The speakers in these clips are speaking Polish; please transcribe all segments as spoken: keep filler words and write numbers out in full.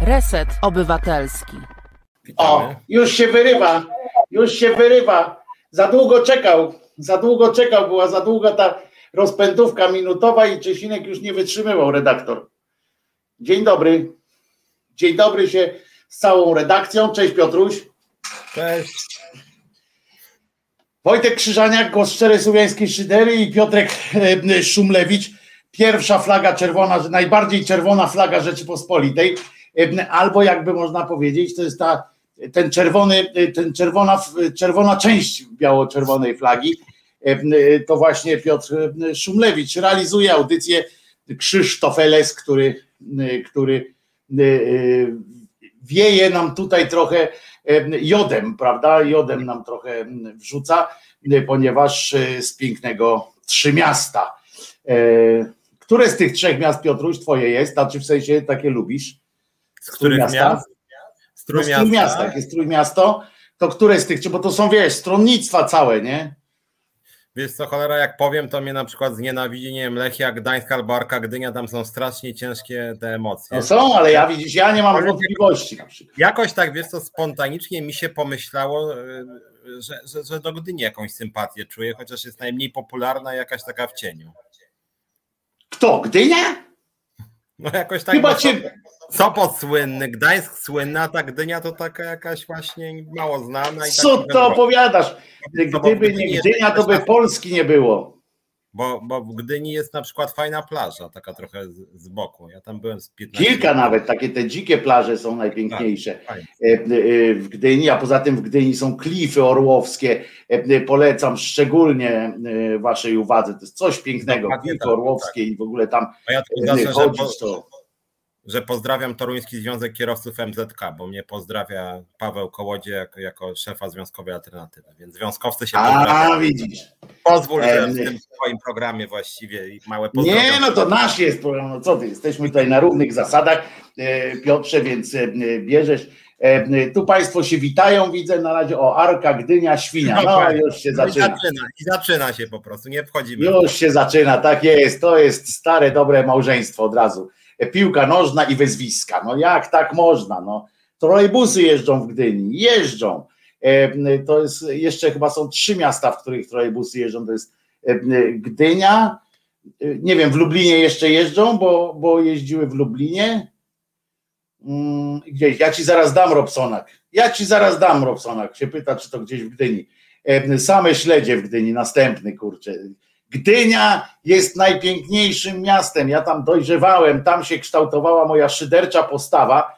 Reset Obywatelski. O, już się wyrywa, już się wyrywa. Za długo czekał, za długo czekał, była za długa ta rozpędówka minutowa i Czesinek już nie wytrzymywał, redaktor. Dzień dobry. Dzień dobry się z całą redakcją. Cześć Piotruś. Cześć. Wojtek Krzyżaniak, głos szczerej słowiańskiej szydery i Piotrek Szumlewicz. Pierwsza flaga czerwona, najbardziej czerwona flaga Rzeczypospolitej. Albo jakby można powiedzieć, to jest ta, ten czerwony, ten czerwona, czerwona część biało-czerwonej flagi. To właśnie Piotr Szumlewicz realizuje audycję Krzysztofeles, który, który wieje nam tutaj trochę jodem, prawda? Jodem nam trochę wrzuca, ponieważ z pięknego Trzymiasta. Które z tych trzech miast, Piotruś, twoje jest? Znaczy w sensie takie lubisz? Z których miast? Z Trójmiasta. No, z Trójmiasta, jak jest Trójmiasto, to które z tych, bo to są, wiesz, stronnictwa całe, nie? Wiesz co, cholera, jak powiem, to mnie na przykład znienawidzi, nie wiem, Lechia, Gdańsk albo Arka Gdynia, tam są strasznie ciężkie te emocje. No są, ale ja widzisz, ja nie mam wątpliwości. Na przykład. Jakoś tak, wiesz co, spontanicznie mi się pomyślało, że, że, że do Gdyni jakąś sympatię czuję, chociaż jest najmniej popularna, jakaś taka w cieniu. Kto? Gdynia? No jakoś tak. Chyba cię... Sopot słynny, Gdańsk słynny, a ta Gdynia to taka jakaś właśnie mało znana. I co to opowiadasz? Gdyby nie Gdynia, to by Polski nie było. Bo, bo w Gdyni jest na przykład fajna plaża, taka trochę z, z boku. Ja tam byłem z piętnastu. Kilka nawet, takie te dzikie plaże są najpiękniejsze tak, w Gdyni, a poza tym w Gdyni są klify orłowskie. Polecam szczególnie waszej uwadze. To jest coś pięknego, no, klify tak, orłowskie tak. I w ogóle tam ja znaczy, chodzić to... że pozdrawiam Toruński Związek Kierowców M Z K, bo mnie pozdrawia Paweł Kołodziej jako, jako szefa Związkowej Alternatywy, więc związkowcy się pozdrawiają. A, widzisz. Pozwól, że w tym swoim programie właściwie małe pozdrowienia. Nie, no to nasz jest program, no co ty, jesteśmy tutaj na równych zasadach, Piotrze, więc bierzesz. Tu państwo się witają, widzę na razie, o Arka, Gdynia, Świnia, no już się no zaczyna. I zaczyna. I zaczyna się po prostu, nie wchodzimy. Już się zaczyna, tak jest, to jest stare, dobre małżeństwo od razu. Piłka nożna i wyzwiska. No jak tak można? No, trolejbusy jeżdżą w Gdyni, jeżdżą. To jest jeszcze chyba są trzy miasta, w których trolejbusy jeżdżą. To jest Gdynia. Nie wiem, w Lublinie jeszcze jeżdżą, bo, bo jeździły w Lublinie. Gdzieś. Ja ci zaraz dam, Robsonak. Ja ci zaraz dam, Robsonak. Się pyta, czy to gdzieś w Gdyni. Same śledzie w Gdyni. Następny, kurczę. Gdynia jest najpiękniejszym miastem, ja tam dojrzewałem, tam się kształtowała moja szydercza postawa.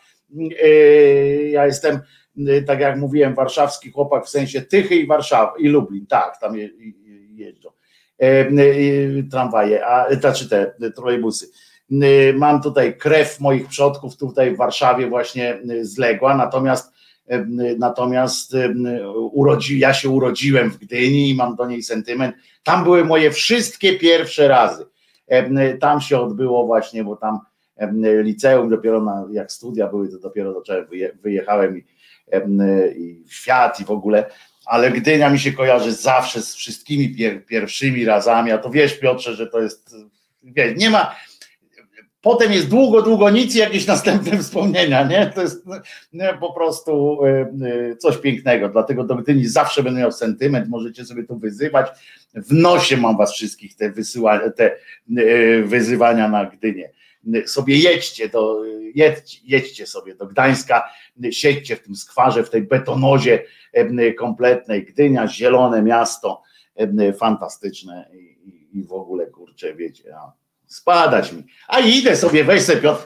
Ja jestem, tak jak mówiłem, warszawski chłopak w sensie Tychy i Warszawa i Lublin, tak, tam je, jeżdżą tramwaje, a znaczy te trolejbusy. Mam tutaj krew moich przodków tutaj w Warszawie właśnie zległa, natomiast Natomiast urodzi, ja się urodziłem w Gdyni i mam do niej sentyment. Tam były moje wszystkie pierwsze razy. Tam się odbyło właśnie, bo tam liceum dopiero na, jak studia były, to dopiero zacząłem, wyjechałem i, i w świat i w ogóle. Ale Gdynia mi się kojarzy zawsze z wszystkimi pier, pierwszymi razami. A to wiesz, Piotrze, że to jest, wiesz, nie ma... Potem jest długo, długo nic i jakieś następne wspomnienia, nie? To jest nie, po prostu coś pięknego, dlatego do Gdyni zawsze będę miał sentyment, możecie sobie tu wyzywać, w nosie mam was wszystkich te, wysyła, te wyzywania na Gdynię. Sobie jedźcie, do, jedźcie, jedźcie sobie do Gdańska, siedźcie w tym skwarze, w tej betonozie kompletnej, Gdynia, zielone miasto, fantastyczne i, i w ogóle, kurczę, wiecie, ja. Spadać mi. A idę sobie, weź sobie Piotr.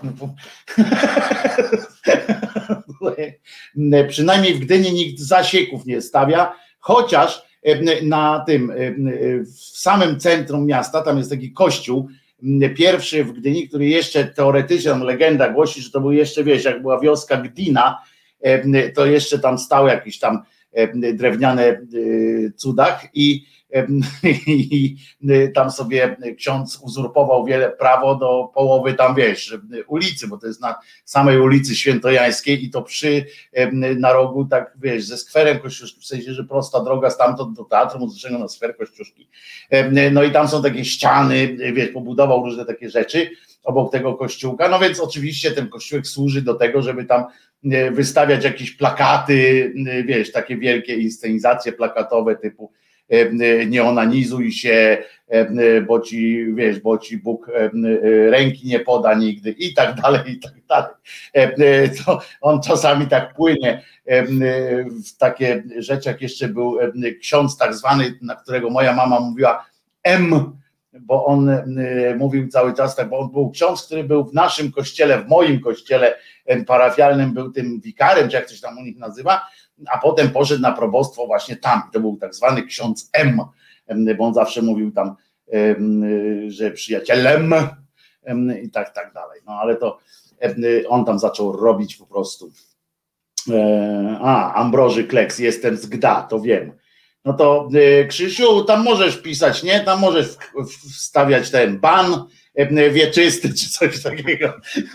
Przynajmniej w Gdyni nikt zasieków nie stawia, chociaż na tym, w samym centrum miasta, tam jest taki kościół, pierwszy w Gdyni, który jeszcze teoretycznie, legenda głosi, że to był jeszcze, wiesz, jak była wioska Gdina, to jeszcze tam stał jakiś tam drewniane cudach i i tam sobie ksiądz uzurpował wiele prawo do połowy tam, wiesz, ulicy, bo to jest na samej ulicy Świętojańskiej i to przy, na rogu, tak wiesz, ze skwerem Kościuszki, w sensie, że prosta droga stamtąd do Teatru Muzycznego na skwer Kościuszki. No i tam są takie ściany, wiesz, pobudował różne takie rzeczy. obok tego kościółka, no więc oczywiście ten kościółek służy do tego, żeby tam wystawiać jakieś plakaty, wiesz, takie wielkie inscenizacje plakatowe typu nie onanizuj się, bo ci, wiesz, bo ci Bóg ręki nie poda nigdy i tak dalej, i tak dalej. To on czasami tak płynie w takie rzeczy, jak jeszcze był ksiądz tak zwany, na którego moja mama mówiła M, bo on mówił cały czas tak, bo on był ksiądz, który był w naszym kościele, w moim kościele parafialnym, był tym wikarem, czy jak coś tam u nich nazywa, a potem poszedł na probostwo właśnie tam. To był tak zwany ksiądz M, bo on zawsze mówił tam, że przyjacielem i tak, tak dalej. No ale to on tam zaczął robić po prostu. A, Ambroży Kleks, jestem z Gda, to wiem. No to Krzysiu, tam możesz pisać, nie? Tam możesz wstawiać ten ban wieczysty, czy coś takiego.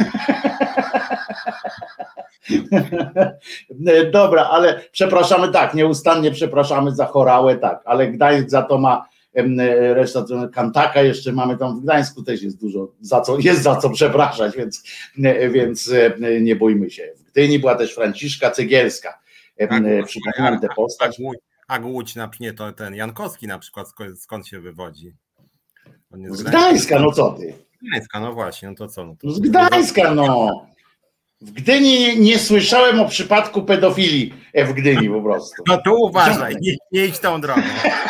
Dobra, ale przepraszamy, tak, nieustannie przepraszamy za Chorałę, tak, ale Gdańsk za to ma reszta, Kantaka jeszcze mamy tam w Gdańsku, też jest dużo, za co, jest za co przepraszać, więc, więc nie bójmy się. W Gdyni była też Franciszka Cegielska, przypominam tę postać. A Głódź na pnie to ten Jankowski na przykład, skąd się wywodzi? On jest z Gdańska, no co ty? Z Gdańska, no właśnie, no to co? No to z Gdańska, no. W Gdyni nie słyszałem o przypadku pedofilii w Gdyni po prostu. No to uważaj, nie, nie idź tą drogą.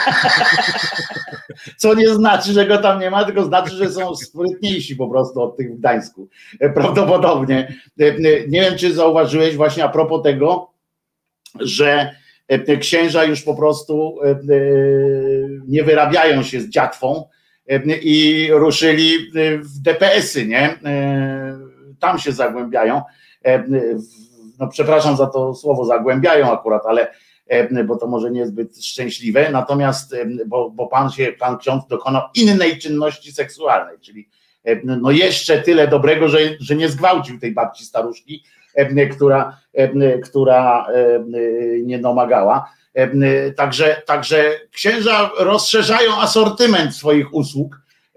Co nie znaczy, że go tam nie ma, tylko znaczy, że są sprytniejsi po prostu od tych w Gdańsku. Prawdopodobnie. Nie wiem, czy zauważyłeś właśnie a propos tego, że księża już po prostu nie wyrabiają się z dziatwą i ruszyli w D P S-y, nie? Tam się zagłębiają. No przepraszam za to słowo, zagłębiają akurat, ale bo to może niezbyt szczęśliwe, natomiast bo, bo pan się, pan ksiądz dokonał innej czynności seksualnej, czyli no jeszcze tyle dobrego, że, że nie zgwałcił tej babci staruszki, która, która nie domagała. Także, także księża rozszerzają asortyment swoich usług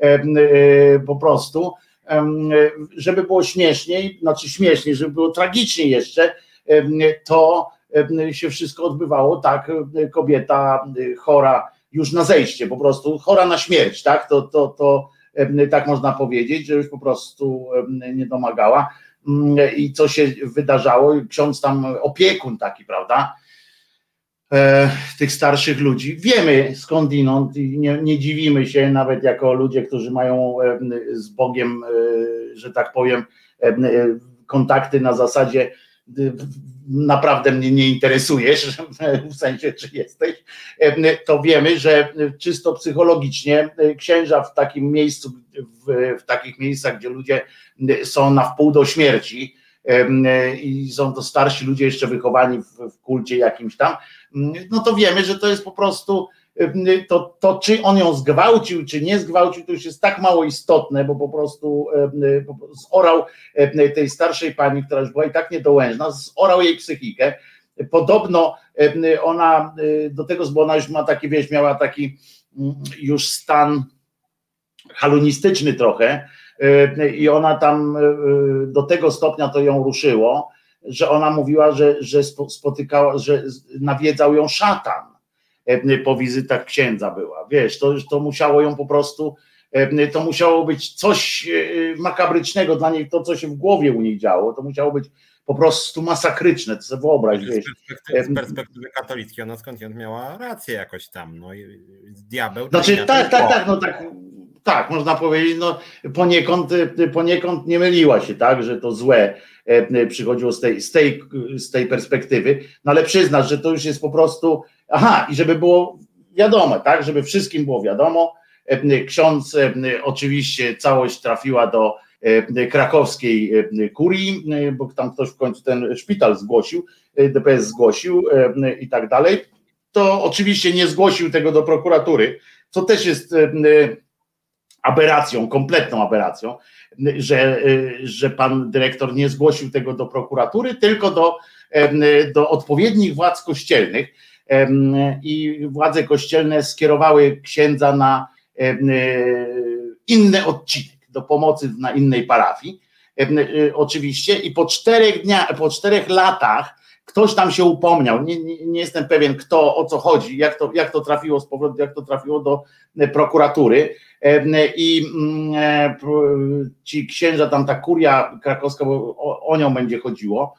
po prostu, żeby było śmieszniej, znaczy śmieszniej, żeby było tragiczniej jeszcze, to się wszystko odbywało tak, kobieta chora już na zejście, po prostu chora na śmierć, tak, to, to, to tak można powiedzieć, że już po prostu nie domagała. I co się wydarzało, ksiądz tam, opiekun taki, prawda, e, tych starszych ludzi, wiemy skądinąd i nie, nie dziwimy się nawet jako ludzie, którzy mają e, z Bogiem, e, że tak powiem, e, kontakty na zasadzie e, naprawdę mnie nie interesujesz, w sensie czy jesteś, e, to wiemy, że czysto psychologicznie księża w takim miejscu, w, w takich miejscach, gdzie ludzie są na wpół do śmierci i są to starsi ludzie jeszcze wychowani w, w kulcie jakimś tam, no to wiemy, że to jest po prostu to, to czy on ją zgwałcił, czy nie zgwałcił, to już jest tak mało istotne, bo po prostu zorał tej starszej pani, która już była i tak niedołężna, zorał jej psychikę. Podobno ona do tego, bo ona już ma taki, wiesz, miała taki już stan halunistyczny trochę, i ona tam do tego stopnia to ją ruszyło, że ona mówiła, że, że spotykała, że nawiedzał ją szatan po wizytach księdza była. Wiesz, to, to musiało ją po prostu, to musiało być coś makabrycznego dla niej, to co się w głowie u niej działo, to musiało być po prostu masakryczne, to sobie wyobraź. Z perspektywy, z perspektywy katolickiej ona skądinąd miała rację jakoś tam, no i diabeł... Znaczy tak, tak, tak, no tak... Tak, można powiedzieć, no poniekąd, poniekąd nie myliła się, tak, że to złe przychodziło z tej, z tej, z tej perspektywy, no ale przyznasz, że to już jest po prostu, aha, i żeby było wiadome, tak, żeby wszystkim było wiadomo, ksiądz oczywiście całość trafiła do krakowskiej kurii, bo tam ktoś w końcu ten szpital zgłosił, D P S zgłosił i tak dalej, to oczywiście nie zgłosił tego do prokuratury, co też jest aberracją, kompletną aberracją, że, że pan dyrektor nie zgłosił tego do prokuratury, tylko do, do odpowiednich władz kościelnych i władze kościelne skierowały księdza na inny odcinek. do pomocy na innej parafii, oczywiście, i po czterech dniach, po czterech latach ktoś tam się upomniał, nie, nie, nie jestem pewien kto, o co chodzi, jak to, jak to trafiło z powrotem, jak to trafiło do prokuratury i ci księża, tam ta kuria krakowska, bo o, o nią będzie chodziło,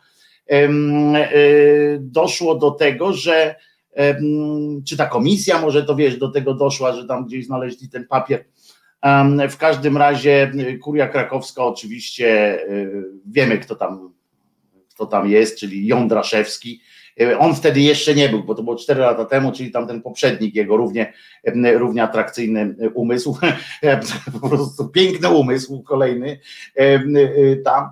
doszło do tego, że czy ta komisja może to wiesz, do tego doszła, że tam gdzieś znaleźli ten papier. W każdym razie kuria krakowska oczywiście, wiemy kto tam, kto tam jest, czyli Jądraszewski. On wtedy jeszcze nie był, bo to było cztery lata temu, czyli tam ten poprzednik jego, równie, równie atrakcyjny umysł, po prostu piękny umysł kolejny tam.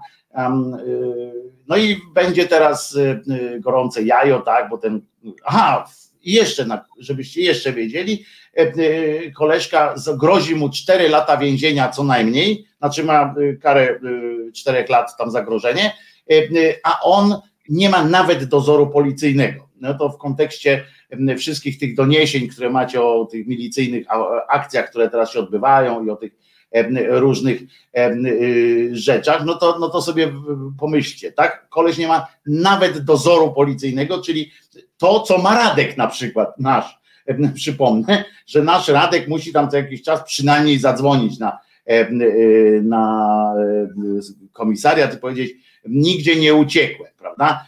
No i będzie teraz gorące jajo, tak, bo ten, aha, i jeszcze, żebyście jeszcze wiedzieli, koleżka grozi mu cztery lata więzienia co najmniej, znaczy ma karę czterech lat tam zagrożenie, a on nie ma nawet dozoru policyjnego. No to w kontekście wszystkich tych doniesień, które macie o tych milicyjnych akcjach, które teraz się odbywają i o tych różnych rzeczach, no to, no to sobie pomyślcie, tak? Koleś nie ma nawet dozoru policyjnego, czyli to, co ma Radek na przykład, nasz, przypomnę, że nasz Radek musi tam co jakiś czas przynajmniej zadzwonić na, na komisariat i powiedzieć, nigdzie nie uciekłem, prawda?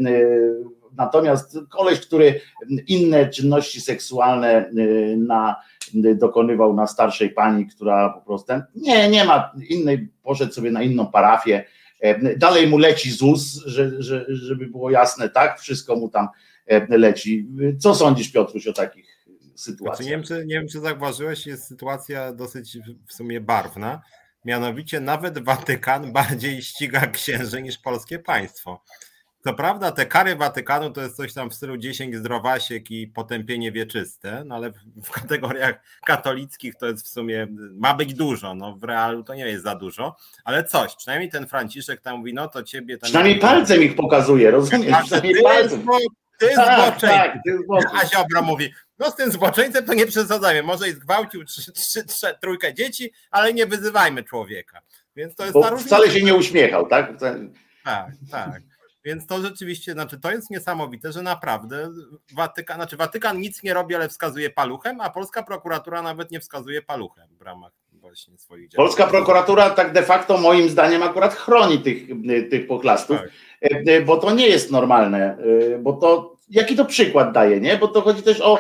Natomiast koleś, który inne czynności seksualne na, dokonywał na starszej pani, która po prostu nie, nie ma innej, poszedł sobie na inną parafię, dalej mu leci Z U S, że, że, żeby było jasne, tak, wszystko mu tam leci. Co sądzisz, Piotruś, o takich sytuacjach? Znaczy, nie wiem, czy, nie wiem, czy zauważyłeś, jest sytuacja dosyć w sumie barwna, mianowicie nawet Watykan bardziej ściga księży niż polskie państwo. Co prawda te kary Watykanu to jest coś tam w stylu dziesięć zdrowasiek i potępienie wieczyste, no ale w kategoriach katolickich to jest w sumie, ma być dużo, no w realu to nie jest za dużo, ale coś, przynajmniej ten Franciszek tam mówi, no to ciebie... Tam przynajmniej palcem ich pokazuje, rozumiesz? Przynajmniej ty palcem. Ty jest tak, zboczeńcem. tak, a Ziobro mówi, no z tym zboczeńcem to nie przesadzajmy, może i zgwałcił trzy, trzy, trzy, trójkę dzieci, ale nie wyzywajmy człowieka. Więc to jest Bo wcale się nie uśmiechał, tak? Tak, tak. Więc to rzeczywiście, znaczy to jest niesamowite, że naprawdę Watykan, znaczy Watykan nic nie robi, ale wskazuje paluchem, a polska prokuratura nawet nie wskazuje paluchem w ramach właśnie swoich działań. Polska prokuratura tak de facto moim zdaniem akurat chroni tych, tych pochlastów, tak. Bo to nie jest normalne, bo to jaki to przykład daje, nie? Bo to chodzi też o,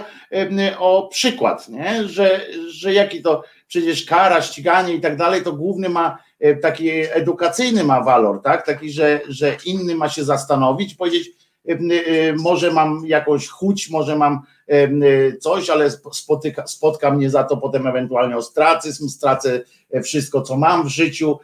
o przykład, nie? Że, że jaki to przecież kara, ściganie i tak dalej, to główny ma taki edukacyjny ma walor, tak? Taki, że, że inny ma się zastanowić, powiedzieć, może mam jakąś chuć, może mam coś, ale spotyka, spotka mnie za to potem ewentualnie ostracyzm, stracę wszystko, co mam w życiu,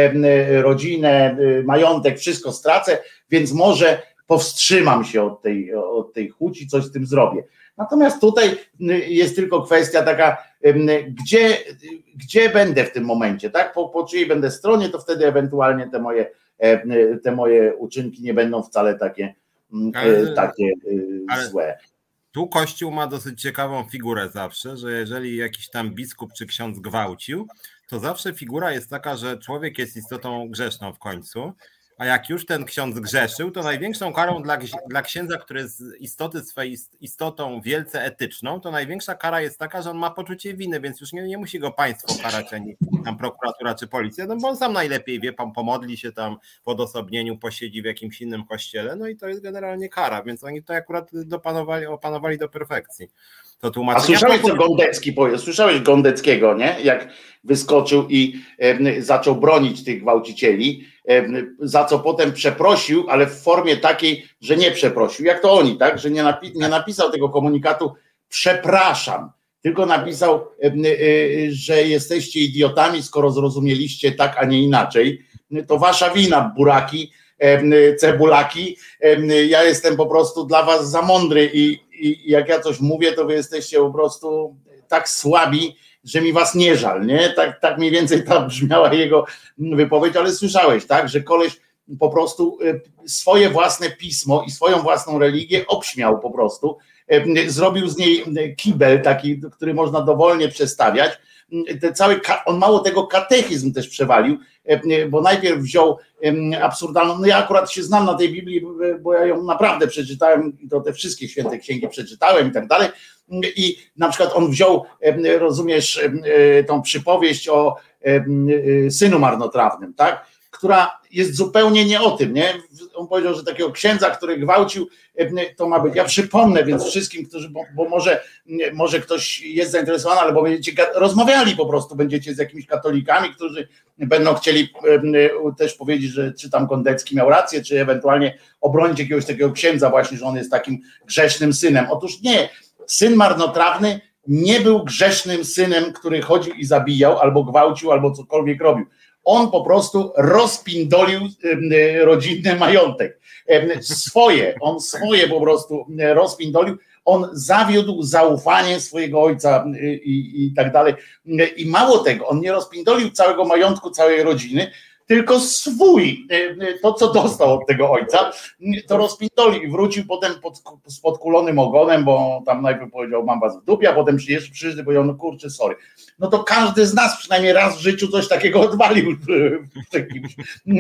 rodzinę, majątek, wszystko stracę, więc może powstrzymam się od tej, od tej chuci, coś z tym zrobię. Natomiast tutaj jest tylko kwestia taka, gdzie, gdzie będę w tym momencie, tak? Po, po czyjej będę stronie, to wtedy ewentualnie te moje, te moje uczynki nie będą wcale takie, ale, takie ale złe. Tu Kościół ma dosyć ciekawą figurę zawsze, że jeżeli jakiś tam biskup czy ksiądz gwałcił, to zawsze figura jest taka, że człowiek jest istotą grzeszną w końcu, a jak już ten ksiądz grzeszył, to największą karą dla, dla księdza, który jest z istoty swojej istotą wielce etyczną, to największa kara jest taka, że on ma poczucie winy, więc już nie, nie musi go państwo karać, ani tam prokuratura czy policja, no bo on sam najlepiej wie, pan pomodli się tam w odosobnieniu, posiedzi w jakimś innym kościele, no i to jest generalnie kara, więc oni to akurat dopanowali, opanowali do perfekcji. To A słyszałeś, co Gondecki powie? Słyszałeś Gondeckiego, nie? Jak wyskoczył i e, zaczął bronić tych gwałcicieli, e, za co potem przeprosił, ale w formie takiej, że nie przeprosił, jak to oni, tak? Że nie, napi- nie napisał tego komunikatu przepraszam, tylko napisał, e, e, że jesteście idiotami, skoro zrozumieliście tak, a nie inaczej. To wasza wina, buraki, e, cebulaki. E, ja jestem po prostu dla was za mądry i I jak ja coś mówię, to wy jesteście po prostu tak słabi, że mi was nie żal, nie? Tak, tak mniej więcej ta brzmiała jego wypowiedź, ale słyszałeś, tak? Że koleś po prostu swoje własne pismo i swoją własną religię obśmiał po prostu zrobił z niej kibel taki, który można dowolnie przestawiać. Te cały, on mało tego katechizm też przewalił, bo najpierw wziął absurdalną, no ja akurat się znam na tej Biblii, bo ja ją naprawdę przeczytałem, to te wszystkie święte księgi przeczytałem i tak dalej, i na przykład on wziął, rozumiesz, tą przypowieść o synu marnotrawnym, tak, która jest zupełnie nie o tym, nie? On powiedział, że takiego księdza, który gwałcił, to ma być. Ja przypomnę więc wszystkim, którzy, bo, bo może, może ktoś jest zainteresowany, albo będziecie rozmawiali po prostu, będziecie z jakimiś katolikami, którzy będą chcieli też powiedzieć, że czy tam Kondecki miał rację, czy ewentualnie obronić jakiegoś takiego księdza właśnie, że on jest takim grzesznym synem. Otóż nie, syn marnotrawny nie był grzesznym synem, który chodził i zabijał, albo gwałcił, albo cokolwiek robił. On po prostu rozpindolił rodzinny majątek. Swoje, on swoje po prostu rozpindolił. On zawiódł zaufanie swojego ojca i, i tak dalej. I mało tego, on nie rozpindolił całego majątku, całej rodziny, tylko swój, to co dostał od tego ojca, to rozpindolił i wrócił potem pod, z podkulonym ogonem, bo tam najpierw powiedział, mam was w dupie, a potem jeszcze przyszedł i powiedział, no kurczę, sorry. No to każdy z nas przynajmniej raz w życiu coś takiego odwalił w kimś.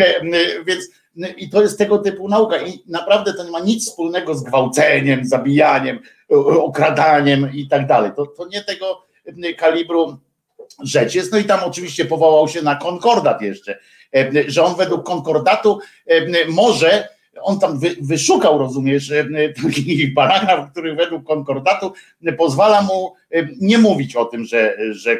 Więc i to jest tego typu nauka i naprawdę to nie ma nic wspólnego z gwałceniem, zabijaniem, okradaniem i tak dalej. To, to nie tego kalibru rzecz jest. No i tam oczywiście powołał się na konkordat jeszcze, że on według konkordatu może, on tam wy, wyszukał, rozumiesz, taki paragraf, który według konkordatu pozwala mu nie mówić o tym, że, że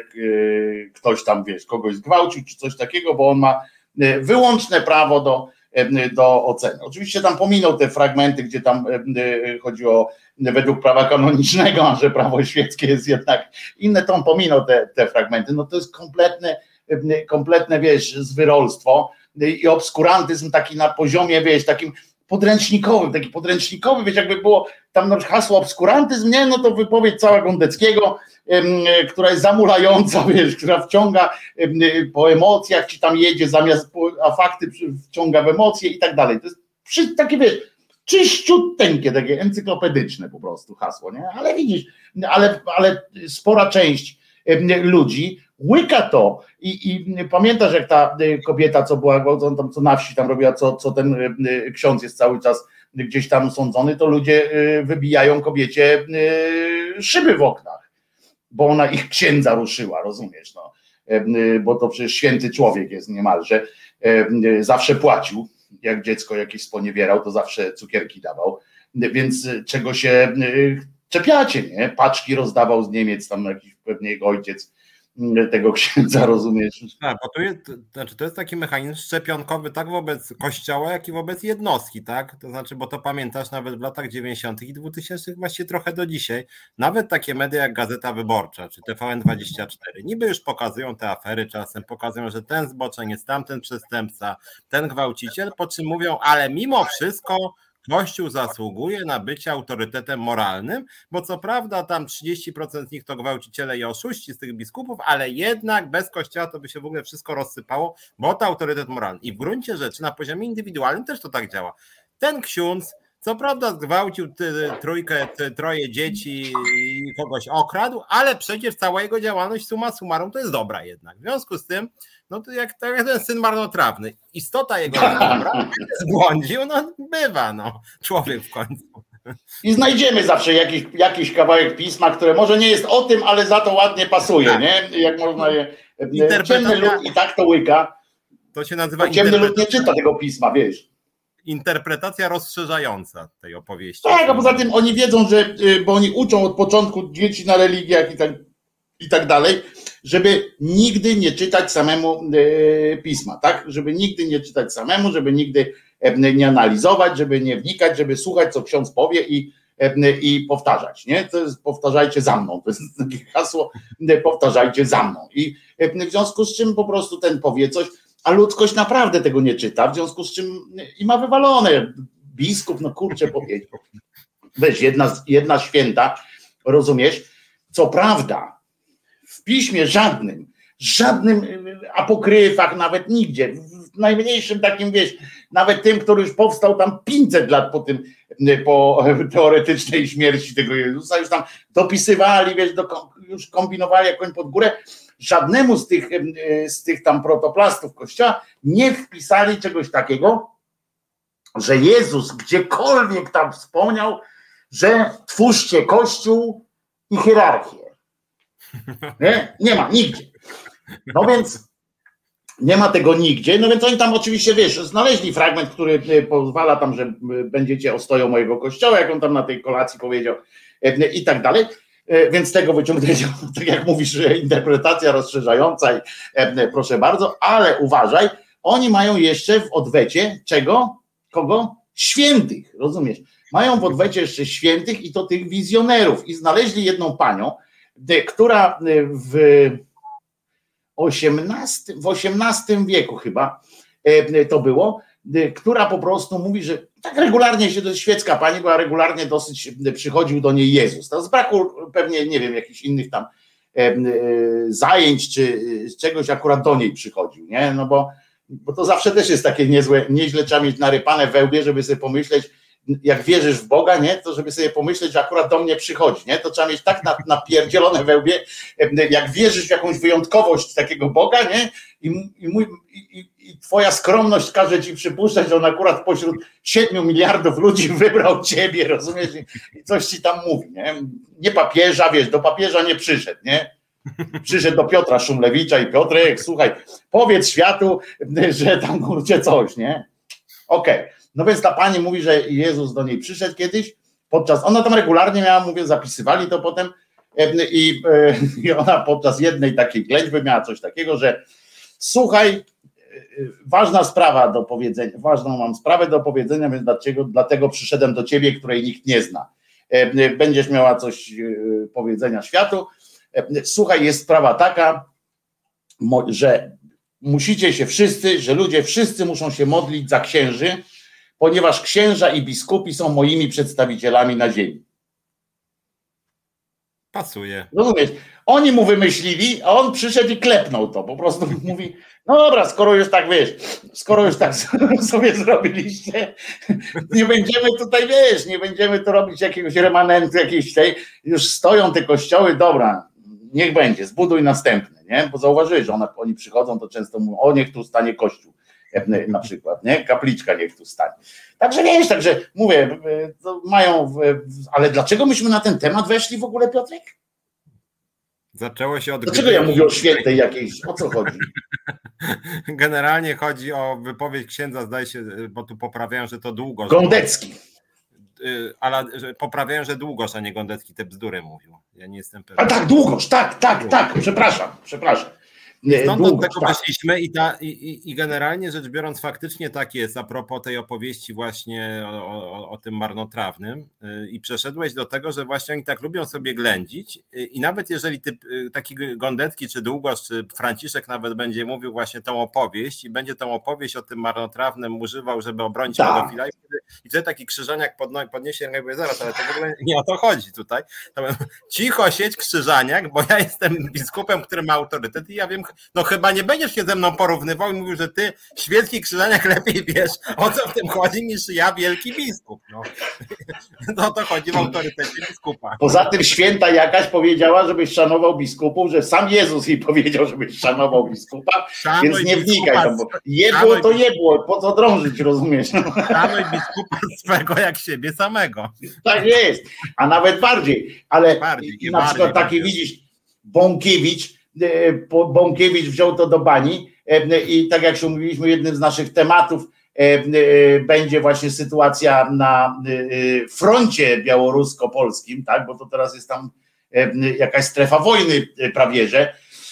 ktoś tam, wiesz, kogoś zgwałcił czy coś takiego, bo on ma wyłączne prawo do, do oceny. Oczywiście tam pominął te fragmenty, gdzie tam chodzi o według prawa kanonicznego, a że prawo świeckie jest jednak inne, to on pominął te, te fragmenty. No to jest kompletne, kompletne, wiesz, zwyrolstwo i obskurantyzm taki na poziomie, wiesz, takim podręcznikowym, taki podręcznikowy, wiesz, jakby było tam na przykład hasło obskurantyzm, nie, no to wypowiedź cała Gondeckiego, która jest zamulająca, wiesz, która wciąga po emocjach, ci tam jedzie zamiast, a fakty wciąga w emocje i tak dalej. To jest takie, wiesz, czyściuteńkie, takie encyklopedyczne po prostu hasło, nie? Ale widzisz, ale, ale spora część ludzi łyka to i, i pamiętasz, jak ta kobieta, co była, tam, co na wsi tam robiła, co, co ten ksiądz jest cały czas gdzieś tam sądzony, to ludzie wybijają kobiecie szyby w oknach, bo ona ich księdza ruszyła, rozumiesz, no, bo to przecież święty człowiek jest niemalże, zawsze płacił, jak dziecko jakieś sponiewierał, to zawsze cukierki dawał, więc czego się czepiacie, nie? Paczki rozdawał z Niemiec, tam jakiś pewnie jego ojciec tego księdza, rozumiesz? Tak, bo to jest, znaczy to jest taki mechanizm szczepionkowy tak wobec kościoła, jak i wobec jednostki, tak? To znaczy, bo to pamiętasz nawet w latach dziewięćdziesiątych i dwutysięcznych właściwie trochę do dzisiaj, nawet takie media jak Gazeta Wyborcza, czy T V N dwadzieścia cztery, niby już pokazują te afery czasem, pokazują, że ten zboczeniec, tamten przestępca, ten gwałciciel, po czym mówią, ale mimo wszystko Kościół zasługuje na bycie autorytetem moralnym, bo co prawda tam trzydzieści procent z nich to gwałciciele i oszuści z tych biskupów, ale jednak bez Kościoła to by się w ogóle wszystko rozsypało, bo to autorytet moralny. I w gruncie rzeczy na poziomie indywidualnym też to tak działa. Ten ksiądz co prawda zgwałcił ty, trójkę, ty, troje dzieci i kogoś okradł, ale przecież cała jego działalność summa summarum to jest dobra jednak. W związku z tym, no to jak, tak jak ten syn marnotrawny, istota jego jest dobra, zbłądził, no bywa, no, człowiek w końcu. I znajdziemy zawsze jakiś, jakiś kawałek pisma, które może nie jest o tym, ale za to ładnie pasuje, tak. Nie? Jak można je... Ciemny lud i tak to łyka. To się nazywa ciemny lud nie czyta tego pisma, wiesz. Interpretacja rozszerzająca tej opowieści. Tak, a poza tym oni wiedzą, że, bo oni uczą od początku dzieci na religiach i tak, i tak dalej, żeby nigdy nie czytać samemu e, pisma, tak? Żeby nigdy nie czytać samemu, żeby nigdy e, nie analizować, żeby nie wnikać, żeby słuchać, co ksiądz powie i, e, i powtarzać, nie? To jest powtarzajcie za mną, to jest takie hasło, e, powtarzajcie za mną. I e, w związku z czym po prostu ten powie coś, a ludzkość naprawdę tego nie czyta, w związku z czym i ma wywalone. Biskup, no kurczę, powiedział. Weź, jedna, jedna święta, rozumiesz, co prawda w piśmie żadnym, żadnym apokryfach, nawet nigdzie, najmniejszym takim, wiesz, nawet tym, który już powstał tam pięćset lat po tym, po teoretycznej śmierci tego Jezusa, już tam dopisywali, wiesz, do, już kombinowali jak koń pod górę, żadnemu z tych, z tych tam protoplastów Kościoła nie wpisali czegoś takiego, że Jezus gdziekolwiek tam wspomniał, że twórzcie Kościół i hierarchię. Nie? Nie ma, nigdzie. No więc nie ma tego nigdzie, no więc oni tam oczywiście, wiesz, znaleźli fragment, który pozwala tam, że będziecie ostoją mojego Kościoła, jak on tam na tej kolacji powiedział i tak dalej. Więc tego wyciągnęli, tak jak mówisz, interpretacja rozszerzająca i proszę bardzo, ale uważaj, oni mają jeszcze w odwecie czego? Kogo? Świętych, rozumiesz? Mają w odwecie jeszcze świętych i to tych wizjonerów i znaleźli jedną panią, która w osiemnastym, w osiemnastym wieku chyba to było, która po prostu mówi, że tak regularnie się, to jest świecka pani, była regularnie dosyć, przychodził do niej Jezus. To z braku pewnie, nie wiem, jakichś innych tam zajęć czy czegoś akurat do niej przychodził, nie? No bo, bo to zawsze też jest takie niezłe, nieźle trzeba mieć narypane we łbie, żeby sobie pomyśleć, jak wierzysz w Boga, nie, to żeby sobie pomyśleć, że akurat do mnie przychodzi, nie, to trzeba mieć tak napierdzielone we łbie, jak wierzysz w jakąś wyjątkowość takiego Boga, nie, i, i, mój, i, i twoja skromność każe ci przypuszczać, że on akurat pośród siedmiu miliardów ludzi wybrał ciebie, rozumiesz, i, i coś ci tam mówi, nie, nie papieża, wiesz, do papieża nie przyszedł, nie, przyszedł do Piotra Szumlewicza i Piotrek, słuchaj, powiedz światu, że tam kurczę coś, nie, okej. Okay. No więc ta pani mówi, że Jezus do niej przyszedł kiedyś, podczas, ona tam regularnie miała, mówię, zapisywali to potem i, i ona podczas jednej takiej ględźby miała coś takiego, że słuchaj, ważna sprawa do powiedzenia, ważną mam sprawę do powiedzenia, więc dlaczego, dlatego przyszedłem do ciebie, której nikt nie zna. Będziesz miała coś powiedzenia światu. Słuchaj, jest sprawa taka, że musicie się wszyscy, że ludzie wszyscy muszą się modlić za księży, ponieważ księża i biskupi są moimi przedstawicielami na ziemi. Pasuje. Rozumiesz? Oni mu wymyślili, a on przyszedł i klepnął to. Po prostu mówi, no dobra, skoro już tak wiesz, skoro już tak sobie zrobiliście, nie będziemy tutaj, wiesz, nie będziemy tu robić jakiegoś remanentu, jakiejś tej, już stoją te kościoły, dobra, niech będzie, zbuduj następny, nie? Bo zauważyłeś, że one, oni przychodzą, to często mówią, o niech tu stanie kościół, na przykład, nie? Kapliczka niech tu stanie. Także wiesz, także mówię, to mają, ale dlaczego myśmy na ten temat weszli w ogóle, Piotrek? Zaczęło się od... Dlaczego ja mówię o świętej jakiejś, o co chodzi? Generalnie chodzi o wypowiedź księdza, zdaje się, bo tu poprawiają, że to Długosz. Gądecki. Ale poprawiają, że Długosz, a nie Gądecki te bzdury mówił. Ja nie jestem pewien. A tak, Długosz, tak, tak, tak, przepraszam, przepraszam. Stąd do tego weszliśmy i, ta, i, i generalnie rzecz biorąc faktycznie tak jest a propos tej opowieści właśnie o, o, o tym marnotrawnym i przeszedłeś do tego, że właśnie oni tak lubią sobie ględzić i nawet jeżeli ty, taki Gądecki czy Długosz czy Franciszek nawet będzie mówił właśnie tą opowieść i będzie tą opowieść o tym marnotrawnym używał, żeby obronić pedofila i wtedy, i wtedy taki Krzyżaniak podno, podniesie rękę i powie, zaraz, ale to w ogóle nie o to chodzi tutaj. To, cicho siedź Krzyżaniak, bo ja jestem biskupem, który ma autorytet i ja wiem. No chyba nie będziesz się ze mną porównywał i mówił, że ty, świecki Krzyżaniak, lepiej wiesz, o co w tym chodzi, niż ja, wielki biskup. No, no to chodzi w autorytecie biskupa. Poza tym święta jakaś powiedziała, żebyś szanował biskupów, że sam Jezus jej powiedział, żebyś szanował biskupa, Szanuj więc nie wnikaj tam, bo jebło to jebło, po co drążyć, rozumiesz? Szanuj biskupa swego jak siebie samego. Tak jest, a nawet bardziej, ale bardziej, na bardziej, przykład taki bardziej. Widzisz, Bąkiewicz, Bąkiewicz wziął to do bani i tak jak się mówiliśmy, jednym z naszych tematów będzie właśnie sytuacja na froncie białorusko-polskim, tak, bo to teraz jest tam jakaś strefa wojny prawie, że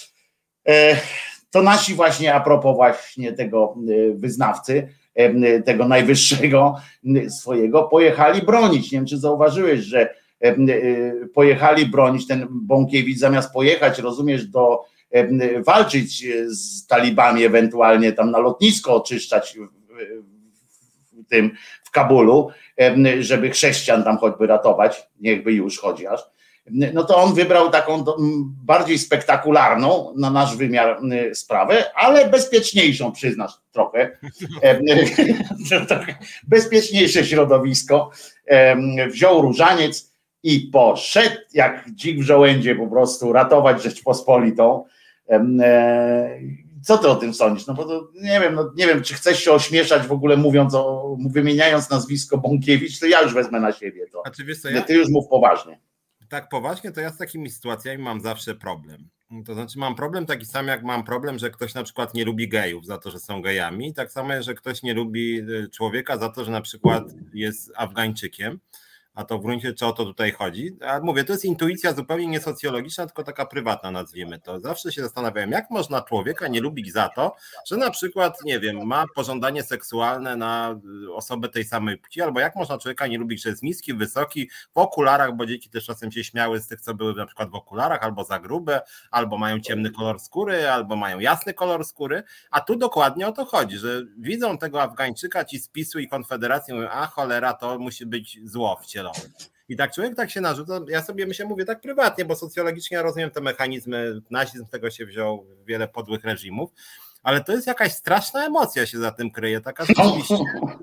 to nasi właśnie a propos właśnie tego wyznawcy, tego najwyższego swojego, pojechali bronić. Nie wiem, czy zauważyłeś, że pojechali bronić, ten Bąkiewicz zamiast pojechać, rozumiesz, do walczyć z talibami, ewentualnie tam na lotnisko oczyszczać w tym w Kabulu, żeby chrześcijan tam choćby ratować, niechby już chociaż, no to on wybrał taką bardziej spektakularną na nasz wymiar sprawę, ale bezpieczniejszą, przyznasz trochę, bezpieczniejsze środowisko. Wziął różaniec i poszedł jak dzik w żołędzie po prostu ratować Rzeczpospolitą. Co ty o tym sądzisz? No bo to nie wiem, no nie wiem, czy chcesz się ośmieszać w ogóle mówiąc o, wymieniając nazwisko Bąkiewicz, to ja już wezmę na siebie to. Znaczy, wiesz co, ja... Ty już mów poważnie. Tak poważnie, to ja z takimi sytuacjami mam zawsze problem. To znaczy mam problem taki sam, jak mam problem, że ktoś na przykład nie lubi gejów za to, że są gejami, tak samo, że ktoś nie lubi człowieka za to, że na przykład jest Afgańczykiem. A to w gruncie rzeczy o to tutaj chodzi. A mówię, to jest intuicja zupełnie nie socjologiczna, tylko taka prywatna, nazwijmy to. Zawsze się zastanawiałem, jak można człowieka nie lubić za to, że na przykład, nie wiem, ma pożądanie seksualne na osobę tej samej płci, albo jak można człowieka nie lubić, że jest niski, wysoki, w okularach, bo dzieci też czasem się śmiały z tych, co były na przykład w okularach, albo za grube, albo mają ciemny kolor skóry, albo mają jasny kolor skóry, a tu dokładnie o to chodzi, że widzą tego Afgańczyka ci z PiSu i Konfederacji, mówią, a cholera, to musi być zło w ciele. I tak człowiek tak się narzuca, ja sobie myślę, mówię tak prywatnie, bo socjologicznie ja rozumiem te mechanizmy, nazizm tego się wziął, wiele podłych reżimów, ale to jest jakaś straszna emocja się za tym kryje, taka rzeczywiście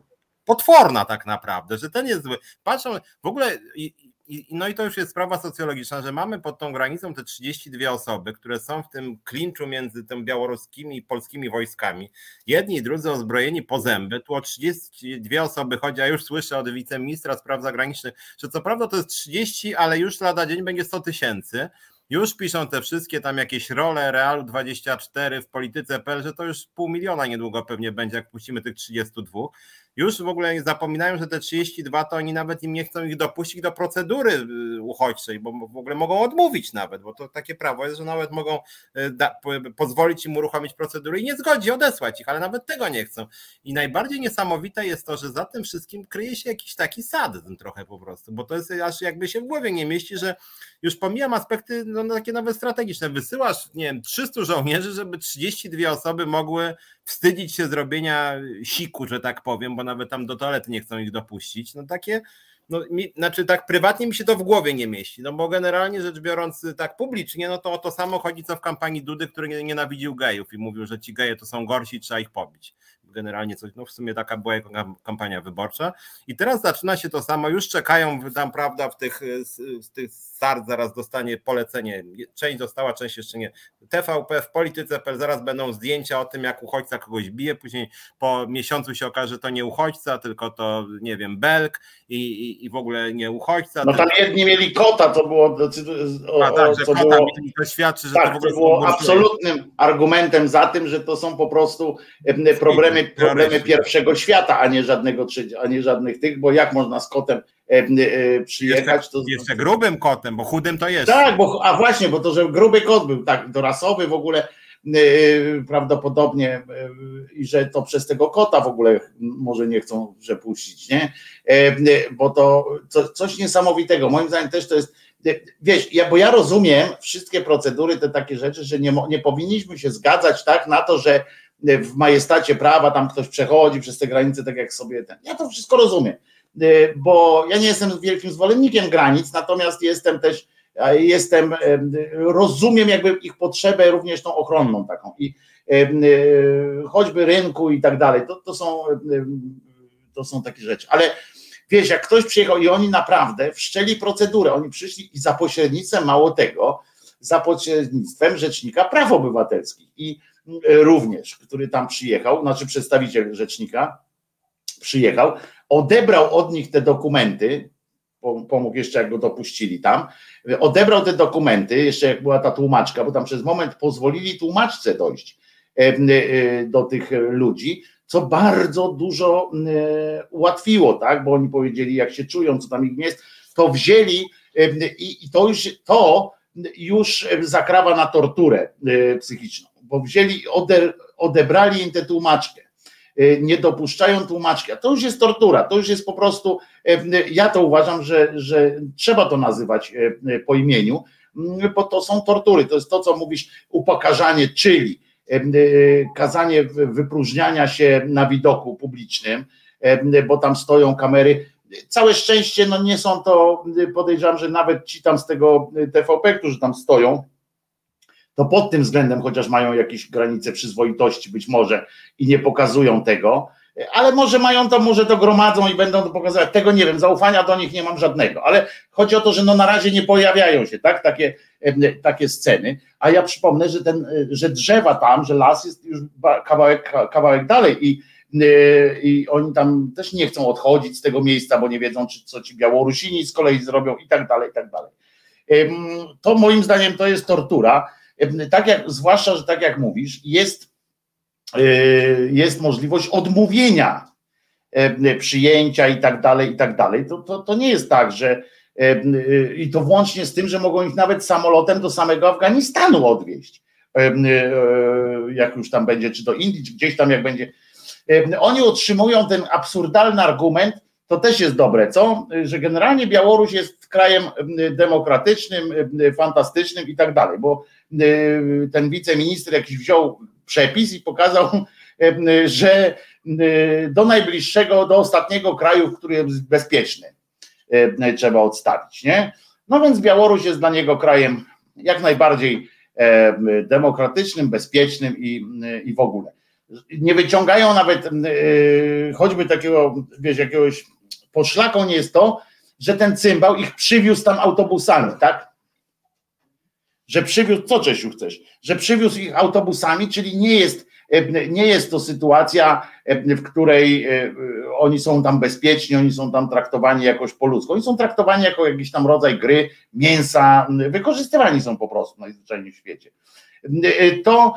potworna tak naprawdę, że ten jest zły. Patrzą, w ogóle, i, i, no i to już jest sprawa socjologiczna, że mamy pod tą granicą te trzydzieści dwie osoby, które są w tym klinczu między tym białoruskimi i polskimi wojskami. Jedni i drudzy ozbrojeni po zęby. Tu o trzydzieści dwie osoby chodzi, a już słyszę od wiceministra spraw zagranicznych, że co prawda to jest trzydzieści, ale już lada dzień będzie sto tysięcy. Już piszą te wszystkie tam jakieś role Realu dwadzieścia cztery w polityce kropka p l, że to już pół miliona niedługo pewnie będzie, jak puścimy tych trzydzieści dwa. Już w ogóle zapominają, że te trzydzieści dwa to oni nawet im nie chcą ich dopuścić do procedury uchodźczej, bo w ogóle mogą odmówić nawet, bo to takie prawo jest, że nawet mogą da, pozwolić im uruchomić procedury i nie zgodzi, odesłać ich, ale nawet tego nie chcą. I najbardziej niesamowite jest to, że za tym wszystkim kryje się jakiś taki sadyzm trochę po prostu, bo to jest aż jakby się w głowie nie mieści, że już pomijam aspekty no, takie nawet strategiczne. Wysyłasz, nie wiem, trzystu żołnierzy, żeby trzydzieści dwie osoby mogły wstydzić się zrobienia siku, że tak powiem, bo nawet tam do toalety nie chcą ich dopuścić. No takie, no mi, znaczy tak prywatnie mi się to w głowie nie mieści, no bo generalnie rzecz biorąc tak publicznie, no to o to samo chodzi co w kampanii Dudy, który nienawidził gejów i mówił, że ci geje to są gorsi, trzeba ich pobić. Generalnie coś, no w sumie taka była jego kampania wyborcza i teraz zaczyna się to samo, już czekają tam, prawda, w tych, z tych start zaraz dostanie polecenie, część dostała, część jeszcze nie, T V P w polityce kropka p l, zaraz będą zdjęcia o tym, jak uchodźca kogoś bije, później po miesiącu się okaże, że to nie uchodźca, tylko to, nie wiem, belg i, i, i w ogóle nie uchodźca. No tam tylko... jedni mieli kota, to było... O, A tak, że to kota było, mieli, to świadczy, że tak, to w ogóle to było są absolutnym argumentem za tym, że to są po prostu problemy, problemy pierwszego świata, a nie żadnego a nie żadnych tych, bo jak można z kotem e, e, przyjechać, jeszcze, to... Jeszcze grubym kotem, bo chudym to jest. Tak, bo, a właśnie, bo to, że gruby kot był tak dorasowy w ogóle e, prawdopodobnie e, i że to przez tego kota w ogóle może nie chcą przepuścić, nie? E, bo to co, coś niesamowitego. Moim zdaniem też to jest, wiesz, ja, bo ja rozumiem wszystkie procedury, te takie rzeczy, że nie, nie powinniśmy się zgadzać tak na to, że w majestacie prawa tam ktoś przechodzi przez te granice tak jak sobie ten. Ja to wszystko rozumiem, bo ja nie jestem wielkim zwolennikiem granic, natomiast jestem też, jestem, rozumiem jakby ich potrzebę również tą ochronną taką i choćby rynku i tak dalej, to, to są to są takie rzeczy, ale wiesz, jak ktoś przyjechał i oni naprawdę wszczęli procedurę, oni przyszli i za pośrednictwem, mało tego, za pośrednictwem Rzecznika Praw Obywatelskich i również, który tam przyjechał, znaczy przedstawiciel rzecznika przyjechał, odebrał od nich te dokumenty, pomógł jeszcze jak go dopuścili tam, odebrał te dokumenty, jeszcze jak była ta tłumaczka, bo tam przez moment pozwolili tłumaczce dojść do tych ludzi, co bardzo dużo ułatwiło, tak, bo oni powiedzieli jak się czują, co tam ich jest, to wzięli i to już, to już zakrawa na torturę psychiczną, bo wzięli, ode, odebrali im tę tłumaczkę, nie dopuszczają tłumaczki, a to już jest tortura, to już jest po prostu, ja to uważam, że, że trzeba to nazywać po imieniu, bo to są tortury, to jest to, co mówisz, upokarzanie, czyli kazanie wypróżniania się na widoku publicznym, bo tam stoją kamery, całe szczęście, no nie są to, podejrzewam, że nawet ci tam z tego T V P, którzy tam stoją, to pod tym względem, chociaż mają jakieś granice przyzwoitości być może i nie pokazują tego, ale może mają to, może to gromadzą i będą to pokazywać, tego nie wiem, zaufania do nich nie mam żadnego, ale chodzi o to, że no na razie nie pojawiają się, tak, takie, takie sceny, a ja przypomnę, że ten, że drzewa tam, że las jest już kawałek, kawałek dalej i, i oni tam też nie chcą odchodzić z tego miejsca, bo nie wiedzą, czy, co ci Białorusini z kolei zrobią i tak dalej, i tak dalej. To moim zdaniem to jest tortura, tak jak, zwłaszcza, że tak jak mówisz, jest jest możliwość odmówienia przyjęcia i tak dalej, i tak dalej. To, to, to nie jest tak, że i to włącznie z tym, że mogą ich nawet samolotem do samego Afganistanu odwieźć. Jak już tam będzie, czy do Indii, czy gdzieś tam jak będzie. Oni otrzymują ten absurdalny argument, to też jest dobre, co? Że generalnie Białoruś jest krajem demokratycznym, fantastycznym i tak dalej, bo ten wiceminister jakiś wziął przepis i pokazał, że do najbliższego, do ostatniego kraju, który jest bezpieczny, trzeba odstawić, nie? No więc Białoruś jest dla niego krajem jak najbardziej demokratycznym, bezpiecznym i, i w ogóle. Nie wyciągają nawet choćby takiego, wiesz, jakiegoś poszlaką nie jest to, że ten cymbał ich przywiózł tam autobusami, tak? Że przywiózł, co Czesiu chcesz? Że przywiózł ich autobusami, czyli nie jest, nie jest to sytuacja, w której oni są tam bezpieczni, oni są tam traktowani jakoś po ludzku. Oni są traktowani jako jakiś tam rodzaj gry, mięsa, wykorzystywani są po prostu najzwyczajniej w świecie. To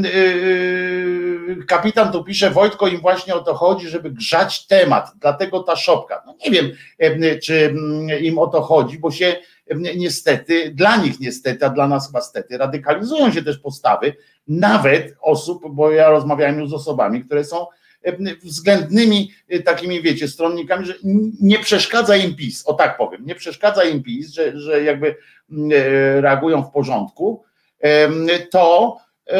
kapitan tu pisze, Wojtko, im właśnie o to chodzi, żeby grzać temat, dlatego ta szopka. No nie wiem, czy im o to chodzi, bo się niestety, dla nich niestety, a dla nas chyba stety, radykalizują się też postawy, nawet osób, bo ja rozmawiałem już z osobami, które są względnymi takimi, wiecie, stronnikami, że nie przeszkadza im PiS, o tak powiem, nie przeszkadza im PiS, że, że jakby reagują w porządku, to,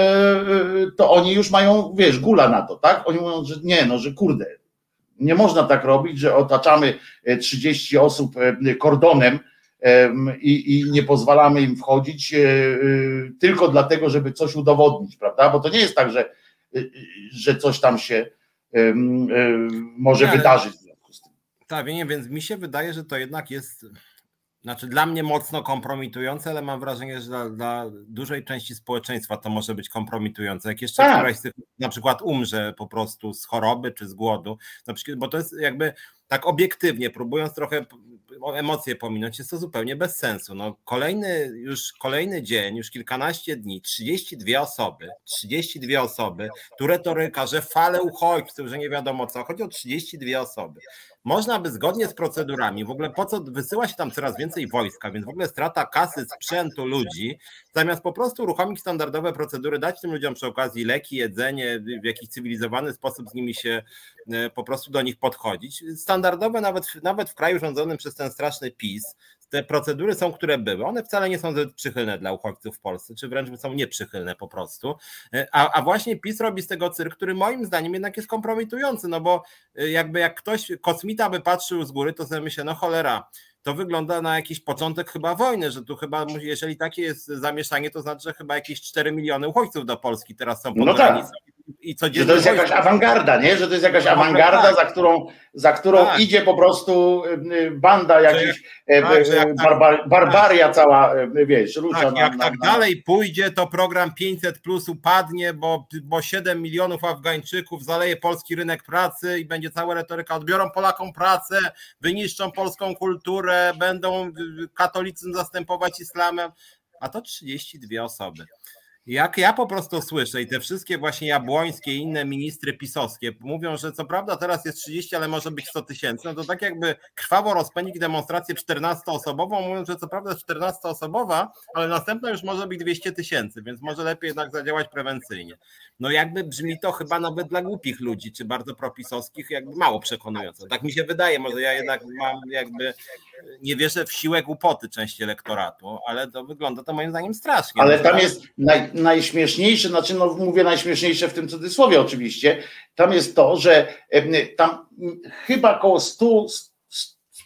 to oni już mają, wiesz, gula na to, tak? Oni mówią, że nie, no, że kurde, nie można tak robić, że otaczamy trzydzieści osób kordonem i, i nie pozwalamy im wchodzić tylko dlatego, żeby coś udowodnić, prawda? Bo to nie jest tak, że, że coś tam się może nie, wydarzyć. Tak, nie, więc mi się wydaje, że to jednak jest... Znaczy dla mnie mocno kompromitujące, ale mam wrażenie, że dla, dla dużej części społeczeństwa to może być kompromitujące. Jak jeszcze tak. któraś z tych na przykład umrze po prostu z choroby czy z głodu, na przykład, bo to jest jakby tak obiektywnie, próbując trochę emocje pominąć, jest to zupełnie bez sensu. No, kolejny, już kolejny dzień, już kilkanaście dni, trzydzieści dwie osoby, trzydzieści dwie osoby, tu retoryka, że fale uchodźców, że nie wiadomo co, chodzi o trzydzieści dwie osoby. Można by zgodnie z procedurami, w ogóle po co wysyła się tam coraz więcej wojska, więc w ogóle strata kasy, sprzętu, ludzi, zamiast po prostu uruchomić standardowe procedury, dać tym ludziom przy okazji leki, jedzenie, w jakiś cywilizowany sposób z nimi się po prostu do nich podchodzić. Standardowe nawet, nawet w kraju rządzonym przez ten straszny PiS, te procedury są, które były, one wcale nie są zbyt przychylne dla uchodźców w Polsce, czy wręcz są nieprzychylne po prostu, a, a właśnie PiS robi z tego cyrk, który moim zdaniem jednak jest kompromitujący, no bo jakby jak ktoś, kosmita by patrzył z góry, to sobie myślę, no cholera, to wygląda na jakiś początek chyba wojny, że tu chyba, jeżeli takie jest zamieszanie, to znaczy, że chyba jakieś cztery miliony uchodźców do Polski teraz są pod no granicą. Tak. I że to jest jakaś wojsko. awangarda, nie? Że to jest jakaś no, awangarda, tak. za którą, za którą tak. idzie po prostu banda jakiś tak, jak barbar, tak, barbaria cała, wiesz, rusza tak, na, jak na, tak na... dalej pójdzie, to program pięćset plus upadnie, bo, bo siedem milionów Afgańczyków zaleje polski rynek pracy i będzie cała retoryka, odbiorą Polakom pracę, wyniszczą polską kulturę, będą katolicyzm zastępować islamem, a to trzydzieści dwie osoby. Jak ja po prostu słyszę i te wszystkie właśnie Jabłońskie i inne ministry pisowskie mówią, że co prawda teraz jest trzydzieści, ale może być sto tysięcy, no to tak jakby krwawo rozpędzić demonstrację czternastoosobową, mówiąc, że co prawda jest czternastoosobowa, ale następna już może być dwieście tysięcy, więc może lepiej jednak zadziałać prewencyjnie. No jakby brzmi to chyba nawet dla głupich ludzi, czy bardzo propisowskich, jakby mało przekonująco. Tak mi się wydaje, może ja jednak mam jakby, nie wierzę w siłę głupoty części elektoratu, ale to wygląda to moim zdaniem strasznie. Ale tam jest naj, najśmieszniejsze, znaczy no mówię najśmieszniejsze w tym cudzysłowie oczywiście, tam jest to, że tam chyba około stu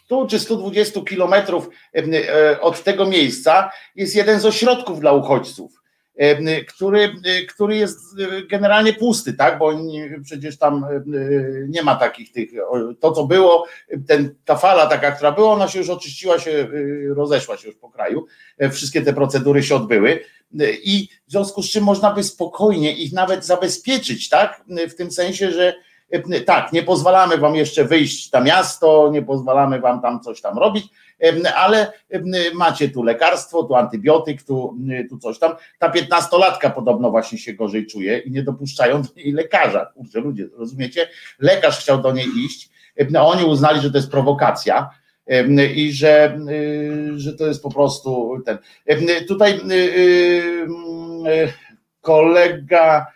tu czy sto dwadzieścia kilometrów od tego miejsca jest jeden z ośrodków dla uchodźców, który, który jest generalnie pusty, tak, bo przecież tam nie ma takich tych, to co było, ten, ta fala taka, która była, ona się już oczyściła, się rozeszła się już po kraju, wszystkie te procedury się odbyły i w związku z czym można by spokojnie ich nawet zabezpieczyć, tak, w tym sensie, że tak, nie pozwalamy wam jeszcze wyjść na miasto, nie pozwalamy wam tam coś tam robić, ale macie tu lekarstwo, tu antybiotyk, tu, tu coś tam. Ta piętnastolatka podobno właśnie się gorzej czuje i nie dopuszczają do niej lekarza. Kurczę, ludzie, rozumiecie? Lekarz chciał do niej iść, a oni uznali, że to jest prowokacja i że, że to jest po prostu ten. Tutaj kolega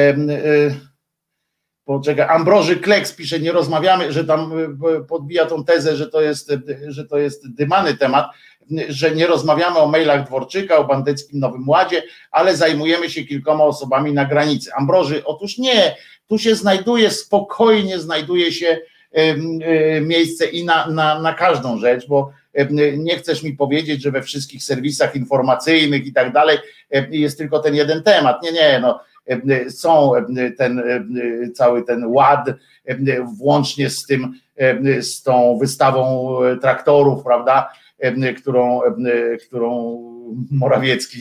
Poczekaj, Ambroży Kleks pisze, nie rozmawiamy, że tam podbija tą tezę, że to jest, że to jest dymany temat, że nie rozmawiamy o mailach Dworczyka, o bandyckim Nowym Ładzie, ale zajmujemy się kilkoma osobami na granicy. Ambroży, otóż nie, tu się znajduje, spokojnie znajduje się miejsce i na, na, na każdą rzecz, bo nie chcesz mi powiedzieć, że we wszystkich serwisach informacyjnych i tak dalej jest tylko ten jeden temat. Nie, nie, no. Są ten cały ten ład, włącznie z tym, z tą wystawą traktorów, prawda, którą, którą Morawiecki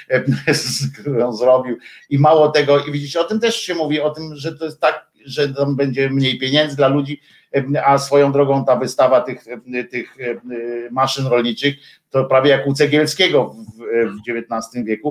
którą zrobił i mało tego, i widzicie, o tym też się mówi, o tym, że to jest tak, że tam będzie mniej pieniędzy dla ludzi, a swoją drogą ta wystawa tych, tych maszyn rolniczych to prawie jak u Cegielskiego w dziewiętnastym wieku,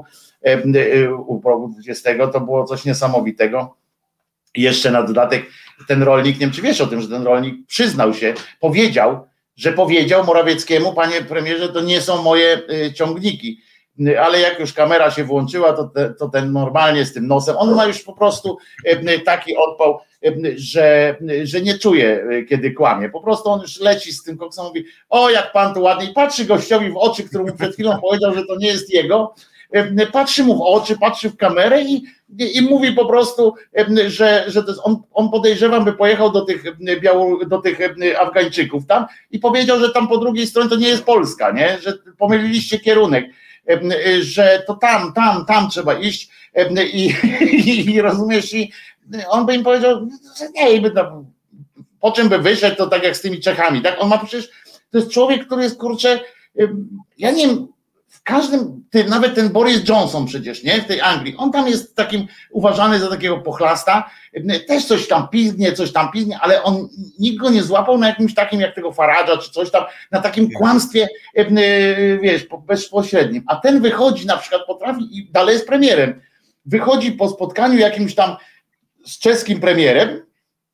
u progu dwudziestego, to było coś niesamowitego. I jeszcze na dodatek ten rolnik, nie wiem czy wiesz o tym, że ten rolnik przyznał się, powiedział, że powiedział Morawieckiemu, panie premierze, to nie są moje ciągniki, ale jak już kamera się włączyła, to, te, to ten normalnie z tym nosem, on ma już po prostu taki odpał, że, że nie czuje, kiedy kłamie. Po prostu on już leci z tym koksem, mówi, o jak pan tu ładnie, i patrzy gościowi w oczy, który mu przed chwilą powiedział, że to nie jest jego, patrzy mu w oczy, patrzy w kamerę i, i, i mówi po prostu, że, że to jest, on, on podejrzewam, by pojechał do tych, Biało, do tych Afgańczyków tam i powiedział, że tam po drugiej stronie to nie jest Polska, nie? Że pomyliliście kierunek, że to tam, tam, tam trzeba iść i, i, i rozumiesz, i on by im powiedział, że nie, by to, po czym by wyszedł, to tak jak z tymi Czechami, tak? On ma przecież, to jest człowiek, który jest, kurczę, ja nie wiem, w każdym, ty, nawet ten Boris Johnson przecież, nie, w tej Anglii, on tam jest takim uważany za takiego pochlasta, też coś tam pizgnie, coś tam pizgnie, ale on, nikt go nie złapał na jakimś takim jak tego Farage'a, czy coś tam, na takim kłamstwie, wiesz, bezpośrednim, a ten wychodzi, na przykład potrafi i dalej jest premierem, wychodzi po spotkaniu jakimś tam z czeskim premierem,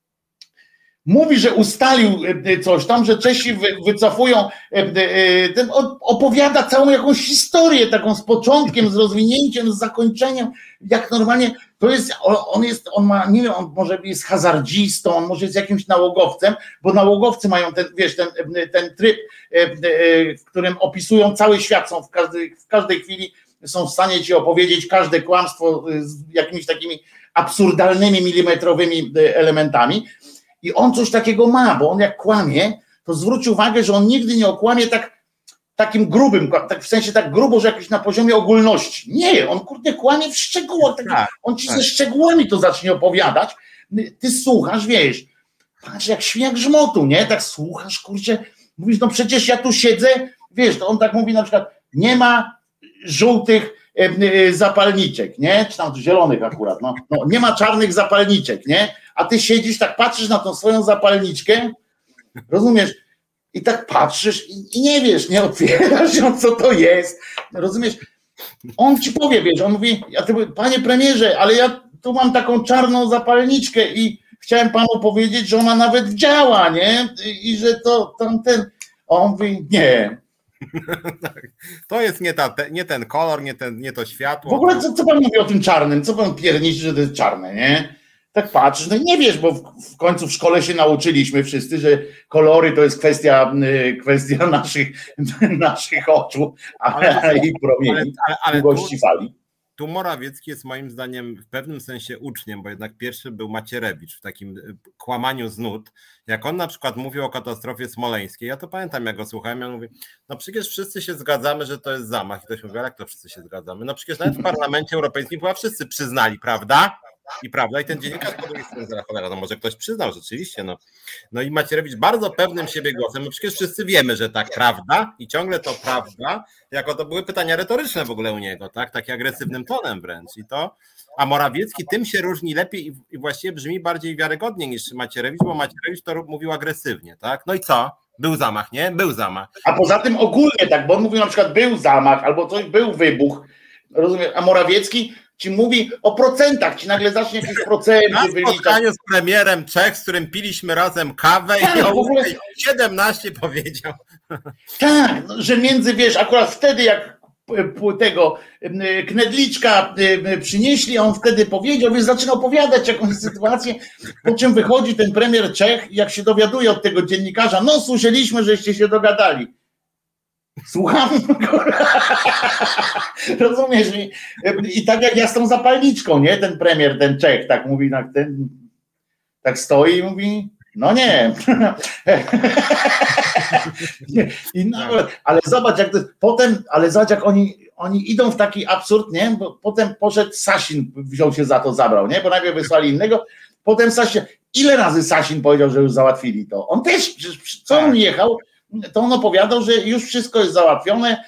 mówi, że ustalił coś tam, że Czesi wycofują, ten opowiada całą jakąś historię, taką z początkiem, z rozwinięciem, z zakończeniem, jak normalnie, to jest, on jest, on ma, nie wiem, on może jest hazardzistą, on może jest jakimś nałogowcem, bo nałogowcy mają ten, wiesz, ten, ten tryb, w którym opisują cały świat, są w każdej, w każdej chwili są w stanie ci opowiedzieć każde kłamstwo z jakimiś takimi absurdalnymi, milimetrowymi elementami. I on coś takiego ma, bo on jak kłamie, to zwróć uwagę, że on nigdy nie okłamie tak, takim grubym, tak w sensie tak grubo, że jakoś na poziomie ogólności. Nie, on kurde kłamie w szczegółach, tak, on ci tak. Ze szczegółami to zacznie opowiadać, ty słuchasz, wiesz, patrz jak świniak żmotu, nie, tak słuchasz, kurczę, mówisz, no przecież ja tu siedzę, wiesz, to on tak mówi na przykład, nie ma żółtych zapalniczek, nie, czy tam zielonych akurat, no, no nie ma czarnych zapalniczek, nie, a ty siedzisz, tak patrzysz na tą swoją zapalniczkę, rozumiesz, i tak patrzysz i, i nie wiesz, nie otwierasz ją, co to jest, rozumiesz, on ci powie, wiesz, on mówi, ja ty, panie premierze, ale ja tu mam taką czarną zapalniczkę i chciałem panu powiedzieć, że ona nawet działa, nie, i, i że to tamten, a on mówi, nie. To jest nie, ta, nie ten kolor, nie, ten, nie to światło. W ogóle co, co pan mówi o tym czarnym, co pan pierniczy, że to jest czarne, nie? Tak patrzysz, no nie wiesz, bo w, w końcu w szkole się nauczyliśmy wszyscy, że kolory to jest kwestia, kwestia naszych, naszych oczu, a, ale, i promieni, długości fali. tu Morawiecki jest moim zdaniem w pewnym sensie uczniem, bo jednak pierwszy był Macierewicz w takim kłamaniu z nut. Jak on na przykład mówił o katastrofie smoleńskiej, ja to pamiętam, jak go słuchałem, ja mówię, no przecież wszyscy się zgadzamy, że to jest zamach. I ktoś mówi, jak to wszyscy się zgadzamy? No przecież nawet w Parlamencie Europejskim chyba wszyscy przyznali, prawda? I prawda, i ten dziennikarz po drugiej stronie zaraz, cholera, no może ktoś przyznał rzeczywiście, no. No i Macierewicz bardzo pewnym siebie głosem, no przecież wszyscy wiemy, że tak, prawda? I ciągle to prawda, jako to były pytania retoryczne w ogóle u niego, tak? Takie agresywnym tonem wręcz i to, a Morawiecki tym się różni lepiej i, i właściwie brzmi bardziej wiarygodnie niż Macierewicz, bo Macierewicz to mówił agresywnie, tak? No i co? Był zamach, nie? Był zamach. A poza tym ogólnie tak, bo on mówił na przykład był zamach albo coś, był wybuch, rozumiem, a Morawiecki ci mówi o procentach, ci nagle zacznie jakieś procenty na wyliczać. spotkaniu z premierem Czech, z którym piliśmy razem kawę tak, i o w ogóle... siedemnaście powiedział. Tak, że między, wiesz, akurat wtedy jak tego Knedliczka przynieśli, on wtedy powiedział, więc zaczyna opowiadać jakąś sytuację, po czym wychodzi ten premier Czech i jak się dowiaduje od tego dziennikarza, no słyszeliśmy, żeście się dogadali. Słucham? Rozumiesz? I, I tak jak ja z tą zapalniczką, nie? Ten premier, ten Czech, tak mówi, tak, ten, tak stoi i mówi, no nie. I no, ale zobacz, jak to, potem, ale zobacz, jak oni, oni idą w taki absurd, nie? Bo potem poszedł Sasin, wziął się za to, zabrał, nie? Bo najpierw wysłali innego, potem Sasin, ile razy Sasin powiedział, że już załatwili to? On też, co on jechał, to on opowiadał, że już wszystko jest załatwione,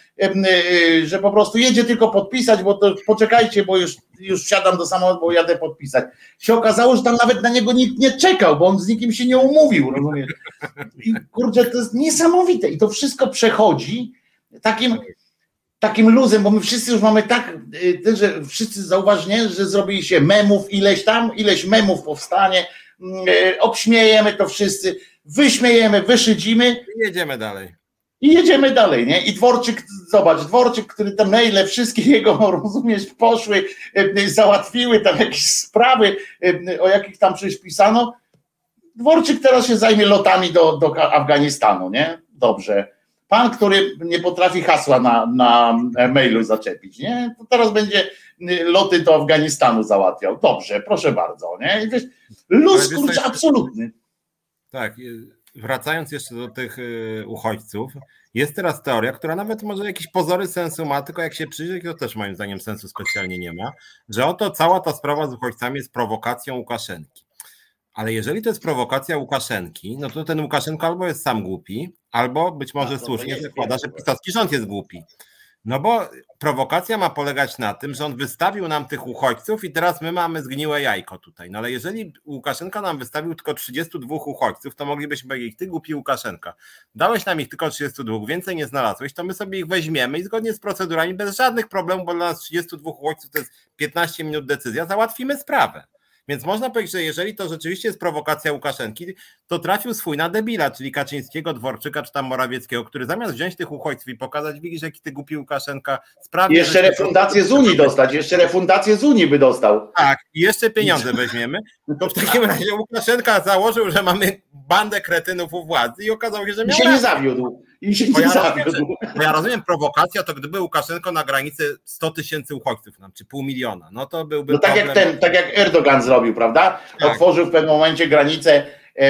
że po prostu jedzie tylko podpisać, bo to poczekajcie, bo już, już wsiadam do samochodu, bo jadę podpisać. Się okazało, że tam nawet na niego nikt nie czekał, bo on z nikim się nie umówił, rozumiesz? I kurczę, to jest niesamowite i to wszystko przechodzi takim, takim luzem, bo my wszyscy już mamy tak, że wszyscy zauważnie, że zrobili się memów ileś tam, ileś memów powstanie, obśmiejemy to wszyscy, wyśmiejemy, wyszydzimy. I jedziemy dalej. I jedziemy dalej, nie? I Dworczyk, zobacz, Dworczyk, który te maile wszystkie jego, rozumiesz, poszły, załatwiły tam jakieś sprawy, o jakich tam przecież pisano. Dworczyk teraz się zajmie lotami do, do Afganistanu, nie? Dobrze. Pan, który nie potrafi hasła na, na mailu zaczepić, nie? To teraz będzie loty do Afganistanu załatwiał. Dobrze, proszę bardzo, nie? I wiesz, luz, kurczę, absolutny. Tak, wracając jeszcze do tych uchodźców, jest teraz teoria, która nawet może jakieś pozory sensu ma, tylko jak się przyjrzy, to też moim zdaniem sensu specjalnie nie ma, że oto cała ta sprawa z uchodźcami jest prowokacją Łukaszenki. Ale jeżeli to jest prowokacja Łukaszenki, no to ten Łukaszenko albo jest sam głupi, albo być może słusznie zakłada, że pisowski rząd jest głupi. No bo prowokacja ma polegać na tym, że on wystawił nam tych uchodźców i teraz my mamy zgniłe jajko tutaj. No ale jeżeli Łukaszenka nam wystawił tylko trzydziestu dwóch uchodźców, to moglibyśmy powiedzieć, ty głupi Łukaszenka, dałeś nam ich tylko trzydziestu dwóch, więcej nie znalazłeś, to my sobie ich weźmiemy i zgodnie z procedurami, bez żadnych problemów, bo dla nas trzydziestu dwóch uchodźców to jest piętnaście minut decyzja, załatwimy sprawę. Więc można powiedzieć, że jeżeli to rzeczywiście jest prowokacja Łukaszenki, to trafił swój na debila, czyli Kaczyńskiego, Dworczyka czy tam Morawieckiego, który zamiast wziąć tych uchodźców i pokazać, widzisz, jaki ty głupi Łukaszenka, sprawnie... Jeszcze refundację z Unii dostać, jeszcze refundację z Unii by dostał. Tak, i jeszcze pieniądze weźmiemy, to w takim razie Łukaszenka założył, że mamy bandę kretynów u władzy i okazało się, że miał... I się nie zawiódł. I się nie ja zawiódł. Rozumiem, że, ja rozumiem, prowokacja to gdyby Łukaszenko na granicy sto tysięcy uchodźców, nam, czy pół miliona, no to byłby no tak problem. jak ten, tak jak Erdogan zrobił, prawda? Tak. Otworzył w pewnym momencie granicę e,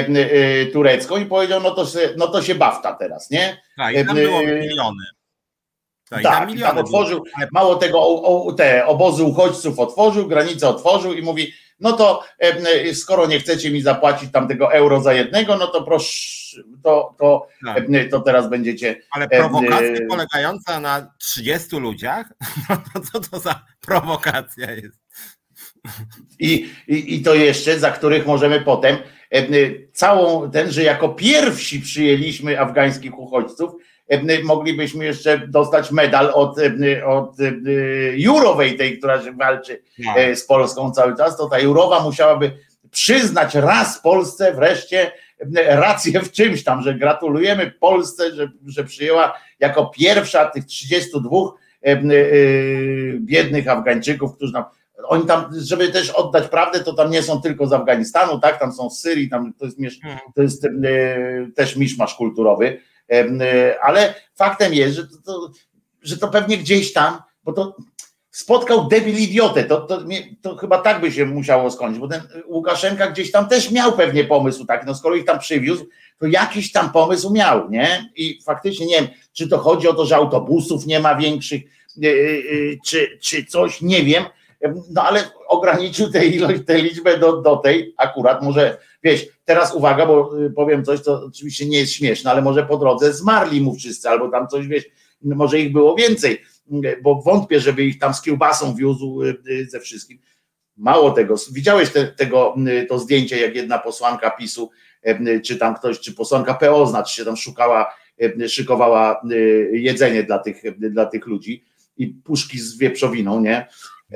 e, turecką i powiedział, no to, się, no to się bawta teraz, nie? Tak, i tam było miliony. Tak, tak miliony tam otworzył, było. Mało tego, o, o, te obozy uchodźców otworzył, granicę otworzył i mówi, no to e, skoro nie chcecie mi zapłacić tam tego euro za jednego, no to proszę, to, to, tak. e, to teraz będziecie... Ale prowokacja e, polegająca na trzydziestu ludziach, no to co to za prowokacja jest? I, i, I to jeszcze, za których możemy potem e, całą ten, że jako pierwsi przyjęliśmy afgańskich uchodźców, e, moglibyśmy jeszcze dostać medal od, e, od e, Jurowej, tej, która się walczy e, z Polską cały czas, to ta Jurowa musiałaby przyznać raz Polsce wreszcie rację w czymś tam, że gratulujemy Polsce, że, że przyjęła jako pierwsza tych trzydziestu dwóch e, e, biednych Afgańczyków, którzy nam oni tam, żeby też oddać prawdę, to tam nie są tylko z Afganistanu, tak, tam są z Syrii, tam to jest, to jest e, też miszmasz kulturowy, e, ale faktem jest, że to, to, że to pewnie gdzieś tam, bo to spotkał debil idiotę, to, to, to chyba tak by się musiało skończyć, bo ten Łukaszenka gdzieś tam też miał pewnie pomysł taki, no skoro ich tam przywiózł, to jakiś tam pomysł miał, nie? I faktycznie nie wiem, czy to chodzi o to, że autobusów nie ma większych, czy, czy coś, nie wiem, no ale ograniczył tę ilość, tę liczbę do, do tej akurat, może, wiesz, teraz uwaga, bo powiem coś, co oczywiście nie jest śmieszne, ale może po drodze zmarli mu wszyscy, albo tam coś, wiesz, może ich było więcej, bo wątpię, żeby ich tam z kiełbasą wiózł ze wszystkim. Mało tego, widziałeś te, tego, to zdjęcie, jak jedna posłanka PiSu, czy tam ktoś, czy posłanka P O, znaczy się tam szukała, szykowała jedzenie dla tych, dla tych ludzi i puszki z wieprzowiną, nie?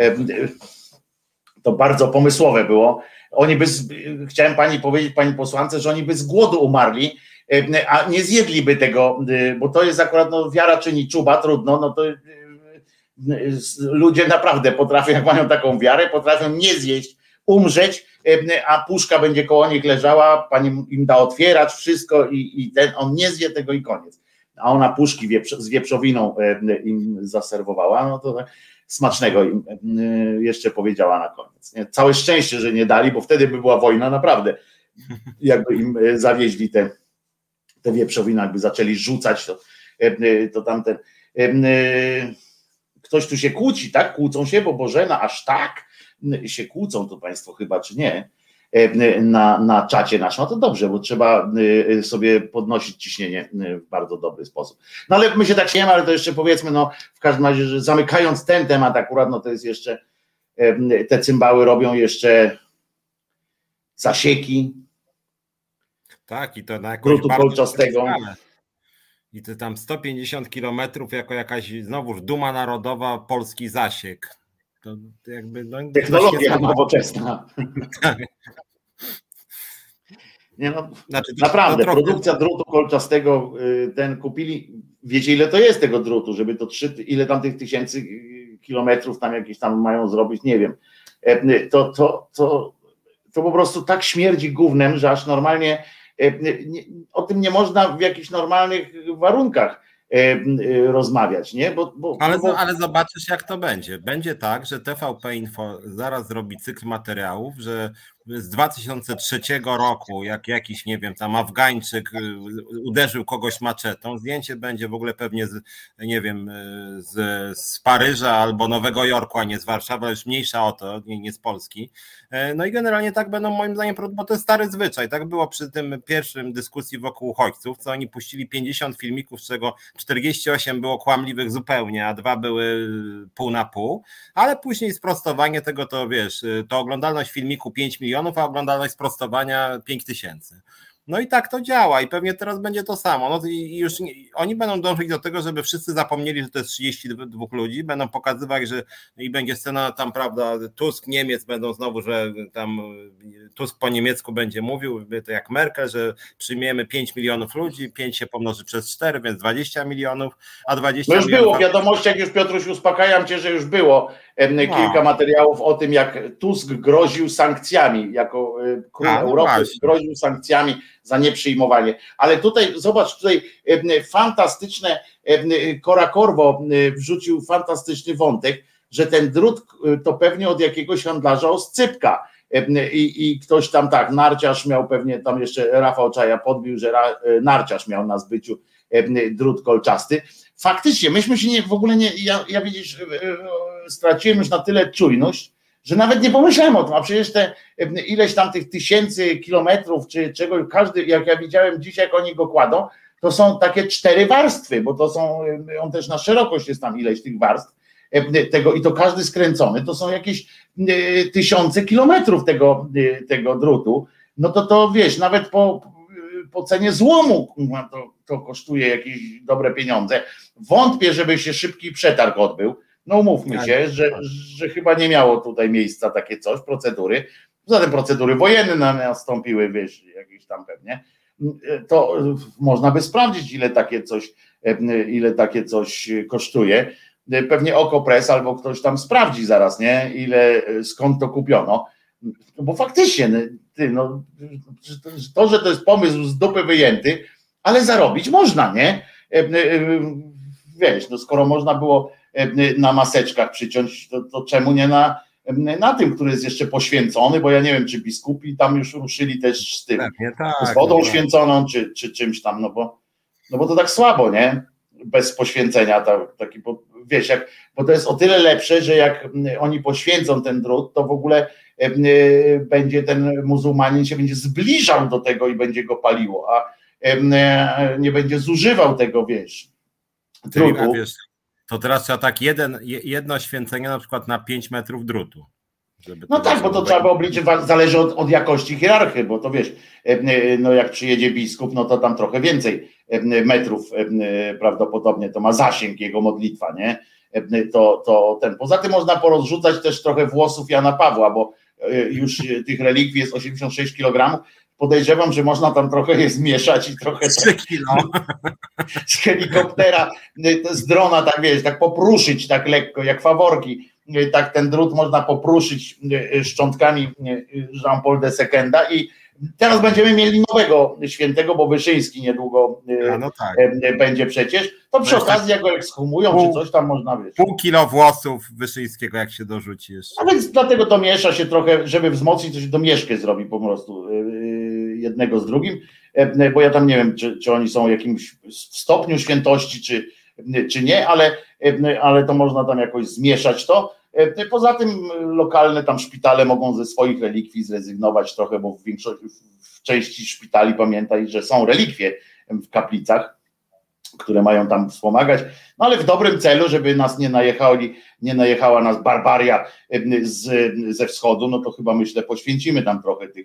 To bardzo pomysłowe było. Oni by, chciałem pani powiedzieć, pani posłance, że oni by z głodu umarli, a nie zjedliby tego, bo to jest akurat, no, wiara czyni czuba, trudno, no to ludzie naprawdę potrafią, jak mają taką wiarę, potrafią nie zjeść, umrzeć, a puszka będzie koło nich leżała, pani im da otwierać wszystko i, i ten, on nie zje tego i koniec. A ona puszki wieprz, z wieprzowiną im zaserwowała, no to smacznego im jeszcze powiedziała na koniec. Nie? Całe szczęście, że nie dali, bo wtedy by była wojna naprawdę. Jakby im zawieźli te, te wieprzowiny, jakby zaczęli rzucać, to, to tamten... Ktoś tu się kłóci, tak? Kłócą się, bo Bożena aż tak się kłócą, to państwo chyba, czy nie, na, na czacie naszym. No to dobrze, bo trzeba sobie podnosić ciśnienie w bardzo dobry sposób. No ale my się tak śmiejemy, ale to jeszcze powiedzmy, no w każdym razie, że zamykając ten temat akurat, no to jest jeszcze, te cymbały robią jeszcze zasieki. Tak, i to na jakąś drutu kolczastego. I to tam sto pięćdziesiąt kilometrów jako jakaś znowuż duma narodowa, polski zasiek. To jakby, no, technologia nowoczesna. Tak. Nie no, znaczy, naprawdę, trochę... produkcja drutu kolczastego, ten kupili, wiecie ile to jest tego drutu, żeby to trzy, ile tam tych tysięcy kilometrów tam jakieś tam mają zrobić, nie wiem. To, to, to, to po prostu tak śmierdzi gównem, że aż normalnie nie, o tym nie można w jakichś normalnych warunkach rozmawiać, nie? Bo, bo, ale, bo... ale zobaczysz, jak to będzie. Będzie tak, że T V P Info zaraz zrobi cykl materiałów, że z dwa tysiące trzeciego roku, jak jakiś, nie wiem, tam Afgańczyk uderzył kogoś maczetą, zdjęcie będzie w ogóle pewnie z, nie wiem, z, z Paryża albo Nowego Jorku, a nie z Warszawy, już mniejsza o to, nie, nie z Polski. No i generalnie tak będą moim zdaniem, bo to jest stary zwyczaj. Tak było przy tym pierwszym dyskusji wokół uchodźców, co oni puścili pięćdziesiąt filmików, z czego czterdzieści osiem było kłamliwych zupełnie, a dwa były pół na pół, ale później sprostowanie tego, to wiesz, to oglądalność filmiku pięć milionów, a oglądalność sprostowania pięć tysięcy. No i tak to działa i pewnie teraz będzie to samo. No i już nie, oni będą dążyć do tego, żeby wszyscy zapomnieli, że to jest trzydzieści dwóch ludzi, będą pokazywać, że i będzie scena tam, prawda, Tusk, Niemiec będą znowu, że tam Tusk po niemiecku będzie mówił, to jak Merkel, że przyjmiemy pięć milionów ludzi, pięć się pomnoży przez cztery, więc dwadzieścia milionów, a dwadzieścia no już milionów... było w wiadomościach, już Piotruś, uspokajam cię, że już było kilka no. materiałów o tym, jak Tusk groził sankcjami, jako król a, no Europy właśnie. groził sankcjami za nieprzyjmowanie. Ale tutaj, zobacz, tutaj fantastyczne, Cora Corvo wrzucił fantastyczny wątek, że ten drut to pewnie od jakiegoś handlarza oscypka. I, I ktoś tam tak, narciarz miał pewnie, tam jeszcze Rafał Czaja podbił, że ra, narciarz miał na zbyciu drut kolczasty. Faktycznie, myśmy się nie, w ogóle nie, ja, ja widzisz, straciłem już na tyle czujność, że nawet nie pomyślałem o tym, a przecież te ileś tam tych tysięcy kilometrów, czy czegoś, każdy, jak ja widziałem dzisiaj, jak oni go kładą, to są takie cztery warstwy, bo to są, on też na szerokość jest tam ileś tych warstw, tego i to każdy skręcony, to są jakieś tysiące kilometrów tego, tego drutu, no to to wiesz, nawet po, po cenie złomu to, to kosztuje jakieś dobre pieniądze. Wątpię, żeby się szybki przetarg odbył. No umówmy się, że, że chyba nie miało tutaj miejsca takie coś, procedury. Poza tym procedury wojenne nastąpiły, wiesz, jakieś tam pewnie. To można by sprawdzić, ile takie coś, ile takie coś kosztuje. Pewnie Okopres albo ktoś tam sprawdzi zaraz, nie? Ile, skąd to kupiono. Bo faktycznie, ty, no, to, że to jest pomysł z dupy wyjęty, ale zarobić można, nie? Wiesz, no skoro można było na maseczkach przyciąć, to, to czemu nie na, na tym, który jest jeszcze poświęcony, bo ja nie wiem, czy biskupi tam już ruszyli też z tym, Pewnie tak, z wodą no tak. święconą, czy, czy czymś tam, no bo, no bo to tak słabo, nie? Bez poświęcenia, ta, taki, bo, wiesz, jak, bo to jest o tyle lepsze, że jak oni poświęcą ten drut, to w ogóle e, będzie ten muzułmanin się będzie zbliżał do tego i będzie go paliło, a e, nie będzie zużywał tego, wiesz, drutu. A wiesz, to teraz trzeba tak jeden, jedno święcenie na przykład na pięć metrów drutu. No tak, bo to trzeba by obliczyć, zależy od, od jakości hierarchy, bo to wiesz, no jak przyjedzie biskup, no to tam trochę więcej metrów prawdopodobnie to ma zasięg jego modlitwa, nie? To, to ten. Poza tym można porozrzucać też trochę włosów Jana Pawła, bo już tych relikwii jest osiemdziesiąt sześć kilogramów. Podejrzewam, że można tam trochę je zmieszać i trochę trzy kilo. Z helikoptera, z drona, tak wiesz, tak popruszyć tak lekko, jak faworki. Tak ten drut można popruszyć szczątkami Jean-Paul de Sekenda i teraz będziemy mieli nowego świętego, bo Wyszyński niedługo A no tak. będzie przecież, to przy okazji jak go ekshumują, pół, czy coś tam można, wiesz. Pół kilo włosów Wyszyńskiego, jak się dorzuci jeszcze. A więc dlatego domiesza się trochę, żeby wzmocnić, to się domieszkę zrobi po prostu jednego z drugim, bo ja tam nie wiem, czy, czy oni są w jakimś stopniu świętości, czy, czy nie, ale, ale to można tam jakoś zmieszać to. Poza tym lokalne tam szpitale mogą ze swoich relikwii zrezygnować trochę, bo w większości, w części szpitali pamiętaj, że są relikwie w kaplicach, które mają tam wspomagać, no ale w dobrym celu, żeby nas nie najechali, nie najechała nas barbaria z, ze wschodu, no to chyba myślę poświęcimy tam trochę tych,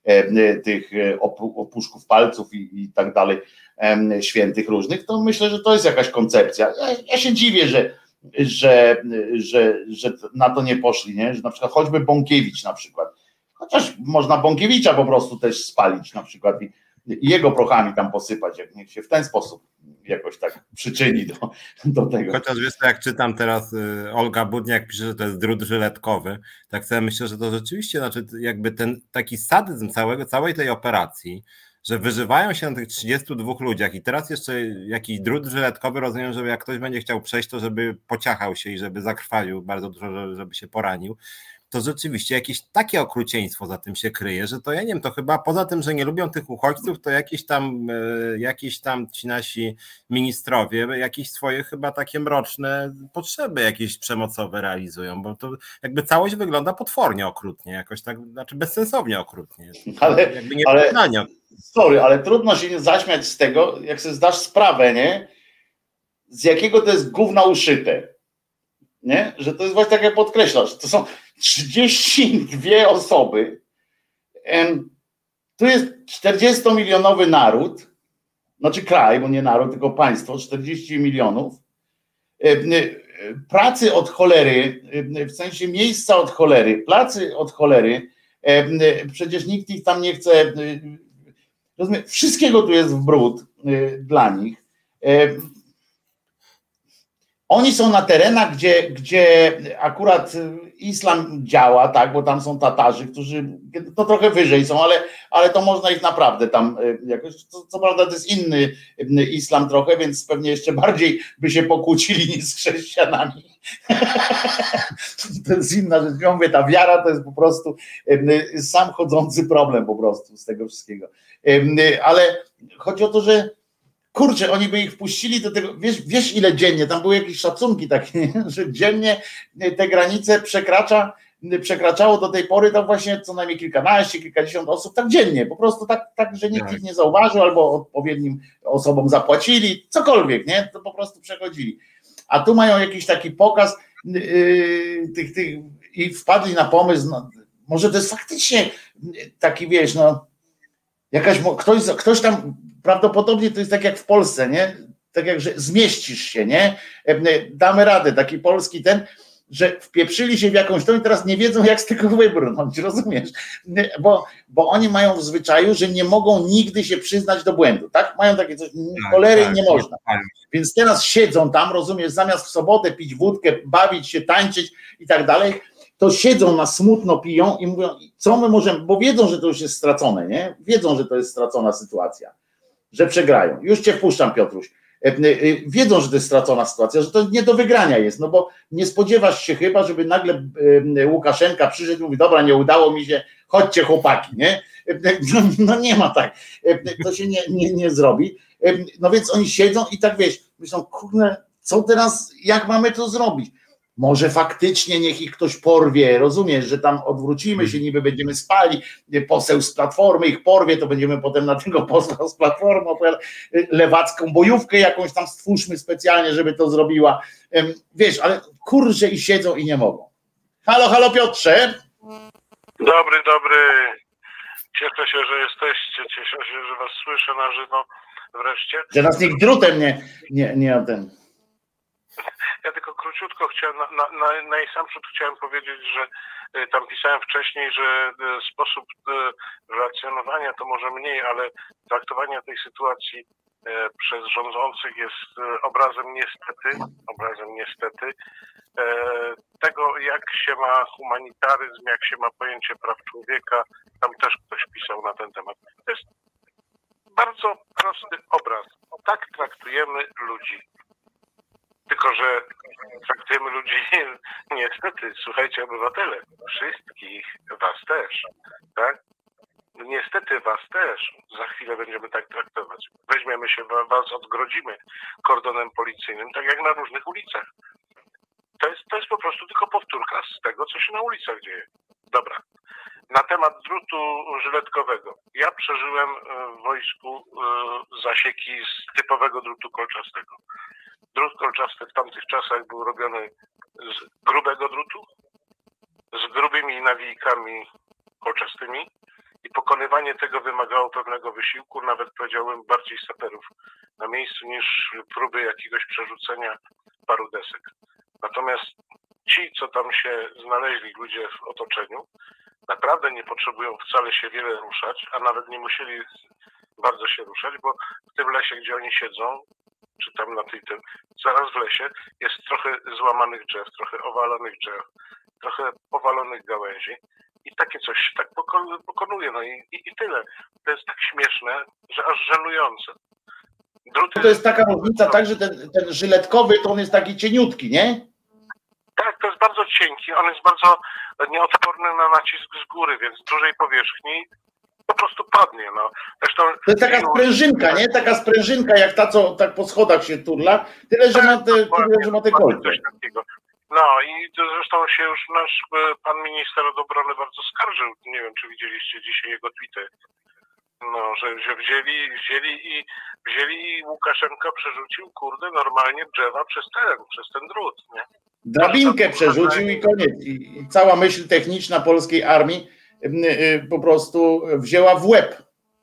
tych opuszków palców i, i tak dalej świętych różnych, to myślę, że to jest jakaś koncepcja. Ja, ja się dziwię, że Że, że, że na to nie poszli, nie? Że na przykład choćby Bąkiewicz na przykład, chociaż można Bąkiewicza po prostu też spalić na przykład i, i jego prochami tam posypać, jak niech się w ten sposób jakoś tak przyczyni do, do tego. Chociaż wiesz, jak czytam teraz y, Olga Budniak pisze, że to jest drut żyletkowy, tak sobie myślę, że to rzeczywiście, znaczy jakby ten taki sadyzm całego, całej tej operacji, że wyżywają się na tych trzydziestu dwóch ludziach i teraz jeszcze jakiś drut żyletkowy, rozumiem, że jak ktoś będzie chciał przejść, to żeby pociachał się i żeby zakrwawił bardzo dużo, żeby się poranił, to rzeczywiście jakieś takie okrucieństwo za tym się kryje, że to ja nie wiem, to chyba poza tym, że nie lubią tych uchodźców, to jakieś tam, jakieś tam ci nasi ministrowie jakieś swoje chyba takie mroczne potrzeby jakieś przemocowe realizują, bo to jakby całość wygląda potwornie okrutnie, jakoś tak, znaczy bezsensownie okrutnie. Ale, jakby nie ale porównania. sorry, ale trudno się nie zaśmiać z tego, jak sobie zdasz sprawę, nie? Z jakiego to jest gówna uszyte, nie? Że to jest właśnie tak, jak podkreślasz, to są trzydzieści dwie osoby, tu jest czterdziestomilionowy naród, znaczy kraj, bo nie naród, tylko państwo, czterdzieści milionów, pracy od cholery, w sensie miejsca od cholery, pracy od cholery, przecież nikt ich tam nie chce, rozumiem, wszystkiego tu jest w bród dla nich. Oni są na terenach, gdzie, gdzie akurat islam działa, tak, bo tam są Tatarzy, którzy to trochę wyżej są, ale, ale to można ich naprawdę tam jakoś, co, co prawda to jest inny islam trochę, więc pewnie jeszcze bardziej by się pokłócili niż z chrześcijanami. To jest inna rzecz. Ja mówię, ta wiara to jest po prostu sam chodzący problem po prostu z tego wszystkiego. Ale chodzi o to, że kurczę, oni by ich wpuścili do tego, wiesz, wiesz ile dziennie, tam były jakieś szacunki takie, że dziennie te granice przekracza, przekraczało do tej pory tam właśnie co najmniej kilkanaście, kilkadziesiąt osób, tak dziennie, po prostu tak, tak że nikt ich nie zauważył albo odpowiednim osobom zapłacili, cokolwiek, nie, to po prostu przechodzili. A tu mają jakiś taki pokaz yy, tych, tych i wpadli na pomysł, no, może to jest faktycznie taki, wiesz, no jakaś, ktoś, ktoś tam prawdopodobnie to jest tak jak w Polsce, nie? Tak jak, że zmieścisz się, nie? Damy radę, taki polski ten, że wpieprzyli się w jakąś tą i teraz nie wiedzą, jak z tego wybrnąć, rozumiesz? Bo, bo oni mają w zwyczaju, że nie mogą nigdy się przyznać do błędu, tak? Mają takie coś, cholery tak, nie tak, można. Tak. Więc teraz siedzą tam, rozumiesz, zamiast w sobotę pić wódkę, bawić się, tańczyć i tak dalej, to siedzą na smutno, piją i mówią, co my możemy, bo wiedzą, że to już jest stracone, nie? Wiedzą, że to jest stracona sytuacja, że przegrają. Już cię wpuszczam, Piotruś. Wiedzą, że to jest stracona sytuacja, że to nie do wygrania jest, no bo nie spodziewasz się chyba, żeby nagle Łukaszenka przyszedł i mówi, dobra, nie udało mi się, chodźcie chłopaki, nie? No, no nie ma tak, to się nie, nie, nie zrobi. No więc oni siedzą i tak wiesz, myślą, kurde, co teraz, jak mamy to zrobić? Może faktycznie niech ich ktoś porwie, rozumiesz, że tam odwrócimy się, niby będziemy spali, poseł z Platformy ich porwie, to będziemy potem na tego posła z Platformy lewacką bojówkę jakąś tam stwórzmy specjalnie, żeby to zrobiła. Wiesz, ale kurczę i siedzą i nie mogą. Halo, halo Piotrze. Dobry, dobry. Cieszę się, że jesteście, cieszę się, że was słyszę na żywo wreszcie. Że nas nikt drutem nie, nie, nie ten... Ja tylko króciutko chciałem, na, na, na, najsamprzód chciałem powiedzieć, że y, tam pisałem wcześniej, że y, sposób y, relacjonowania to może mniej, ale traktowania tej sytuacji y, przez rządzących jest y, obrazem niestety, obrazem niestety y, tego, jak się ma humanitaryzm, jak się ma pojęcie praw człowieka. Tam też ktoś pisał na ten temat. To jest bardzo prosty obraz. Tak traktujemy ludzi. Tylko że traktujemy ludzi niestety, słuchajcie obywatele, wszystkich was też, tak? Niestety was też za chwilę będziemy tak traktować. Weźmiemy się, was odgrodzimy kordonem policyjnym, tak jak na różnych ulicach. To jest, to jest po prostu tylko powtórka z tego, co się na ulicach dzieje. Dobra. Na temat drutu żyletkowego. Ja przeżyłem w wojsku zasieki z typowego drutu kolczastego. Drut kolczasty w tamtych czasach był robiony z grubego drutu, z grubymi nawijkami kolczastymi i pokonywanie tego wymagało pewnego wysiłku, nawet powiedziałbym bardziej saperów na miejscu niż próby jakiegoś przerzucenia paru desek. Natomiast ci, co tam się znaleźli, ludzie w otoczeniu, naprawdę nie potrzebują wcale się wiele ruszać, a nawet nie musieli bardzo się ruszać, bo w tym lesie, gdzie oni siedzą, czy tam na tej tym, zaraz w lesie jest trochę złamanych drzew, trochę owalonych drzew, trochę powalonych gałęzi i takie coś się tak pokonuje, no i, i, i tyle. To jest tak śmieszne, że aż żenujące. Druty... To jest taka różnica, tak, że ten, ten żyletkowy to on jest taki cieniutki, nie? Tak, to jest bardzo cienki, on jest bardzo nieodporny na nacisk z góry, więc dużej powierzchni po prostu padnie, no. Zresztą, to jest taka sprężynka, nie? Taka sprężynka, jak ta, co tak po schodach się turla, tyle, że ma te, tyle, że ma te kolce. No i zresztą się już nasz pan minister od obrony bardzo skarżył, nie wiem, czy widzieliście dzisiaj jego tweety, no, że, że wzięli, wzięli i wzięli i Łukaszenka przerzucił, kurde, normalnie drzewa przez ten, przez ten drut, nie? Drabinkę przerzucił i koniec. I cała myśl techniczna polskiej armii po prostu wzięła w łeb.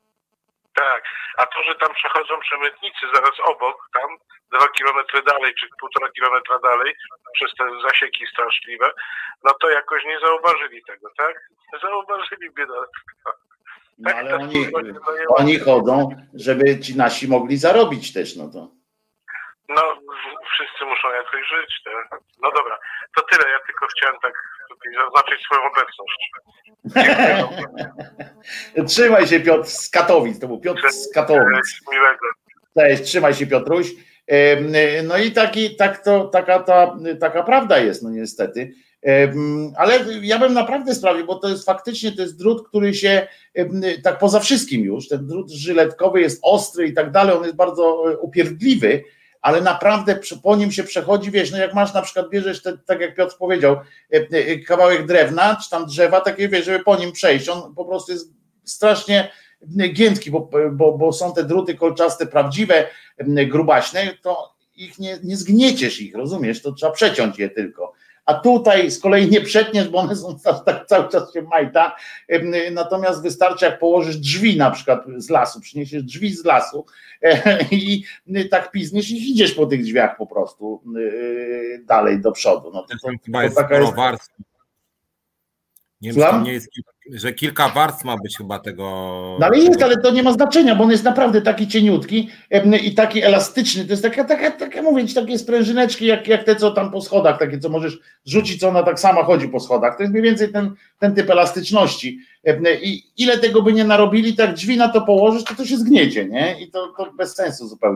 Tak, a to, że tam przechodzą przemytnicy zaraz obok, tam dwa kilometry dalej, czy półtora kilometra dalej, przez te zasieki straszliwe, no to jakoś nie zauważyli tego, tak? Zauważyli biedaczka. No tak, ale oni, oni chodzą, żeby ci nasi mogli zarobić też, no to. No, wszyscy muszą jakoś żyć, tak? No dobra, to tyle, ja tylko chciałem tak tutaj zaznaczyć swoją obecność. Trzymaj się, Piotr z Katowic, to był Piotr z Katowic. Miłego. Cześć, trzymaj się, Piotruś. No i taki, tak to, taka, ta, taka prawda jest, no niestety. Ale ja bym naprawdę sprawił, bo to jest faktycznie, to jest drut, który się, tak poza wszystkim już, ten drut żyletkowy jest ostry i tak dalej, on jest bardzo upierdliwy, ale naprawdę po nim się przechodzi, wiesz, no jak masz na przykład, bierzesz, te, tak jak Piotr powiedział, kawałek drewna, czy tam drzewa, takie wiesz, żeby po nim przejść, on po prostu jest strasznie giętki, bo, bo, bo są te druty kolczaste prawdziwe, grubaśne, to ich nie, nie zgnieciesz ich, rozumiesz, to trzeba przeciąć je tylko. A tutaj z kolei nie przetniesz, bo one są tak cały czas się majta, natomiast wystarczy, jak położysz drzwi na przykład z lasu, przyniesiesz drzwi z lasu i tak pizniesz i idziesz po tych drzwiach po prostu dalej do przodu. No to, to, chyba to jest taka jest... warstw. Nie wiem, nie jest, że kilka warstw ma być chyba tego. No ale jest, ale to nie ma znaczenia, bo on jest naprawdę taki cieniutki i taki elastyczny. To jest taka, taka, taka mówię ci, takie sprężyneczki, jak, jak te, co tam po schodach, takie, co możesz rzucić, co ona tak sama chodzi po schodach. To jest mniej więcej ten, ten typ elastyczności. I ile tego by nie narobili, tak drzwi na to położysz, to to się zgniecie, nie? I to, to bez sensu zupełnie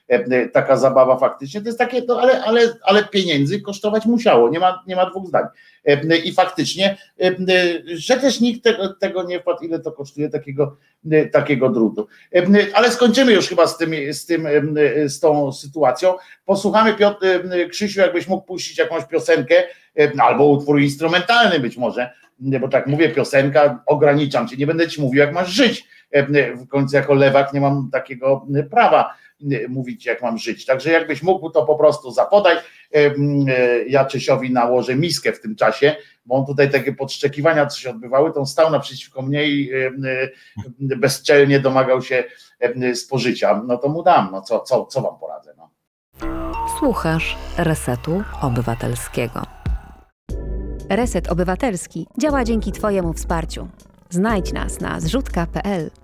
taka zabawa faktycznie, to jest takie, no, ale, ale, ale pieniędzy kosztować musiało, nie ma, nie ma dwóch zdań. I faktycznie, że też nikt tego, tego nie wpadł, ile to kosztuje takiego, takiego drutu. Ale skończymy już chyba z tym, z tym, z tą sytuacją. Posłuchamy, Piotr, Krzysiu, jakbyś mógł puścić jakąś piosenkę, albo utwór instrumentalny być może, bo tak mówię, piosenka, ograniczam cię, nie będę ci mówił, jak masz żyć. W końcu jako lewak nie mam takiego prawa mówić, jak mam żyć. Także jakbyś mógł, to po prostu zapodaj. Ja Czesiowi nałożę miskę w tym czasie, bo on tutaj takie podszczekiwania, co się odbywały, to on stał naprzeciwko mnie i bezczelnie domagał się spożycia. No to mu dam, no co, co, co wam poradzę. No. Słuchasz Resetu Obywatelskiego. Reset Obywatelski działa dzięki Twojemu wsparciu. Znajdź nas na zrzutka kropka pe el.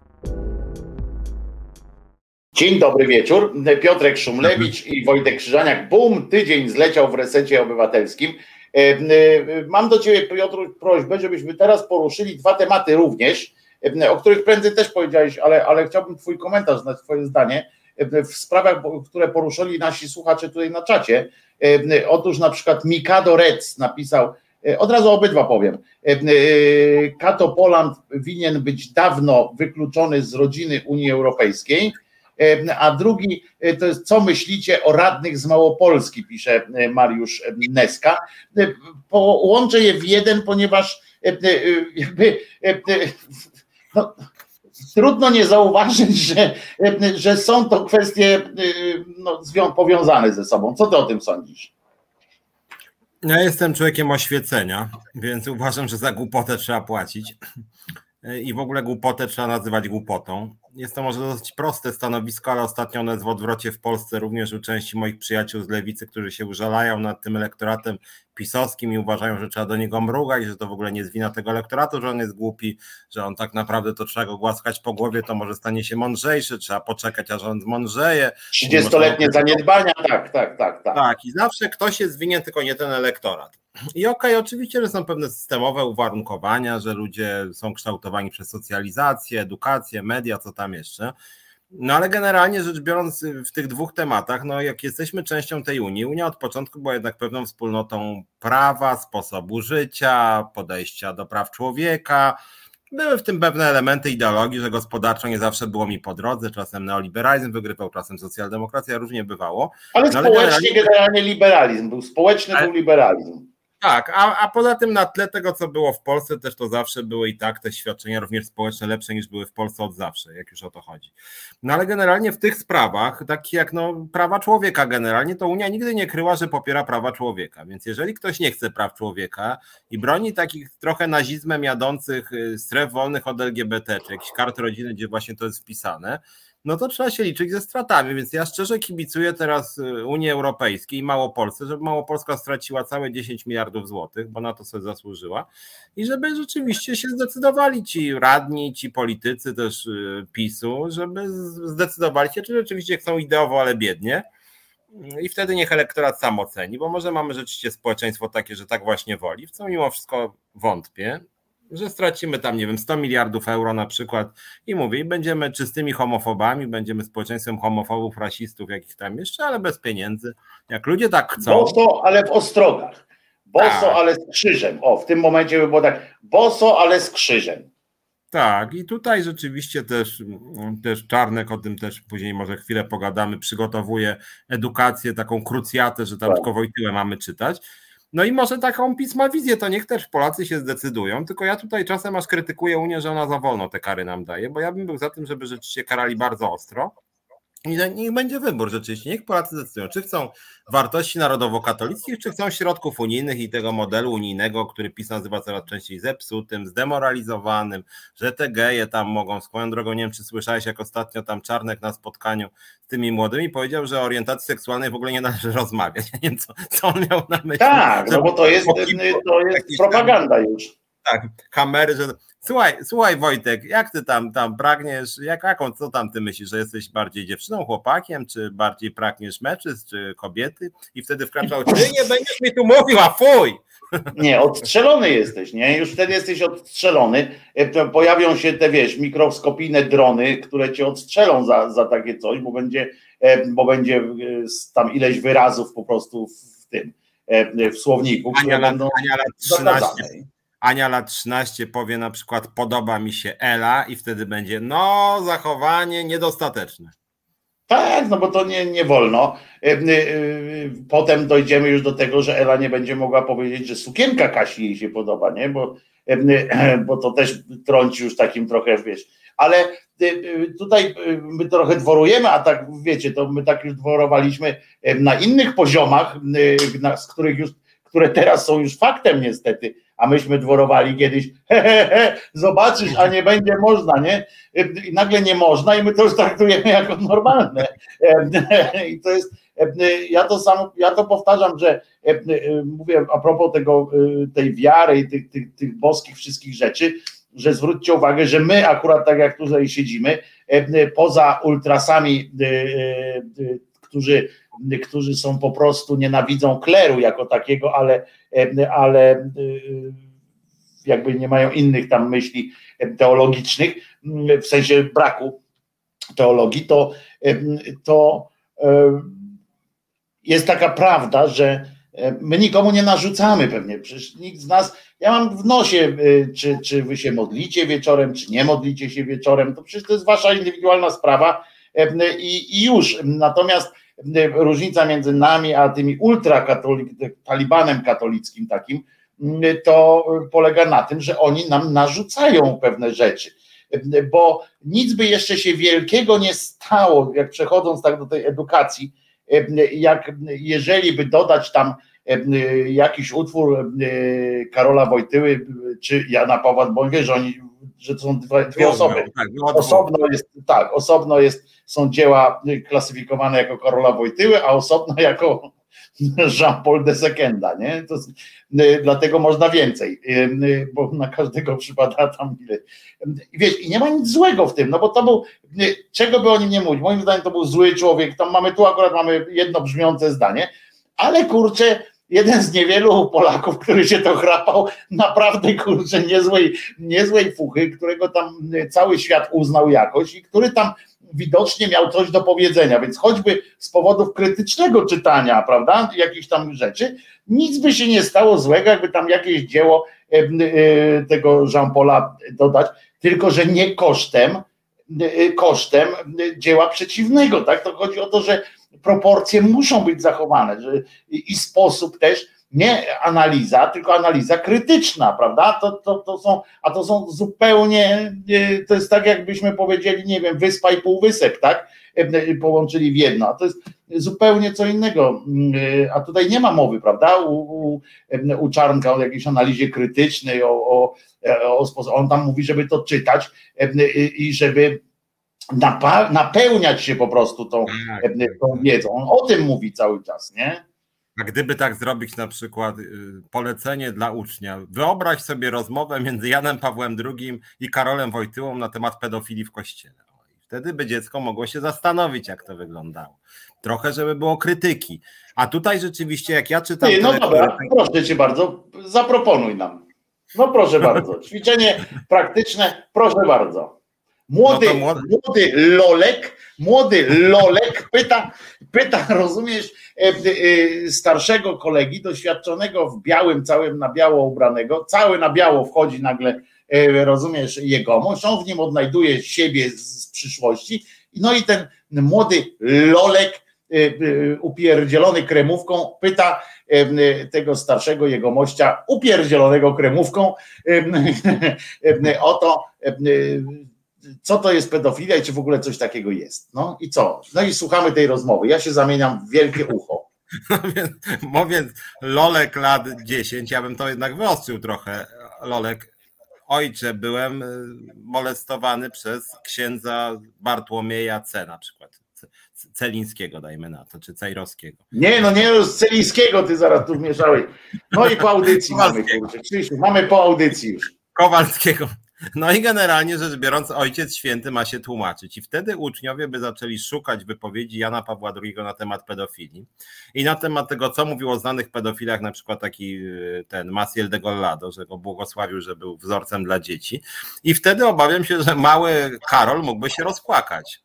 Dzień dobry wieczór, Piotrek Szumlewicz i Wojtek Krzyżaniak. Bum, tydzień zleciał w Resecie Obywatelskim. Mam do Ciebie, Piotr, prośbę, żebyśmy teraz poruszyli dwa tematy również, o których prędzej też powiedziałeś, ale, ale chciałbym Twój komentarz, znać Twoje zdanie, w sprawach, które poruszyli nasi słuchacze tutaj na czacie. Otóż na przykład Mikado Rec napisał, od razu obydwa powiem, Kato Poland winien być dawno wykluczony z rodziny Unii Europejskiej, a drugi to jest, co myślicie o radnych z Małopolski, pisze Mariusz Neska. Połączę je w jeden, ponieważ jakby no, trudno nie zauważyć, że, że są to kwestie no, powiązane ze sobą. Co ty o tym sądzisz? Ja jestem człowiekiem oświecenia, więc uważam, że za głupotę trzeba płacić i w ogóle głupotę trzeba nazywać głupotą. Jest to może dosyć proste stanowisko, ale ostatnio ono jest w odwrocie w Polsce, również u części moich przyjaciół z lewicy, którzy się użalają nad tym elektoratem pisowskim i uważają, że trzeba do niego mrugać, że to w ogóle nie jest wina tego elektoratu, że on jest głupi, że on tak naprawdę to trzeba go głaskać po głowie, to może stanie się mądrzejszy, trzeba poczekać, aż on zmądrzeje. trzydziestoletnie zaniedbania, tak, tak, tak, tak. Tak, i zawsze ktoś jest winien, tylko nie ten elektorat. I okej, okay, oczywiście, że są pewne systemowe uwarunkowania, że ludzie są kształtowani przez socjalizację, edukację, media, co tam jeszcze. No ale generalnie rzecz biorąc w tych dwóch tematach, no jak jesteśmy częścią tej Unii, Unia od początku była jednak pewną wspólnotą prawa, sposobu życia, podejścia do praw człowieka. Były w tym pewne elementy ideologii, że gospodarczo nie zawsze było mi po drodze, czasem neoliberalizm wygrywał, czasem socjaldemokracja, różnie bywało. Ale no, społecznie ale generalnie... generalnie liberalizm był, społeczny ale... był liberalizm. Tak, a, a poza tym na tle tego, co było w Polsce, też to zawsze były i tak te świadczenia również społeczne lepsze niż były w Polsce od zawsze, jak już o to chodzi. No ale generalnie w tych sprawach, takie jak no, prawa człowieka generalnie, to Unia nigdy nie kryła, że popiera prawa człowieka, więc jeżeli ktoś nie chce praw człowieka i broni takich trochę nazizmem jadących stref wolnych od L G B T, czy jakichś kart rodziny, gdzie właśnie to jest wpisane, no to trzeba się liczyć ze stratami, więc ja szczerze kibicuję teraz Unii Europejskiej i Małopolsce, żeby Małopolska straciła całe dziesięć miliardów złotych, bo na to sobie zasłużyła i żeby rzeczywiście się zdecydowali ci radni, ci politycy też PiSu, żeby zdecydowali się, czy rzeczywiście chcą ideowo, ale biednie i wtedy niech elektorat sam oceni, bo może mamy rzeczywiście społeczeństwo takie, że tak właśnie woli, w co mimo wszystko wątpię, że stracimy tam, nie wiem, sto miliardów euro na przykład i mówię, i będziemy czystymi homofobami, będziemy społeczeństwem homofobów, rasistów, jakich tam jeszcze, ale bez pieniędzy. Jak ludzie tak chcą... Boso, ale w ostrogach. Boso, tak. Ale z krzyżem. O, w tym momencie by było tak, boso, ale z krzyżem. Tak, i tutaj rzeczywiście też, też Czarnek, o tym też później może chwilę pogadamy, przygotowuje edukację, taką krucjatę, że tam tak. Tylko Wojtyłę mamy czytać. No i może taką PiS ma wizję, to niech też Polacy się zdecydują, tylko ja tutaj czasem aż krytykuję Unię, że ona za wolno te kary nam daje, bo ja bym był za tym, żeby rzeczywiście karali bardzo ostro i niech będzie wybór rzeczywiście, niech Polacy zdecydują, czy chcą wartości narodowo-katolickich, czy chcą środków unijnych i tego modelu unijnego, który PiS nazywa coraz częściej zepsutym, zdemoralizowanym, że te geje tam mogą, swoją drogą, nie wiem, czy słyszałeś, jak ostatnio tam Czarnek na spotkaniu z tymi młodymi powiedział, że o orientacji seksualnej w ogóle nie należy rozmawiać. Nie wiem, co, co on miał na myśli. Tak, no bo to jest, to jest propaganda już. tak, kamery, że słuchaj, słuchaj Wojtek, jak ty tam, tam pragniesz, jak, jaką, co tam ty myślisz, że jesteś bardziej dziewczyną, chłopakiem, czy bardziej pragniesz mężczyzn, czy kobiety? I wtedy wkraczał, ty nie będziesz mi tu mówił, a fuj! Nie, odstrzelony jesteś, nie? Już wtedy jesteś odstrzelony. Pojawią się te, wiesz, mikroskopijne drony, które cię odstrzelą za, za takie coś, bo będzie, bo będzie tam ileś wyrazów po prostu w tym, w słowniku, które Ania, będą Ania lat trzynaście. Ania lat trzynaście powie na przykład podoba mi się Ela i wtedy będzie no zachowanie niedostateczne. Tak, no bo to nie, nie wolno. Potem dojdziemy już do tego, że Ela nie będzie mogła powiedzieć, że sukienka Kasi jej się podoba, nie? Bo, bo to też trąci już takim trochę, wiesz. Ale tutaj my trochę dworujemy, a tak wiecie, to my tak już dworowaliśmy na innych poziomach, z których już, które teraz są już faktem niestety, a myśmy dworowali kiedyś, he, he, he, zobaczysz, a nie będzie można, nie? I nagle nie można i my to już traktujemy jako normalne. I to jest, ja to sam, ja to powtarzam, że mówię a propos tego, tej wiary i tych, tych, tych boskich wszystkich rzeczy, że zwróćcie uwagę, że my akurat tak jak tutaj siedzimy, poza ultrasami, którzy, którzy są po prostu nienawidzą kleru jako takiego, ale, ale jakby nie mają innych tam myśli teologicznych, w sensie braku teologii, to, to jest taka prawda, że my nikomu nie narzucamy pewnie, przecież nikt z nas, ja mam w nosie, czy, czy wy się modlicie wieczorem, czy nie modlicie się wieczorem, to przecież to jest wasza indywidualna sprawa i, i już, natomiast różnica między nami a tymi ultrakatolik, talibanem katolickim takim, to polega na tym, że oni nam narzucają pewne rzeczy, bo nic by jeszcze się wielkiego nie stało, jak przechodząc tak do tej edukacji, jak jeżeli by dodać tam jakiś utwór Karola Wojtyły czy Jana Pawła, bo wiesz, że oni, że to są dwie, dwie osoby. Osobno jest, tak, osobno jest, są dzieła klasyfikowane jako Karola Wojtyły, a osobno jako Jean-Paul de Secenda, nie? To, dlatego można więcej, bo na każdego przypada tam ile. I wiesz, i nie ma nic złego w tym, no bo to był, czego by o nim nie mówić, moim zdaniem to był zły człowiek, tam mamy, tu akurat mamy jedno brzmiące zdanie, ale kurczę, jeden z niewielu Polaków, który się to chrapał, naprawdę kurczę niezłej, niezłej fuchy, którego tam cały świat uznał jakoś i który tam widocznie miał coś do powiedzenia, więc choćby z powodów krytycznego czytania, prawda, jakichś tam rzeczy, nic by się nie stało złego, jakby tam jakieś dzieło tego Jean-Paula dodać, tylko że nie kosztem, kosztem dzieła przeciwnego, tak, to chodzi o to, że proporcje muszą być zachowane, że i sposób też, nie analiza, tylko analiza krytyczna, prawda? To, to, to są, a to są zupełnie, to jest tak jakbyśmy powiedzieli, nie wiem, wyspa i półwysep, tak? Połączyli w jedno, a to jest zupełnie co innego, a tutaj nie ma mowy, prawda? U, u, u Czarnka o jakiejś analizie krytycznej, o, o, o sposób, on tam mówi, żeby to czytać i żeby napełniać się po prostu tą, tą wiedzą. On o tym mówi cały czas, nie? A gdyby tak zrobić na przykład polecenie dla ucznia, wyobraź sobie rozmowę między Janem Pawłem drugim i Karolem Wojtyłą na temat pedofilii w kościele. Wtedy by dziecko mogło się zastanowić, jak to wyglądało. Trochę, żeby było krytyki. A tutaj rzeczywiście, jak ja czytam... Ty, no dobra, proszę cię bardzo, zaproponuj nam. No proszę bardzo, ćwiczenie praktyczne, proszę bardzo. Młody, no młody... młody Lolek, młody Lolek pyta, pyta, rozumiesz, starszego kolegi, doświadczonego w białym, całym na biało ubranego, cały na biało wchodzi nagle, rozumiesz, jegomość, on w nim odnajduje siebie z przyszłości, no i ten młody Lolek upierdzielony kremówką pyta tego starszego jegomościa upierdzielonego kremówką o to, co to jest pedofilia i czy w ogóle coś takiego jest. No i co? No i słuchamy tej rozmowy. Ja się zamieniam w wielkie ucho. Mówiąc Lolek lat dziesięć, ja bym to jednak wyostrzył trochę. Lolek, ojcze, byłem molestowany przez księdza Bartłomieja C. na przykład. Celińskiego dajmy na to, czy Cejrowskiego. Nie, no nie, z Celińskiego ty zaraz tu wmieszałeś. No i po audycji mamy, kurczę, Krzysiu, mamy po audycji już. Kowalskiego. No i generalnie rzecz biorąc, Ojciec Święty ma się tłumaczyć i wtedy uczniowie by zaczęli szukać wypowiedzi Jana Pawła drugiego na temat pedofilii i na temat tego, co mówił o znanych pedofilach, na przykład taki ten Maciel de Gollado, że go błogosławił, że był wzorcem dla dzieci i wtedy obawiam się, że mały Karol mógłby się rozpłakać.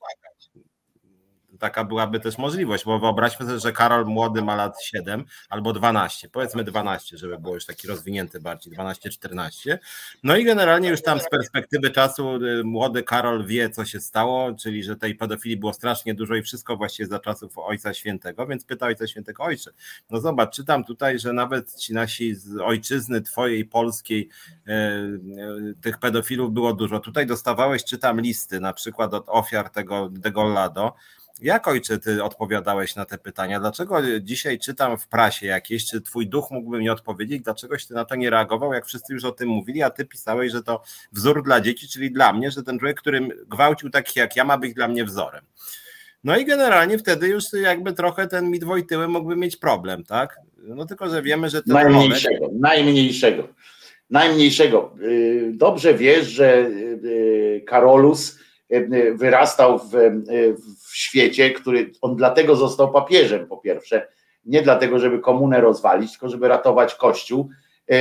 Taka byłaby też możliwość, bo wyobraźmy sobie, że Karol młody ma lat siedem albo dwanaście, powiedzmy dwanaście, żeby było już taki rozwinięty bardziej, dwanaście czternaście. No i generalnie już tam z perspektywy czasu młody Karol wie, co się stało, czyli że tej pedofilii było strasznie dużo i wszystko właściwie za czasów Ojca Świętego, więc pyta Ojca Świętego: Ojcze, no zobacz, czytam tutaj, że nawet ci nasi z ojczyzny twojej polskiej e, e, tych pedofilów było dużo. Tutaj dostawałeś, czytam listy, na przykład od ofiar tego de Gollado. Jak, ojcze, ty odpowiadałeś na te pytania? Dlaczego dzisiaj czytam w prasie jakieś, czy twój duch mógłby mi odpowiedzieć, dlaczegoś ty na to nie reagował, jak wszyscy już o tym mówili, a ty pisałeś, że to wzór dla dzieci, czyli dla mnie, że ten człowiek, który gwałcił taki jak ja, ma być dla mnie wzorem. No i generalnie wtedy już jakby trochę ten mit Wojtyły mógłby mieć problem, tak? No tylko, że wiemy, że... Najmniejszego, rolek... najmniejszego, najmniejszego. Dobrze wiesz, że Karolus wyrastał w, w świecie, który on dlatego został papieżem, po pierwsze, nie dlatego, żeby komunę rozwalić, tylko żeby ratować Kościół,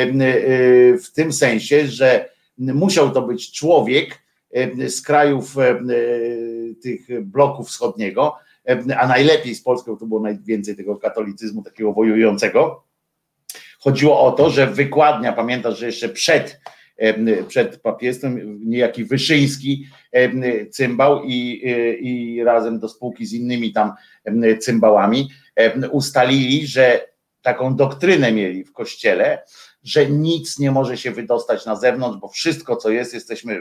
w tym sensie, że musiał to być człowiek z krajów tych bloku wschodniego, a najlepiej z Polską, to było najwięcej tego katolicyzmu takiego wojującego. Chodziło o to, że wykładnia, pamiętasz, że jeszcze przed przed papiestwem niejaki Wyszyński cymbał i, i razem do spółki z innymi tam cymbałami ustalili, że taką doktrynę mieli w kościele, że nic nie może się wydostać na zewnątrz, bo wszystko co jest, jesteśmy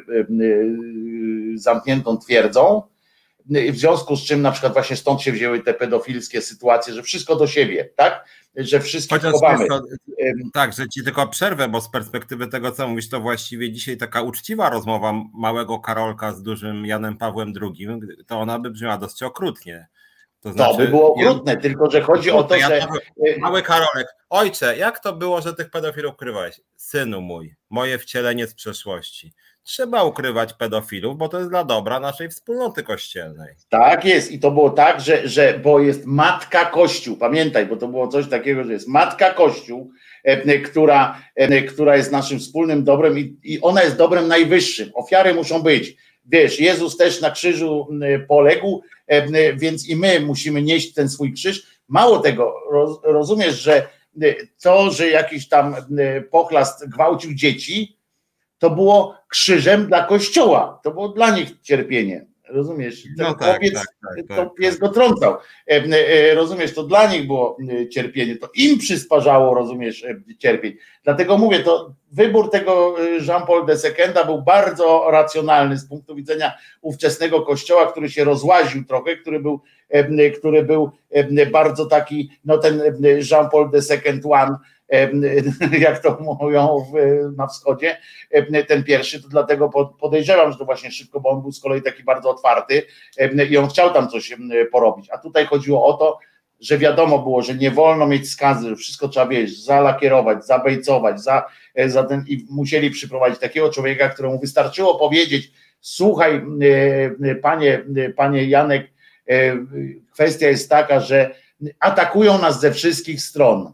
zamkniętą twierdzą, w związku z czym na przykład właśnie stąd się wzięły te pedofilskie sytuacje, że wszystko do siebie, tak? Że wszystkich chowamy. To, tak, że ci tylko przerwę, bo z perspektywy tego, co mówisz, to właściwie dzisiaj taka uczciwa rozmowa małego Karolka z dużym Janem Pawłem drugim, to ona by brzmiała dość okrutnie. To, znaczy, to by było okrutne, ja, tylko że chodzi o to, ja że... Mały Karolek, ojcze, jak to było, że tych pedofilów ukrywałeś? Synu mój, moje wcielenie z przeszłości. Trzeba ukrywać pedofilów, bo to jest dla dobra naszej wspólnoty kościelnej. Tak jest i to było tak, że, że bo jest Matka Kościół, pamiętaj, bo to było coś takiego, że jest Matka Kościół, e, która, e, która jest naszym wspólnym dobrem i, i ona jest dobrem najwyższym. Ofiary muszą być. Wiesz, Jezus też na krzyżu poległ, e, więc i my musimy nieść ten swój krzyż. Mało tego, roz, rozumiesz, że to, że jakiś tam pochlast gwałcił dzieci, to było krzyżem dla Kościoła, to było dla nich cierpienie, rozumiesz? Ten no tak, chłopiec, tak, tak, to pies go trącał, rozumiesz, to dla nich było cierpienie, to im przysparzało, rozumiesz, cierpień. Dlatego mówię, to wybór tego Jean-Paul de Secenda był bardzo racjonalny z punktu widzenia ówczesnego Kościoła, który się rozłaził trochę, który był, który był bardzo taki, no ten Jean-Paul de Second One, jak to mówią na wschodzie, ten pierwszy, to dlatego podejrzewam, że to właśnie szybko, bo on był z kolei taki bardzo otwarty i on chciał tam coś porobić, a tutaj chodziło o to, że wiadomo było, że nie wolno mieć skazy, że wszystko trzeba, wiesz, zalakierować, zabejcować, za, za ten, i musieli przyprowadzić takiego człowieka, któremu wystarczyło powiedzieć: słuchaj, panie, panie Janek, kwestia jest taka, że atakują nas ze wszystkich stron.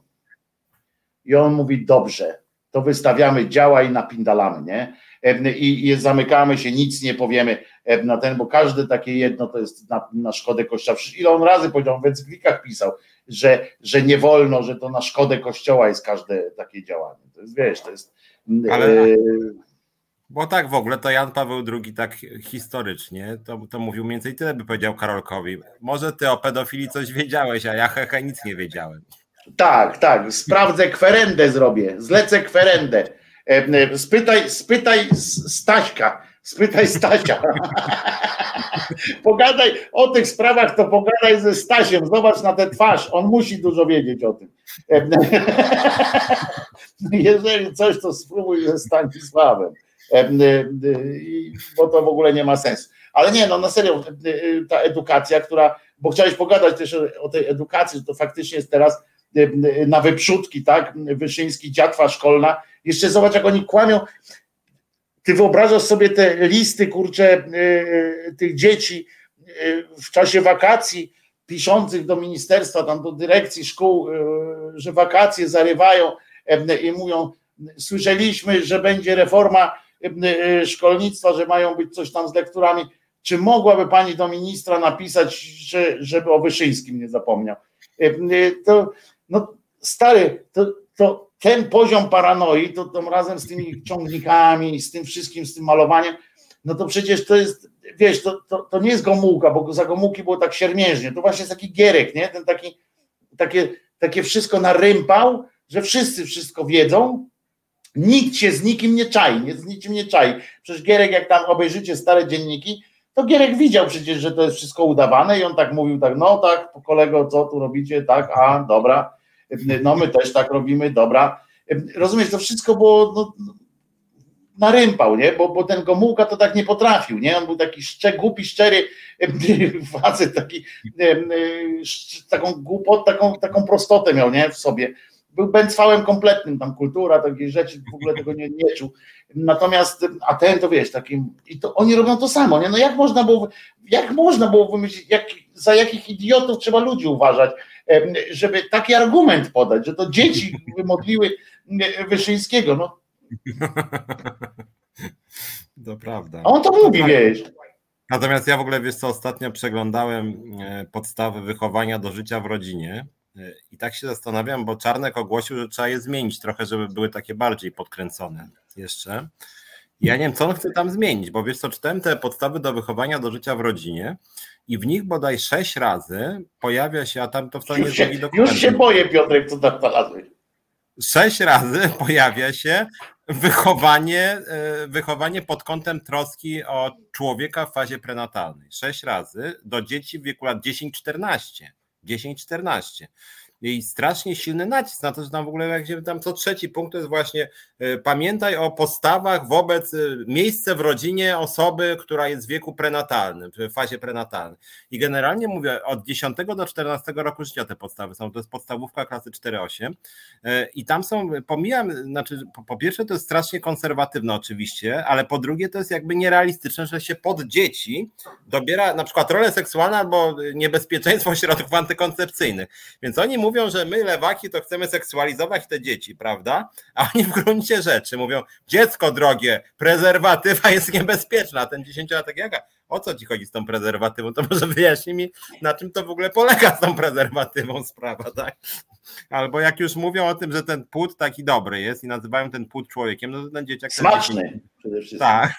I on mówi: dobrze, to wystawiamy działa i napindalamy, nie? I, i zamykamy się, nic nie powiemy na ten, bo każde takie jedno to jest na, na szkodę Kościoła. Ile on razy powiedział, w encyklikach pisał, że, że nie wolno, że to na szkodę Kościoła jest każde takie działanie. To jest, wiesz, to jest... Ale... E... Bo tak w ogóle to Jan Paweł drugi tak historycznie to, to mówił mniej więcej tyle, by powiedział Karolkowi: może ty o pedofilii coś wiedziałeś, a ja hehe nic nie wiedziałem. Tak, tak, sprawdzę kwerendę, zrobię, zlecę kwerendę. Spytaj, spytaj Staśka, spytaj Stasia. Pogadaj o tych sprawach, to pogadaj ze Stasiem, zobacz na tę twarz, on musi dużo wiedzieć o tym. Jeżeli coś, to spróbuj ze Stanisławem, bo to w ogóle nie ma sensu. Ale nie, no na serio, ta edukacja, która, bo chciałeś pogadać też o tej edukacji, że to faktycznie jest teraz na wyprzódki, tak, Wyszyński, dziatwa szkolna, jeszcze zobacz, jak oni kłamią, ty wyobrażasz sobie te listy, kurczę, tych dzieci w czasie wakacji, piszących do ministerstwa, tam do dyrekcji szkół, że wakacje zarywają i mówią, słyszeliśmy, że będzie reforma szkolnictwa, że mają być coś tam z lekturami. Czy mogłaby pani do ministra napisać, że, żeby o Wyszyńskim nie zapomniał? To, no stary, to, to ten poziom paranoi, to, to razem z tymi ciągnikami, z tym wszystkim, z tym malowaniem, no to przecież to jest, wiesz, to, to, to nie jest Gomułka, bo za Gomułki było tak siermiężnie, to właśnie jest taki Gierek, nie? Ten taki, takie, takie wszystko narympał, że wszyscy wszystko wiedzą, nikt się z nikim nie czai, nie, z niczym nie czai. Przecież Gierek, jak tam obejrzycie stare dzienniki, to Gierek widział przecież, że to jest wszystko udawane i on tak mówił, tak, no tak, kolego, co tu robicie, tak, a, dobra, no my też tak robimy, dobra. Rozumiesz, to wszystko było, no, narympał, nie, bo, bo ten Gomułka to tak nie potrafił, nie, on był taki szczer, głupi, szczery facet, taki, taką głupot, taką, taką prostotę miał, nie, w sobie. Był bęcwałem kompletnym, tam kultura, takiej rzeczy, w ogóle tego nie, nie czuł. Natomiast, a ten to wiesz, takim, i to oni robią to samo, nie? No jak można było, jak można było wymyślić, jak, za jakich idiotów trzeba ludzi uważać, żeby taki argument podać, że to dzieci wymodliły Wyszyńskiego, no. To prawda. A on to mówi, wiesz. Natomiast ja w ogóle, wiesz co, ostatnio przeglądałem podstawy wychowania do życia w rodzinie. I tak się zastanawiam, bo Czarnek ogłosił, że trzeba je zmienić trochę, żeby były takie bardziej podkręcone jeszcze. I ja nie wiem, co on chce tam zmienić, bo wiesz co, czytałem te podstawy do wychowania do życia w rodzinie i w nich bodaj sześć razy pojawia się, a tam to wcale nie jest drugi dokument. Już się boję, Piotrek, co tam znalazłeś. Sześć razy pojawia się wychowanie, wychowanie pod kątem troski o człowieka w fazie prenatalnej. Sześć razy do dzieci w wieku lat dziesięć czternaście. dziesięć czternaście. I strasznie silny nacisk na to, że tam w ogóle jak się tam co trzeci punkt to jest właśnie y, pamiętaj o postawach wobec y, miejsca w rodzinie osoby, która jest w wieku prenatalnym, w fazie prenatalnej. I generalnie mówię, od dziesiątego do czternastego roku życia te podstawy są, to jest podstawówka klasy cztery osiem y, i tam są, pomijam, znaczy po, po pierwsze to jest strasznie konserwatywne oczywiście, ale po drugie to jest jakby nierealistyczne, że się pod dzieci dobiera na przykład rolę seksualną albo niebezpieczeństwo środków antykoncepcyjnych. Więc oni mówią, Mówią, że my lewaki to chcemy seksualizować te dzieci, prawda? A oni w gruncie rzeczy mówią, dziecko drogie, prezerwatywa jest niebezpieczna, a ten dziesięciolatek jaka? O co ci chodzi z tą prezerwatywą? To może wyjaśnij mi, na czym to w ogóle polega z tą prezerwatywą sprawa, tak? Albo jak już mówią o tym, że ten płód taki dobry jest i nazywają ten płód człowiekiem, no to ten dzieciak... Smaczny ten... przede wszystkim. Tak,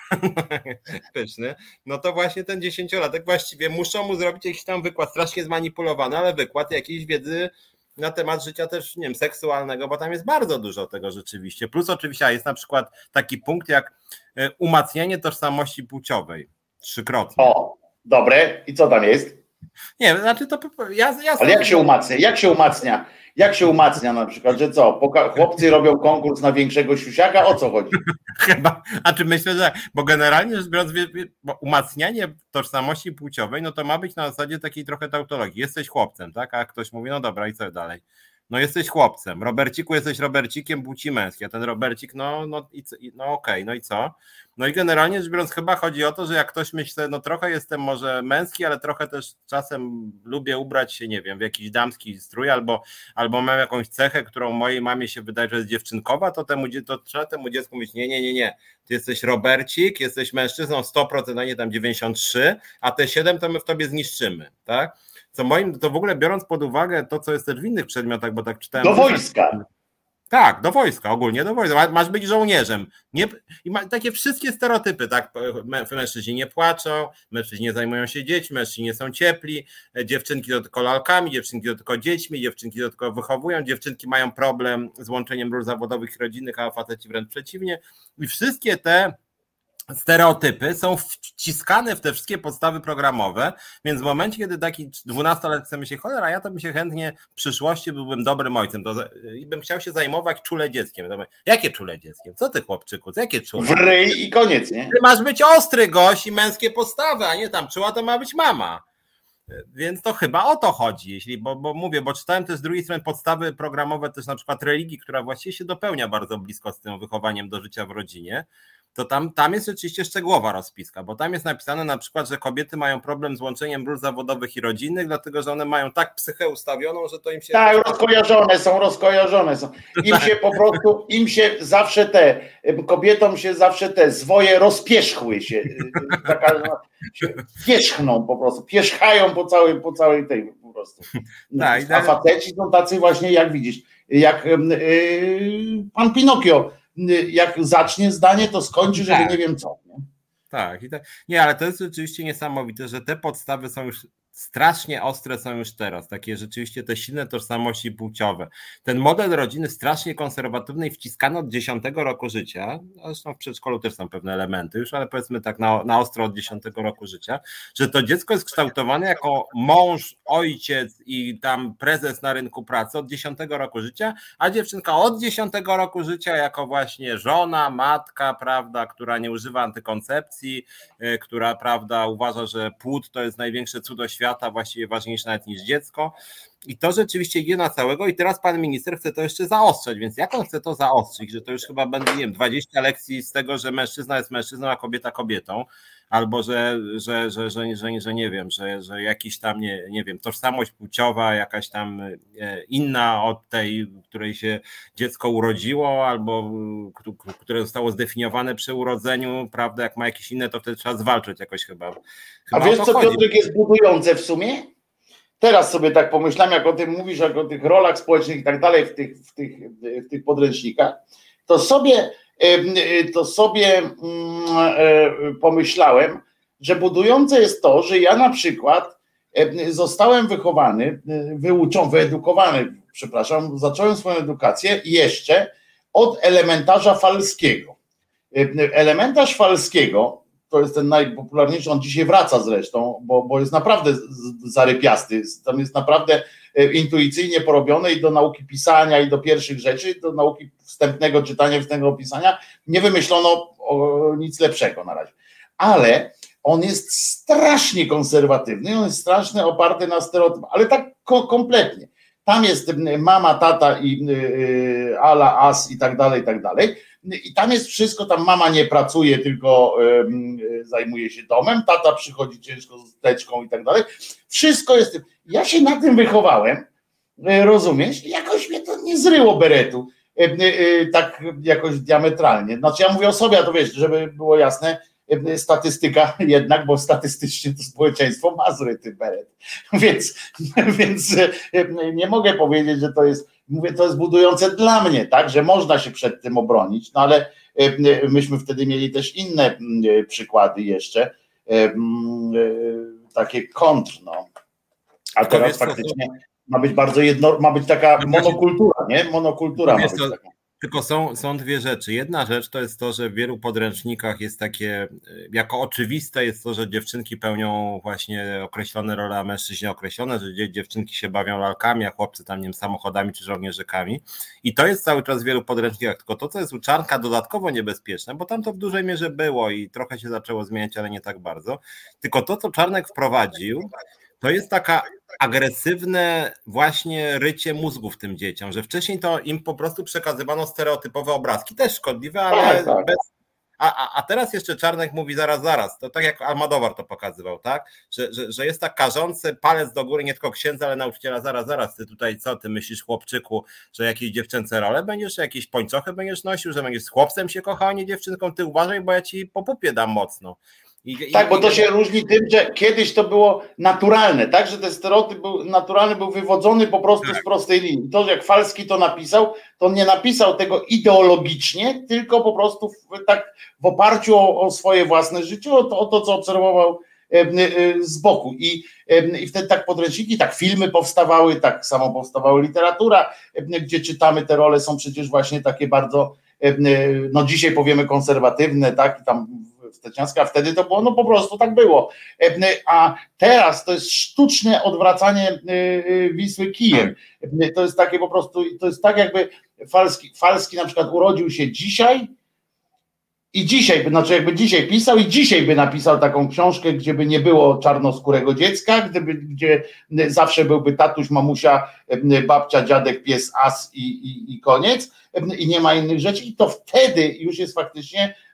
pyszny. No to właśnie ten dziesięciolatek właściwie muszą mu zrobić jakiś tam wykład, strasznie zmanipulowany, ale wykład jakiejś wiedzy na temat życia też, nie wiem, seksualnego, bo tam jest bardzo dużo tego rzeczywiście. Plus oczywiście jest na przykład taki punkt jak umacnianie tożsamości płciowej. Trzykrotnie. O, dobre. I co tam jest? Nie, znaczy to ja, ja Ale jak się umacnia? Jak się umacnia? Jak się umacnia na przykład, że co? Chłopcy robią konkurs na większego siusiaka? O co chodzi? Chyba, a czy myślę, że bo generalnie rzecz biorąc, bo umacnianie tożsamości płciowej, no to ma być na zasadzie takiej trochę tautologii. Jesteś chłopcem, tak? A ktoś mówi, no dobra, i co dalej? No jesteś chłopcem. Roberciku, jesteś Robercikiem płci męskiej, a ten Robercik, no, no, i co, no okej, okay, no i co? No i generalnie rzecz biorąc chyba chodzi o to, że jak ktoś myśli, no trochę jestem może męski, ale trochę też czasem lubię ubrać się, nie wiem, w jakiś damski strój, albo, albo mam jakąś cechę, którą mojej mamie się wydaje, że jest dziewczynkowa, to, temu, to trzeba temu dziecku mówić, nie, nie, nie, nie, ty jesteś Robercik, jesteś mężczyzną sto procent, a nie tam dziewięćdziesiąt trzy, a te siedem to my w tobie zniszczymy, tak? Co moim, to w ogóle biorąc pod uwagę to, co jest też w innych przedmiotach, bo tak czytałem... Do wojska. Tak, do wojska, ogólnie do wojska. Masz być żołnierzem. Nie, i ma, takie wszystkie stereotypy, tak? Mężczyźni nie płaczą, mężczyźni nie zajmują się dziećmi, mężczyźni nie są ciepli, dziewczynki to tylko lalkami, dziewczynki to tylko dziećmi, dziewczynki to tylko wychowują, dziewczynki mają problem z łączeniem ról zawodowych i rodzinnych, a faceci wręcz przeciwnie. I wszystkie te stereotypy są wciskane w te wszystkie podstawy programowe, więc w momencie, kiedy taki dwunastolatek chce myśleć, cholera, ja to bym się chętnie w przyszłości byłbym dobrym ojcem to, i bym chciał się zajmować czule dzieckiem. To, jakie czule dzieckiem? Co ty, chłopczyku? Jakie czule? W ryj i koniec, nie? Ty masz być ostry gość i męskie postawy, a nie tam czuła to ma być mama. Więc to chyba o to chodzi, jeśli, bo, bo mówię, bo czytałem też z drugiej strony podstawy programowe też na przykład religii, która właściwie się dopełnia bardzo blisko z tym wychowaniem do życia w rodzinie. to tam, tam jest rzeczywiście szczegółowa rozpiska, bo tam jest napisane na przykład, że kobiety mają problem z łączeniem ról zawodowych i rodzinnych, dlatego że one mają tak psychę ustawioną, że to im się... Tak, rozkojarzone są, rozkojarzone są. Im się po prostu, im się zawsze te, kobietom się zawsze te zwoje rozpierzchły się, taka, się pierzchną po prostu, pierzchają po całej, po całej tej po prostu. Tak, a faceci są tacy właśnie, jak widzisz, jak yy, pan Pinokio, jak zacznie zdanie, to skończy, żeby nie wiem co. Nie? Tak, i tak. Nie, ale to jest rzeczywiście niesamowite, że te podstawy są już strasznie ostre są już teraz, takie rzeczywiście te silne tożsamości płciowe. Ten model rodziny strasznie konserwatywny i wciskany od dziesiątego roku życia, zresztą w przedszkolu też są pewne elementy już, ale powiedzmy tak na, na ostro od dziesiątego roku życia, że to dziecko jest kształtowane jako mąż, ojciec i tam prezes na rynku pracy od dziesiątego roku życia, a dziewczynka od dziesiątego roku życia jako właśnie żona, matka, prawda, która nie używa antykoncepcji, yy, która, prawda, uważa, że płód to jest największe cudo świata, świata, właściwie ważniejsze nawet niż dziecko. I to rzeczywiście idzie na całego i teraz pan minister chce to jeszcze zaostrzać, więc jak on chce to zaostrzyć, że to już chyba będzie, nie wiem, dwadzieścia lekcji z tego, że mężczyzna jest mężczyzną, a kobieta kobietą, albo że, że, że, że, że, że nie wiem, że, że jakiś tam, nie, nie wiem, tożsamość płciowa, jakaś tam inna od tej, której się dziecko urodziło, albo które zostało zdefiniowane przy urodzeniu, prawda, jak ma jakieś inne, to wtedy trzeba zwalczyć jakoś chyba. chyba a wiesz, co Piotrek jest budujące w sumie? Teraz sobie tak pomyślałem, jak o tym mówisz, jak o tych rolach społecznych i tak dalej w tych, w tych, w tych podręcznikach, to sobie, to sobie pomyślałem, że budujące jest to, że ja na przykład zostałem wychowany, wyuczony, wyedukowany, przepraszam, zacząłem swoją edukację jeszcze od elementarza falskiego. Elementarz falskiego to jest ten najpopularniejszy, on dzisiaj wraca zresztą, bo, bo jest naprawdę zarypiasty, tam jest naprawdę intuicyjnie porobione i do nauki pisania, i do pierwszych rzeczy, do nauki wstępnego czytania, wstępnego pisania nie wymyślono o, nic lepszego na razie. Ale on jest strasznie konserwatywny, on jest strasznie oparty na stereotypach, ale tak ko- kompletnie. Tam jest mama, tata i y, ala, as i tak dalej, i tak dalej. I tam jest wszystko, tam mama nie pracuje, tylko y, zajmuje się domem, tata przychodzi ciężko z teczką i tak dalej. Wszystko jest tym. Ja się na tym wychowałem, y, rozumiesz? I jakoś mnie to nie zryło beretu, y, y, tak jakoś diametralnie. Znaczy ja mówię o sobie, a to wiesz, żeby było jasne, statystyka jednak, bo statystycznie to społeczeństwo ma zryty beret. Więc, więc nie mogę powiedzieć, że to jest, mówię, to jest budujące dla mnie, tak, że można się przed tym obronić, no ale myśmy wtedy mieli też inne przykłady jeszcze, takie kontr, no. A teraz faktycznie ma być bardzo jedno, ma być taka monokultura, nie? Monokultura ma być taka. Tylko są, są dwie rzeczy. Jedna rzecz to jest to, że w wielu podręcznikach jest takie, jako oczywiste jest to, że dziewczynki pełnią właśnie określone role, a mężczyźni określone, że dziewczynki się bawią lalkami, a chłopcy tam, nie wiem, samochodami czy żołnierzykami. I to jest cały czas w wielu podręcznikach. Tylko to, co jest u Czarnka dodatkowo niebezpieczne, bo tam to w dużej mierze było i trochę się zaczęło zmieniać, ale nie tak bardzo. Tylko to, co Czarnek wprowadził, to jest taka agresywne właśnie rycie mózgów tym dzieciom, że wcześniej to im po prostu przekazywano stereotypowe obrazki, też szkodliwe, ale tak, bez... A, a, a teraz jeszcze Czarnek mówi zaraz, zaraz, to tak jak Almodóvar to pokazywał, tak? Że, że, że jest tak karzący palec do góry nie tylko księdza, ale nauczyciela, zaraz, zaraz, ty tutaj co, ty myślisz, chłopczyku, że jakieś dziewczęce role będziesz, jakieś pończochy będziesz nosił, że będziesz z chłopcem się kochał, a nie dziewczynką, ty uważaj, bo ja ci po pupie dam mocno. I, tak, i, bo to się różni tym, że kiedyś to było naturalne, tak, że ten stereotyp był naturalny, był wywodzony po prostu tak z prostej linii. To, że jak Falski to napisał, to on nie napisał tego ideologicznie, tylko po prostu w, tak w oparciu o, o swoje własne życie, o to, o to co obserwował e, e, z boku. I, e, I wtedy tak podręczniki, tak filmy powstawały, tak samo powstawała literatura, e, gdzie czytamy te role, są przecież właśnie takie bardzo, e, no dzisiaj powiemy konserwatywne, tak, i tam Steczniacka, a wtedy to było, no po prostu tak było. A teraz to jest sztuczne odwracanie Wisły kijem. To jest takie po prostu, to jest tak jakby Falski, Falski na przykład urodził się dzisiaj i dzisiaj, znaczy jakby dzisiaj pisał i dzisiaj by napisał taką książkę, gdzie by nie było czarnoskórego dziecka, gdyby, gdzie zawsze byłby tatuś, mamusia, babcia, dziadek, pies, as i, i, i koniec i nie ma innych rzeczy i to wtedy już jest faktycznie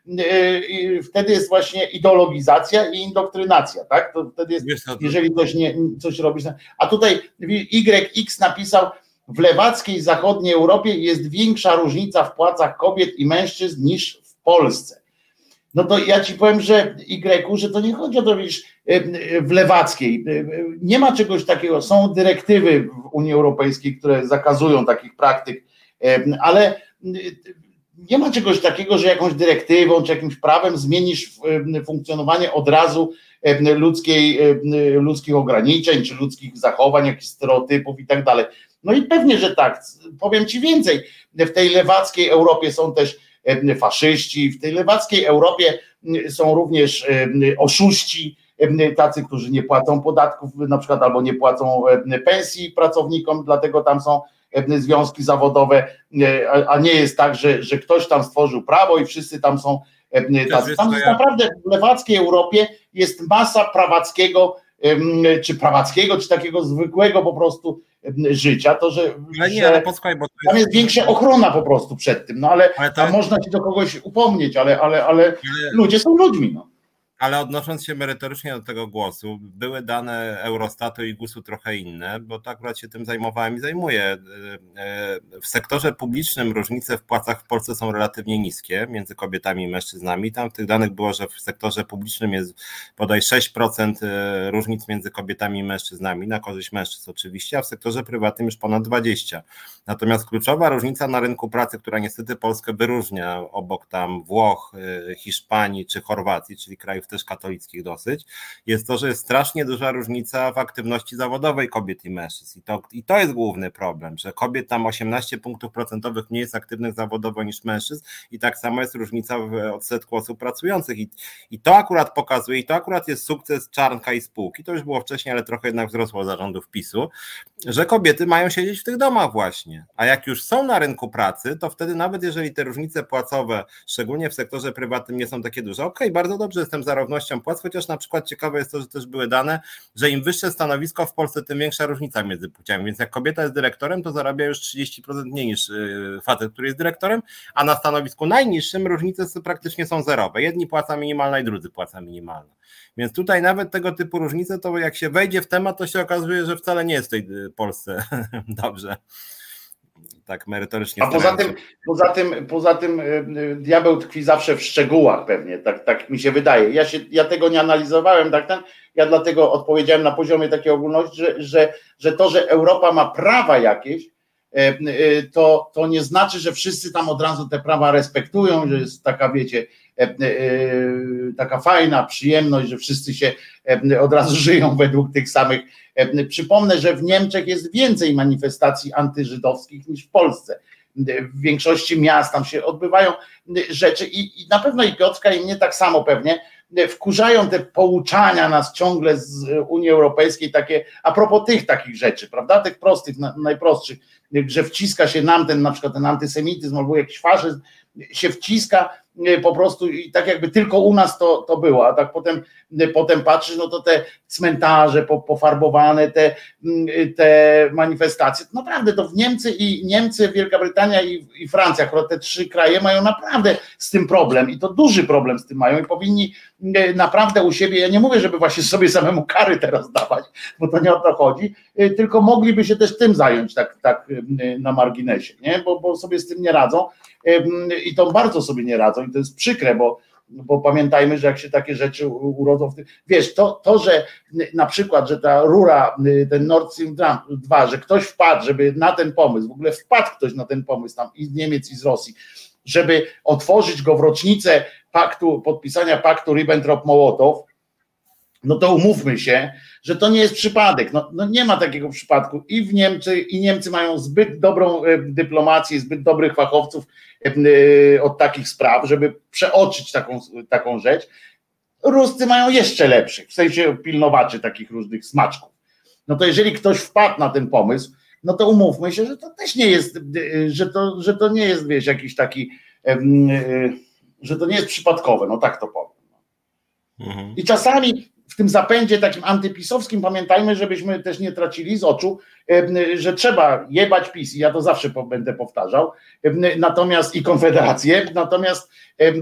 wtedy jest właśnie ideologizacja i indoktrynacja, tak? To wtedy jest, jeżeli ktoś nie, coś robi. A tutaj Y X napisał, w lewackiej zachodniej Europie jest większa różnica w płacach kobiet i mężczyzn niż w Polsce. No to ja ci powiem, że Y, że to nie chodzi o to, wiesz, w lewackiej. Nie ma czegoś takiego. Są dyrektywy w Unii Europejskiej, które zakazują takich praktyk, ale nie ma czegoś takiego, że jakąś dyrektywą czy jakimś prawem zmienisz funkcjonowanie od razu ludzkiej, ludzkich ograniczeń, czy ludzkich zachowań, jakichś stereotypów i tak dalej. No i pewnie, że tak. Powiem ci więcej. W tej lewackiej Europie są też faszyści, w tej lewackiej Europie są również oszuści, tacy, którzy nie płacą podatków na przykład albo nie płacą pensji pracownikom, dlatego tam są związki zawodowe, a nie jest tak, że, że ktoś tam stworzył prawo i wszyscy tam są tacy. Tam jest naprawdę w lewackiej Europie jest masa prawackiego, czy prawackiego, czy takiego zwykłego po prostu życia, to, że, ale nie, że ale posłuchaj, bo to jest... tam jest większa ochrona po prostu przed tym, no ale, ale to... a można ci do kogoś upomnieć, ale, ale, ale, ale ludzie są ludźmi, no. Ale odnosząc się merytorycznie do tego głosu, były dane Eurostatu i gusu trochę inne, bo tak akurat się tym zajmowałem i zajmuję. W sektorze publicznym różnice w płacach w Polsce są relatywnie niskie między kobietami i mężczyznami. Tam w tych danych było, że w sektorze publicznym jest bodaj sześć procent różnic między kobietami i mężczyznami, na korzyść mężczyzn oczywiście, a w sektorze prywatnym już ponad dwadzieścia procent. Natomiast kluczowa różnica na rynku pracy, która niestety Polskę wyróżnia obok tam Włoch, Hiszpanii czy Chorwacji, czyli krajów też katolickich dosyć, jest to, że jest strasznie duża różnica w aktywności zawodowej kobiet i mężczyzn. I to, i to jest główny problem, że kobiet tam osiemnaście punktów procentowych mniej jest aktywnych zawodowo niż mężczyzn i tak samo jest różnica w odsetku osób pracujących. I, i to akurat pokazuje, i to akurat jest sukces Czarnka i spółki, to już było wcześniej, ale trochę jednak wzrosło zarządów PiSu, że kobiety mają siedzieć w tych domach właśnie. A jak już są na rynku pracy, to wtedy nawet jeżeli te różnice płacowe, szczególnie w sektorze prywatnym, nie są takie duże, okej, okay, bardzo dobrze, jestem za równością płac, chociaż na przykład ciekawe jest to, że też były dane, że im wyższe stanowisko w Polsce, tym większa różnica między płciami, więc jak kobieta jest dyrektorem, to zarabia już trzydzieści procent mniej niż facet, który jest dyrektorem, a na stanowisku najniższym różnice praktycznie są zerowe. Jedni płaca minimalna i drudzy płaca minimalna. Więc tutaj nawet tego typu różnice, to jak się wejdzie w temat, to się okazuje, że wcale nie jest w tej Polsce dobrze. Tak merytorycznie. A poza tym, poza tym, poza tym diabeł tkwi zawsze w szczegółach pewnie, tak, tak mi się wydaje. Ja, się, ja tego nie analizowałem, tak, ten, ja dlatego odpowiedziałem na poziomie takiej ogólności, że, że, że to, że Europa ma prawa jakieś, to, to nie znaczy, że wszyscy tam od razu te prawa respektują, że jest taka, wiecie, taka fajna przyjemność, że wszyscy się od razu żyją według tych samych. Przypomnę, że w Niemczech jest więcej manifestacji antyżydowskich niż w Polsce. W większości miast tam się odbywają rzeczy i, i na pewno i Piotrka i mnie tak samo pewnie wkurzają te pouczania nas ciągle z Unii Europejskiej, takie a propos tych takich rzeczy, prawda, tych prostych, najprostszych, że wciska się nam ten na przykład ten antysemityzm albo jakiś faszyzm się wciska po prostu i tak jakby tylko u nas to, to było, a tak potem, potem patrzysz, no to te cmentarze pofarbowane, te, te manifestacje, naprawdę to w Niemcy i Niemcy, Wielka Brytania i, i Francja, akurat te trzy kraje mają naprawdę z tym problem i to duży problem z tym mają i powinni naprawdę u siebie, ja nie mówię, żeby właśnie sobie samemu kary teraz dawać, bo to nie o to chodzi, tylko mogliby się też tym zająć tak, tak na marginesie, nie? Bo, bo sobie z tym nie radzą i to bardzo sobie nie radzą i to jest przykre, bo, bo pamiętajmy, że jak się takie rzeczy urodzą w tym, wiesz, to, to, że na przykład, że ta rura, ten Nord Stream dwa, że ktoś wpadł, żeby na ten pomysł, w ogóle wpadł ktoś na ten pomysł tam i z Niemiec i z Rosji, żeby otworzyć go w rocznicę paktu, podpisania paktu Ribbentrop-Mołotow, no to umówmy się, że to nie jest przypadek. No, no nie ma takiego przypadku. I w Niemcy, i Niemcy mają zbyt dobrą dyplomację, zbyt dobrych fachowców od takich spraw, żeby przeoczyć taką, taką rzecz. Ruscy mają jeszcze lepszych, w sensie pilnowaczy takich różnych smaczków. No to jeżeli ktoś wpadł na ten pomysł, no to umówmy się, że to też nie jest, że to, że to nie jest, wiesz, jakiś taki, że to nie jest przypadkowe, no tak to powiem. Mhm. I czasami w tym zapędzie takim antypisowskim pamiętajmy, żebyśmy też nie tracili z oczu, że trzeba jebać PiS i ja to zawsze będę powtarzał, natomiast i Konfederację, natomiast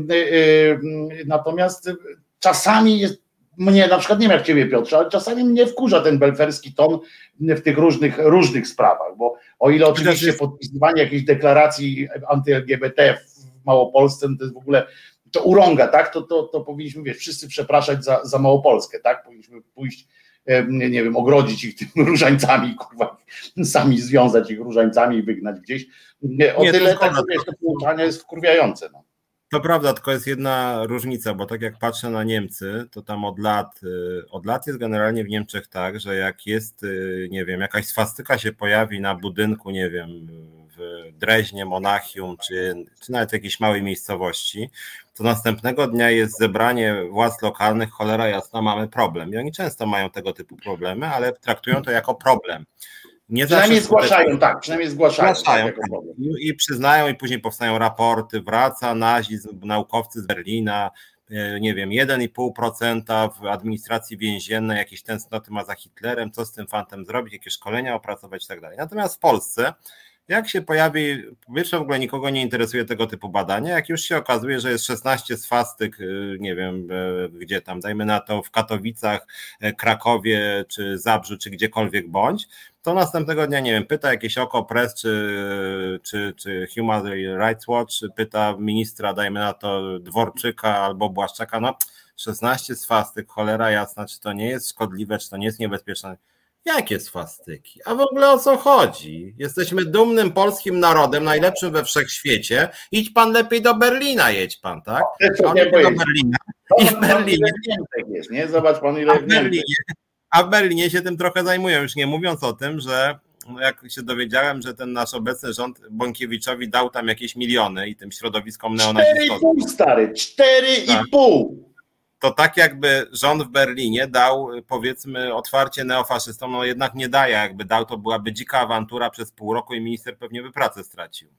natomiast czasami jest mnie, na przykład nie wiem jak ciebie Piotrze, ale czasami mnie wkurza ten belferski ton w tych różnych, różnych sprawach, bo o ile oczywiście podpisywanie jakiejś deklaracji anty-L G B T w Małopolsce to jest w ogóle to urąga, tak, to, to, to powinniśmy, wiesz, wszyscy przepraszać za, za Małopolskę, tak, powinniśmy pójść, nie, nie wiem, ogrodzić ich tymi różańcami, kurwa, sami związać ich różańcami i wygnać gdzieś, o nie, tyle tak, wiesz, to połączenie jest wkurwiające, no. To prawda, tylko jest jedna różnica, bo tak jak patrzę na Niemcy, to tam od lat, od lat jest generalnie w Niemczech tak, że jak jest, nie wiem, jakaś swastyka się pojawi na budynku, nie wiem, w Dreźnie, Monachium, czy, czy nawet jakiejś małej miejscowości, to następnego dnia jest zebranie władz lokalnych, cholera jasna, mamy problem. I oni często mają tego typu problemy, ale traktują to jako problem. Nie przynajmniej zgłaszają, tak, przynajmniej zgłaszają. zgłaszają tak, i, I przyznają, i później powstają raporty, wraca nazizm, naukowcy z Berlina, nie wiem, jeden i pół procent w administracji więziennej, jakieś tęsknoty ma za Hitlerem, co z tym fantem zrobić, jakie szkolenia opracować i tak dalej. Natomiast w Polsce, jak się pojawi, wiesz, w ogóle nikogo nie interesuje tego typu badania, jak już się okazuje, że jest szesnaście swastyk, nie wiem, gdzie tam, dajmy na to w Katowicach, Krakowie, czy Zabrzu, czy gdziekolwiek bądź, to następnego dnia, nie wiem, pyta jakieś Oko Press, czy, czy, czy Human Rights Watch, pyta ministra, dajmy na to Dworczyka albo Błaszczaka, no szesnaście swastyk, cholera jasna, czy to nie jest szkodliwe, czy to nie jest niebezpieczne. Jakie swastyki? A w ogóle o co chodzi? Jesteśmy dumnym polskim narodem, najlepszym we wszechświecie. Idź pan lepiej do Berlina, jedź pan, tak? A do Berlina. I w Berlinie. Jest, nie? Zobacz pan, ile a w Berlinie. A w Berlinie się tym trochę zajmują, już nie mówiąc o tym, że jak się dowiedziałem, że ten nasz obecny rząd Bąkiewiczowi dał tam jakieś miliony i tym środowiskom neonazistowskim. Cztery i pół, stary, cztery i pół. To tak jakby rząd w Berlinie dał, powiedzmy, otwarcie neofaszystom, no jednak nie daje, jakby dał, to byłaby dzika awantura przez pół roku i minister pewnie by pracę stracił.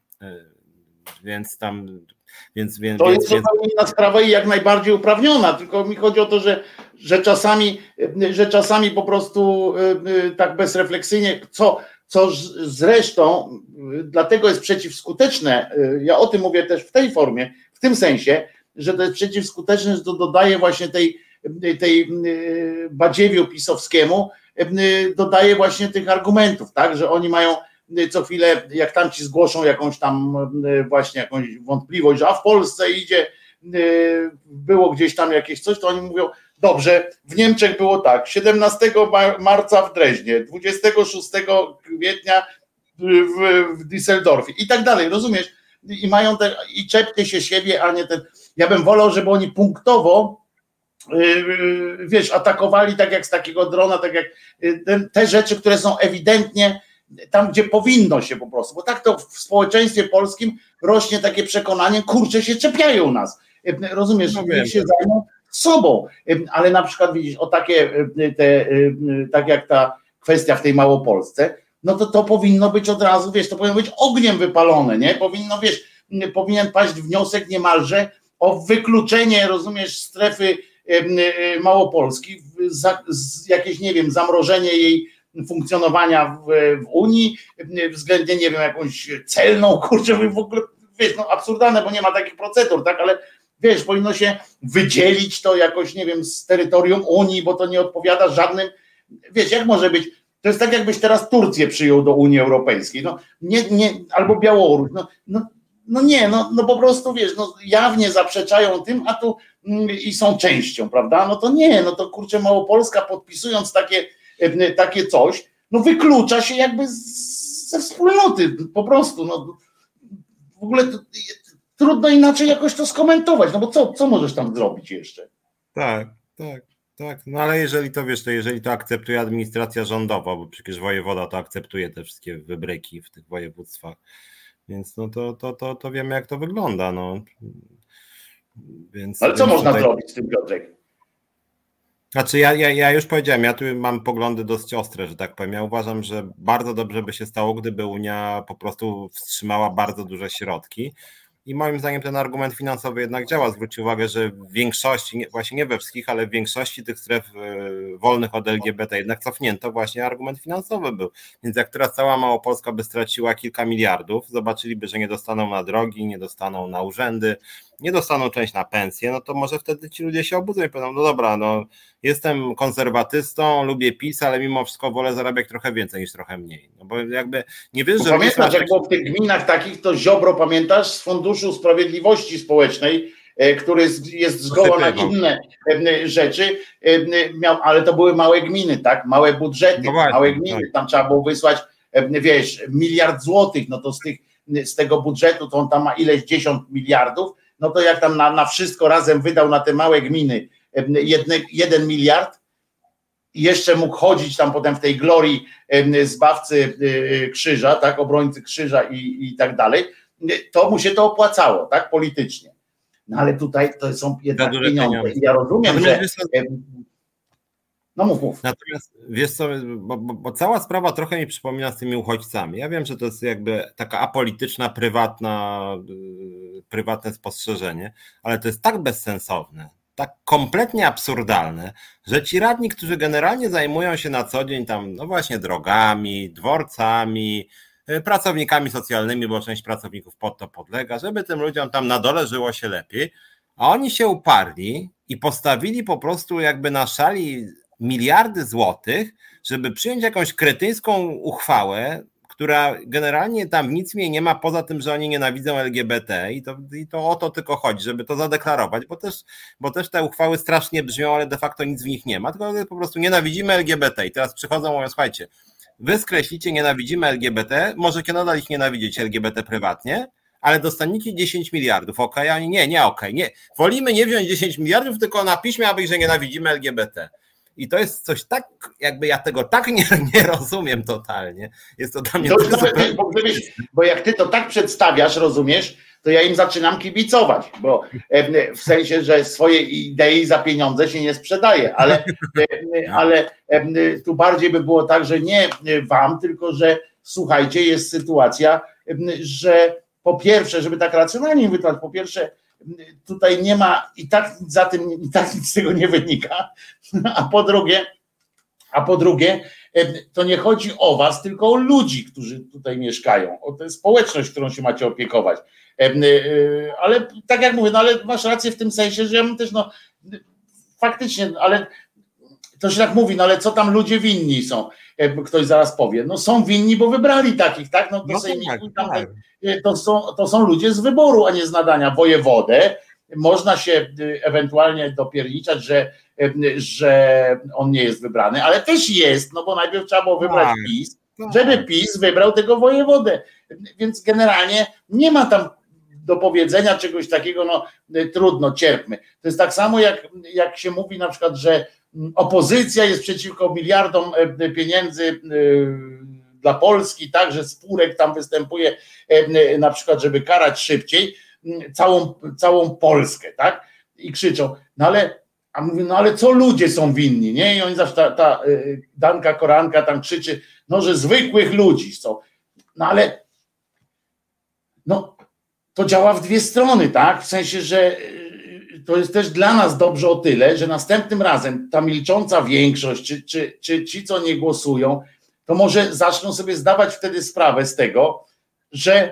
Więc tam... Więc, więc, to jest więc, zupełnie inna sprawa i jak najbardziej uprawniona, tylko mi chodzi o to, że, że, czasami, że czasami po prostu tak bezrefleksyjnie, co, co zresztą dlatego jest przeciwskuteczne, ja o tym mówię też w tej formie, w tym sensie, że to jest przeciwskuteczne, że to dodaje właśnie tej, tej badziewiu pisowskiemu, dodaje właśnie tych argumentów, tak, że oni mają co chwilę, jak tam ci zgłoszą jakąś tam właśnie jakąś wątpliwość, że a w Polsce idzie, było gdzieś tam jakieś coś, to oni mówią, dobrze, w Niemczech było tak, siedemnastego marca w Dreźnie, dwudziestego szóstego kwietnia w, w Düsseldorfie i tak dalej, rozumiesz? I mają te, i czepcie się siebie, a nie ten, ja bym wolał, żeby oni punktowo wiesz, atakowali tak jak z takiego drona, tak jak te rzeczy, które są ewidentnie tam, gdzie powinno się po prostu, bo tak to w społeczeństwie polskim rośnie takie przekonanie, kurczę, się czepiają nas, rozumiesz, no niech się zajmą sobą, ale na przykład widzisz, o takie, te, tak jak ta kwestia w tej Małopolsce, no to to powinno być od razu, wiesz, to powinno być ogniem wypalone, nie, powinno, wiesz, powinien paść wniosek niemalże o wykluczenie, rozumiesz, strefy Małopolski, za, z jakieś, nie wiem, zamrożenie jej funkcjonowania w, w Unii, względnie, nie wiem, jakąś celną, kurczę, w ogóle, wiesz, no absurdalne, bo nie ma takich procedur, tak, ale wiesz, powinno się wydzielić to jakoś, nie wiem, z terytorium Unii, bo to nie odpowiada żadnym, wiesz, jak może być, to jest tak, jakbyś teraz Turcję przyjął do Unii Europejskiej, no, nie, nie, albo Białoruś, no, no, no nie, no, no po prostu, wiesz, no jawnie zaprzeczają tym, a tu mm, i są częścią, prawda, no to nie, no to kurczę, Małopolska podpisując takie takie coś, no wyklucza się jakby z, ze wspólnoty, po prostu, no w ogóle to, trudno inaczej jakoś to skomentować, no bo co, co możesz tam zrobić jeszcze? Tak, tak, tak, no ale jeżeli to, wiesz, to jeżeli to akceptuje administracja rządowa, bo przecież wojewoda to akceptuje te wszystkie wybryki w tych województwach, więc no to, to, to, to wiemy, jak to wygląda, no. Więc, ale co więc można tutaj... zrobić z tym, Piotrek? Znaczy ja, ja, ja już powiedziałem, ja tu mam poglądy dość ostre, że tak powiem. Ja uważam, że bardzo dobrze by się stało, gdyby Unia po prostu wstrzymała bardzo duże środki i moim zdaniem ten argument finansowy jednak działa. Zwróćcie uwagę, że w większości, właśnie nie we wszystkich, ale w większości tych stref wolnych od L G B T jednak cofnięto właśnie argument finansowy był. Więc jak teraz cała Małopolska by straciła kilka miliardów, zobaczyliby, że nie dostaną na drogi, nie dostaną na urzędy, nie dostaną część na pensję, no to może wtedy ci ludzie się obudzą i powiedzą, no dobra, no jestem konserwatystą, lubię PiS, ale mimo wszystko wolę zarabiać trochę więcej niż trochę mniej. No bo jakby nie wiesz, że... Pamiętasz, jak było w tych gminach takich, to Ziobro, pamiętasz, z Funduszu Sprawiedliwości Społecznej, który jest zgoła na inne rzeczy, miał, ale to były małe gminy, tak? Małe budżety, no właśnie, małe gminy, tak. Tam trzeba było wysłać, wiesz, miliard złotych, no to z, tych, z tego budżetu to on tam ma ileś dziesiąt miliardów, no to jak tam na, na wszystko razem wydał na te małe gminy jedne, jeden miliard i jeszcze mógł chodzić tam potem w tej glorii zbawcy krzyża, tak, obrońcy krzyża i, i tak dalej, to mu się to opłacało, tak, politycznie. No ale tutaj to są jednak pieniądze i ja rozumiem, że... No mów, mów. Natomiast wiesz co, bo, bo, bo cała sprawa trochę mi przypomina z tymi uchodźcami. Ja wiem, że to jest jakby taka apolityczna, prywatna, yy, prywatne spostrzeżenie, ale to jest tak bezsensowne, tak kompletnie absurdalne, że ci radni, którzy generalnie zajmują się na co dzień tam, no właśnie drogami, dworcami, yy, pracownikami socjalnymi, bo część pracowników pod to podlega, żeby tym ludziom tam na dole żyło się lepiej, a oni się uparli i postawili po prostu jakby na szali miliardy złotych, żeby przyjąć jakąś kretyńską uchwałę, która generalnie tam nic mnie nie ma poza tym, że oni nienawidzą L G B T i to, i to o to tylko chodzi, żeby to zadeklarować, bo też, bo też te uchwały strasznie brzmią, ale de facto nic w nich nie ma, tylko po prostu nienawidzimy L G B T i teraz przychodzą i mówią, słuchajcie, wy skreślicie nienawidzimy L G B T, możecie nadal ich nienawidzieć L G B T prywatnie, ale dostaniecie dziesięć miliardów, okej, okay? A nie, nie okej, okay. Nie, wolimy nie wziąć dziesięć miliardów, tylko na piśmie, aby że nienawidzimy L G B T. I to jest coś tak, jakby ja tego tak nie, nie rozumiem totalnie. Jest to dla mnie... To zupełnie... bo, gdybyś, bo jak ty to tak przedstawiasz, rozumiesz, to ja im zaczynam kibicować, bo w sensie, że swoje idei za pieniądze się nie sprzedaje, ale, ale tu bardziej by było tak, że nie wam, tylko że słuchajcie, jest sytuacja, że po pierwsze, żeby tak racjonalnie wytłumaczyć, po pierwsze tutaj nie ma i tak za tym i tak nic z tego nie wynika, a po drugie, a po drugie to nie chodzi o was, tylko o ludzi, którzy tutaj mieszkają, o tę społeczność, którą się macie opiekować. Ale tak jak mówię, no ale masz rację w tym sensie, że ja bym też no faktycznie, ale to się tak mówi, no ale co tam ludzie winni są? Ktoś zaraz powie, no są winni, bo wybrali takich, tak? No to, no tak, tam, tak. to, są, to są ludzie z wyboru, a nie z nadania. Wojewodę można się ewentualnie dopierniczać, że, że on nie jest wybrany, ale też jest, no bo najpierw trzeba było wybrać tak. PiS, żeby PiS wybrał tego wojewodę. Więc generalnie nie ma tam do powiedzenia czegoś takiego, no trudno, cierpmy. To jest tak samo jak, jak się mówi na przykład, że opozycja jest przeciwko miliardom pieniędzy dla Polski, tak, że spółek tam występuje na przykład, żeby karać szybciej całą, całą Polskę, tak, i krzyczą, no ale, a mówię, no ale co ludzie są winni, nie, i oni zawsze, ta, ta Danka Koranka tam krzyczy, no, że zwykłych ludzi są, no ale no, to działa w dwie strony, tak, w sensie, że to jest też dla nas dobrze o tyle, że następnym razem ta milcząca większość, czy, czy, czy ci, co nie głosują, to może zaczną sobie zdawać wtedy sprawę z tego, że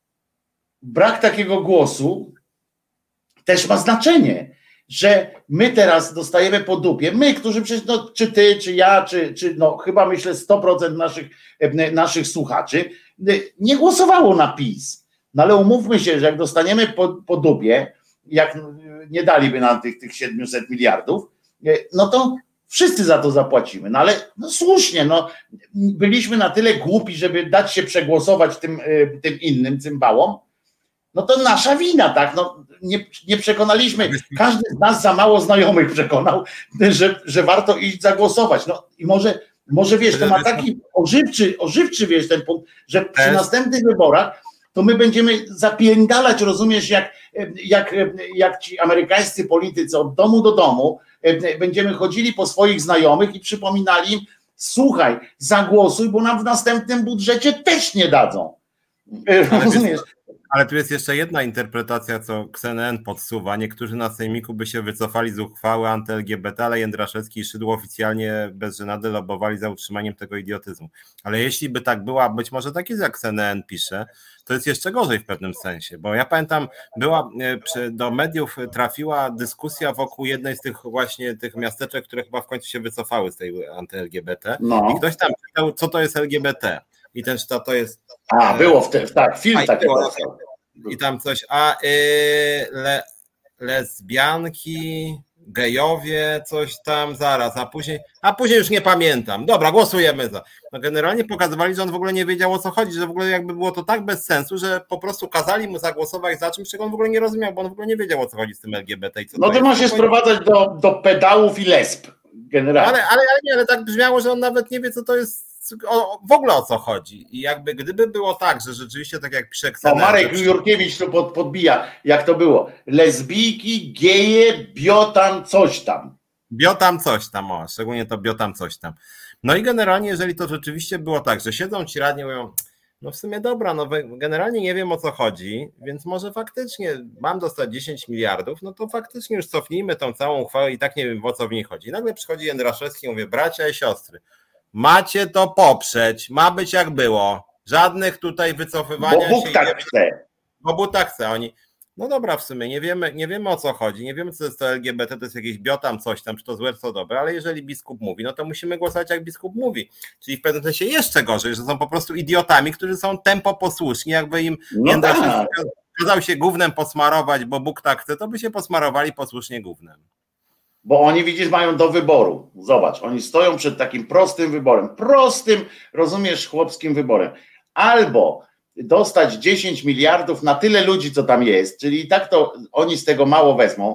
brak takiego głosu też ma znaczenie, że my teraz dostajemy po dupie, my, którzy przecież, no, czy ty, czy ja, czy, czy no chyba myślę sto procent naszych, naszych słuchaczy nie głosowało na PiS. No ale umówmy się, że jak dostaniemy po, po dupie, jak nie daliby nam tych, tych siedemset miliardów, no to wszyscy za to zapłacimy. No ale no słusznie, no byliśmy na tyle głupi, żeby dać się przegłosować tym, tym innym cymbałom, no to nasza wina, tak? No nie, nie przekonaliśmy, każdy z nas za mało znajomych przekonał, że, że warto iść zagłosować. No i może, może wiesz, to ma taki ożywczy, ożywczy wiesz, ten punkt, że przy następnych wyborach to my będziemy zapiędalać, rozumiesz, jak, jak, jak ci amerykańscy politycy od domu do domu, będziemy chodzili po swoich znajomych i przypominali im, słuchaj, zagłosuj, bo nam w następnym budżecie też nie dadzą. Rozumiesz? Ale tu jest jeszcze jedna interpretacja, co K S N N podsuwa. Niektórzy na sejmiku by się wycofali z uchwały anty-L G B T, ale Jędraszewski i Szydło oficjalnie bez żenady lobbowali za utrzymaniem tego idiotyzmu. Ale jeśli by tak była, być może tak jest jak K S N N pisze, to jest jeszcze gorzej w pewnym sensie, bo ja pamiętam, była do mediów trafiła dyskusja wokół jednej z tych właśnie tych miasteczek, które chyba w końcu się wycofały z tej anty-L G B T no. I ktoś tam pytał, co to jest L G B T i ten sztab to jest... A, było w tym, tak, film a, taki. Było, I tam coś, a y, le, lesbianki, gejowie, coś tam, zaraz, a później, a później już nie pamiętam. Dobra, głosujemy za. No generalnie pokazywali, że on w ogóle nie wiedział, o co chodzi, że w ogóle jakby było to tak bez sensu, że po prostu kazali mu zagłosować za czymś, czego on w ogóle nie rozumiał, bo on w ogóle nie wiedział, o co chodzi z tym L G B T. I co no to ma się sprowadzać do, do pedałów i lesb, generalnie. Ale, ale, ale nie, ale tak brzmiało, że on nawet nie wie, co to jest, o, w ogóle o co chodzi. I jakby gdyby było tak, że rzeczywiście tak jak pisze K S N N... O, Marek Jurkiewicz to pod, podbija, jak to było. Lesbijki, geje, biotam, coś tam. Biotam coś tam, o, szczególnie to biotam coś tam. No i generalnie, jeżeli to rzeczywiście było tak, że siedzą ci radni i mówią, no w sumie dobra, no generalnie nie wiem, o co chodzi, więc może faktycznie mam dostać dziesięć miliardów, no to faktycznie już cofnijmy tą całą uchwałę i tak nie wiem, o co w niej chodzi. I nagle przychodzi Jędraszewski i mówi, bracia i siostry, macie to poprzeć, ma być jak było, żadnych tutaj wycofywania bo Bóg się. Tak nie... chce. Bo Bóg tak chce. Oni, no dobra, w sumie nie wiemy, nie wiemy o co chodzi, nie wiemy co jest to L G B T, to jest jakieś biotam coś tam, czy to złe, czy to dobre, ale jeżeli biskup mówi, no to musimy głosować jak biskup mówi. Czyli w pewnym sensie jeszcze gorzej, że są po prostu idiotami, którzy są tempo posłuszni, jakby im no Jędraszewski tak. kazał się gównem posmarować, bo Bóg tak chce, to by się posmarowali posłusznie gównem. Bo oni, widzisz, mają do wyboru. Zobacz, oni stoją przed takim prostym wyborem. Prostym, rozumiesz, chłopskim wyborem. Albo dostać dziesięć miliardów na tyle ludzi, co tam jest, czyli i tak to oni z tego mało wezmą.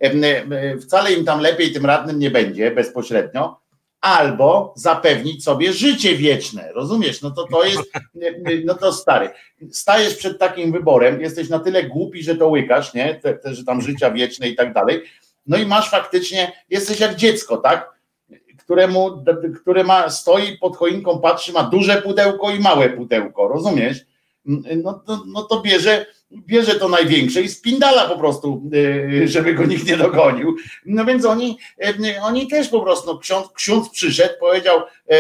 Wcale im tam lepiej tym radnym nie będzie bezpośrednio. Albo zapewnić sobie życie wieczne. Rozumiesz? No to to jest, no to stary. Stajesz przed takim wyborem, jesteś na tyle głupi, że to łykasz, nie? Te, te, że tam życia wieczne i tak dalej. No i masz faktycznie, jesteś jak dziecko, tak? Któremu, które ma, stoi pod choinką, patrzy, ma duże pudełko i małe pudełko, rozumiesz? No to, no to bierze, bierze to największe i spindala po prostu, żeby go nikt nie dogonił. No więc oni, oni też po prostu, no ksiądz, ksiądz przyszedł, powiedział,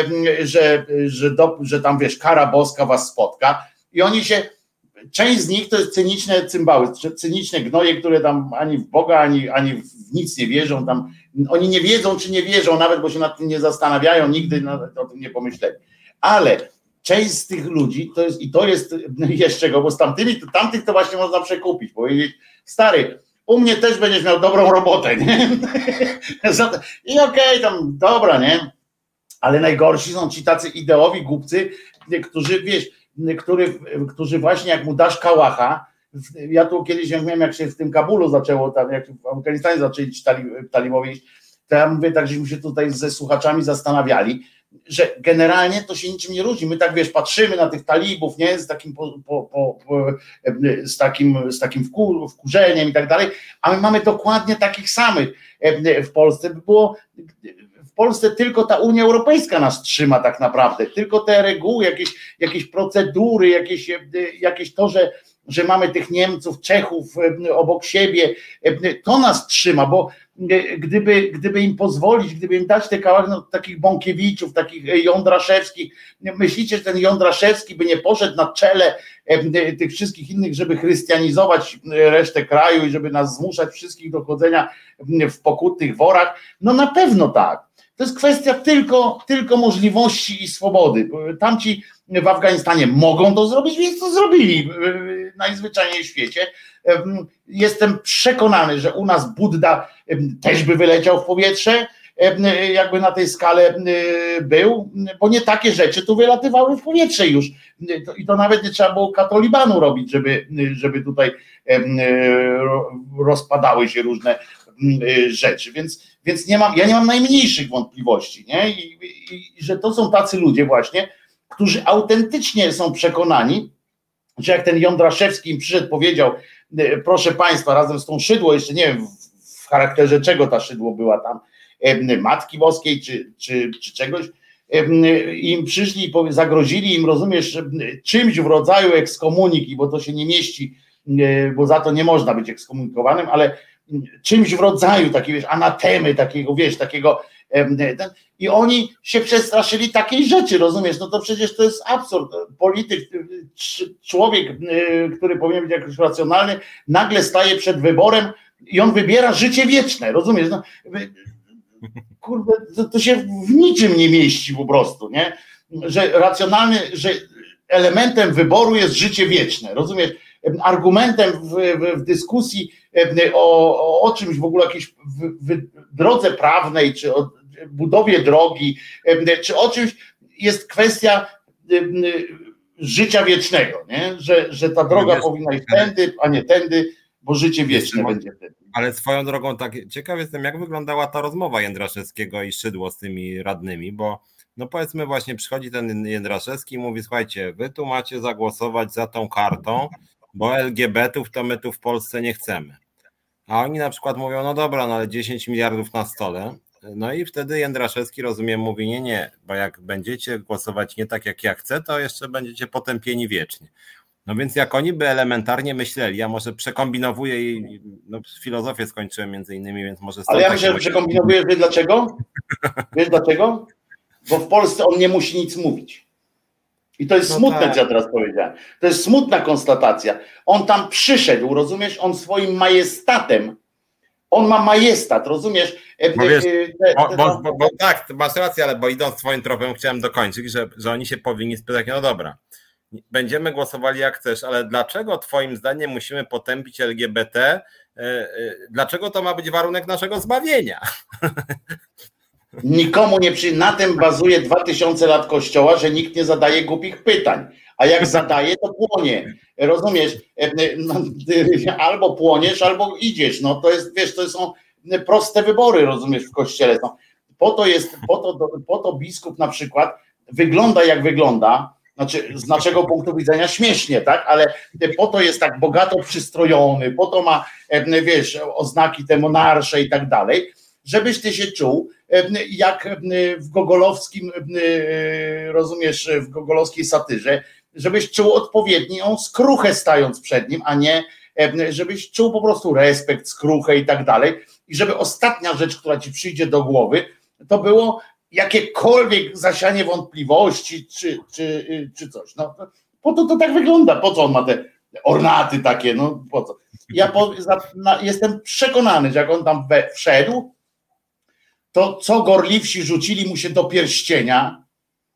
że, że, do, że tam wiesz, kara boska was spotka i oni się, część z nich to jest cyniczne cymbały, cyniczne gnoje, które tam ani w Boga, ani, ani w nic nie wierzą, tam oni nie wiedzą, czy nie wierzą, nawet bo się nad tym nie zastanawiają, nigdy nawet o tym nie pomyśleli. Ale część z tych ludzi, to jest, i to jest jeszcze go, bo z tamtymi, tamtych to właśnie można przekupić, powiedzieć, stary, u mnie też będziesz miał dobrą robotę, nie? I okej, okay, tam dobra, nie? Ale najgorsi są ci tacy ideowi głupcy, którzy, wiesz, który, którzy właśnie jak mu dasz kałacha, ja tu kiedyś jak miałem, jak się w tym Kabulu zaczęło, tam jak w Afganistanie zaczęli talibowie, to ja mówię tak, żeśmy się tutaj ze słuchaczami zastanawiali, że generalnie to się niczym nie różni. My tak, wiesz, patrzymy na tych talibów, nie, z takim, po, po, po, z takim, z takim wkur, wkurzeniem i tak dalej, a my mamy dokładnie takich samych w Polsce. By było, w Polsce tylko ta Unia Europejska nas trzyma tak naprawdę, tylko te reguły, jakieś, jakieś procedury, jakieś, jakieś to, że, że mamy tych Niemców, Czechów obok siebie, to nas trzyma, bo gdyby, gdyby im pozwolić, gdyby im dać te kawałki, no, takich Bąkiewiczów, takich Jądraszewskich, myślicie, że ten Jądraszewski by nie poszedł na czele tych wszystkich innych, żeby chrystianizować resztę kraju i żeby nas zmuszać wszystkich do chodzenia w pokutnych worach? No na pewno tak. To jest kwestia tylko, tylko możliwości i swobody. Tamci w Afganistanie mogą to zrobić, więc to zrobili najzwyczajniej w świecie. Jestem przekonany, że u nas Budda też by wyleciał w powietrze, jakby na tej skale był, bo nie takie rzeczy tu wylatywały w powietrze już. I to nawet nie trzeba było katolibanu robić, żeby, żeby tutaj rozpadały się różne rzeczy, więc, więc nie mam, ja nie mam najmniejszych wątpliwości, nie? I, i, i że to są tacy ludzie właśnie, którzy autentycznie są przekonani, że jak ten Jądraszewski im przyszedł, powiedział, proszę państwa, razem z tą Szydło, jeszcze nie wiem w charakterze czego ta Szydło była tam, Matki Boskiej czy, czy, czy czegoś, im przyszli i zagrozili im, rozumiesz, czymś w rodzaju ekskomuniki, bo to się nie mieści, bo za to nie można być ekskomunikowanym, ale czymś w rodzaju takiej, wiesz, anatemy, takiego, wiesz, takiego i oni się przestraszyli takiej rzeczy, rozumiesz, no to przecież to jest absurd, polityk, człowiek, który powinien być jakoś racjonalny, nagle staje przed wyborem i on wybiera życie wieczne, rozumiesz, no, kurde, to, to się w niczym nie mieści po prostu, nie, że racjonalny, że elementem wyboru jest życie wieczne, rozumiesz, argumentem w, w, w dyskusji o, o czymś w ogóle jakiejś w, w drodze prawnej, czy o budowie drogi, czy o czymś jest kwestia życia wiecznego, nie? Że, że ta droga powinna iść tędy, a nie tędy, bo życie wieczne jestem, będzie wtedy. Ale swoją drogą, tak ciekaw jestem, jak wyglądała ta rozmowa Jędraszewskiego i Szydło z tymi radnymi, bo no powiedzmy właśnie przychodzi ten Jędraszewski i mówi, słuchajcie, wy tu macie zagłosować za tą kartą, bo L G B T-ów to my tu w Polsce nie chcemy. A oni na przykład mówią, no dobra, no ale dziesięć miliardów na stole. No i wtedy Jędraszewski, rozumiem, mówi, nie, nie, bo jak będziecie głosować nie tak, jak ja chcę, to jeszcze będziecie potępieni wiecznie. No więc jak oni by elementarnie myśleli, ja może przekombinowuję i no, filozofię skończyłem między innymi, więc może... Ale ja myślę, że przekombinowujesz, wiesz dlaczego? Wiesz dlaczego? Bo w Polsce on nie musi nic mówić. I to jest no smutne, tak. Co ja teraz powiedziałem. To jest smutna konstatacja. On tam przyszedł, rozumiesz? On swoim majestatem, on ma majestat, rozumiesz? Bo wiesz, te, te, bo, bo, bo tak, masz rację, ale bo idąc swoim tropem chciałem dokończyć, że, że oni się powinni spytać, no dobra, będziemy głosowali jak chcesz, ale dlaczego twoim zdaniem musimy potępić L G B T? Dlaczego to ma być warunek naszego zbawienia? Nikomu nie przy... Na tym bazuje dwa tysiące lat Kościoła, że nikt nie zadaje głupich pytań. A jak zadaje, to płonie. Rozumiesz? Albo płoniesz, albo idziesz. No to jest, wiesz, to są proste wybory, rozumiesz, w Kościele. No, po to jest, po to, po to biskup na przykład wygląda jak wygląda, znaczy z naszego punktu widzenia śmiesznie, tak? Ale po to jest tak bogato przystrojony, po to ma, wiesz, oznaki te monarsze i tak dalej, żebyś ty się czuł jak w gogolowskim, rozumiesz, w gogolowskiej satyrze, żebyś czuł odpowiednią skruchę stając przed nim, a nie żebyś czuł po prostu respekt, skruchę i tak dalej. I żeby ostatnia rzecz, która ci przyjdzie do głowy, to było jakiekolwiek zasianie wątpliwości czy, czy, czy coś. No, po to to tak wygląda. Po co on ma te ornaty takie? No po co? Ja po, za, na, jestem przekonany, że jak on tam we, wszedł, to co gorliwsi rzucili mu się do pierścienia,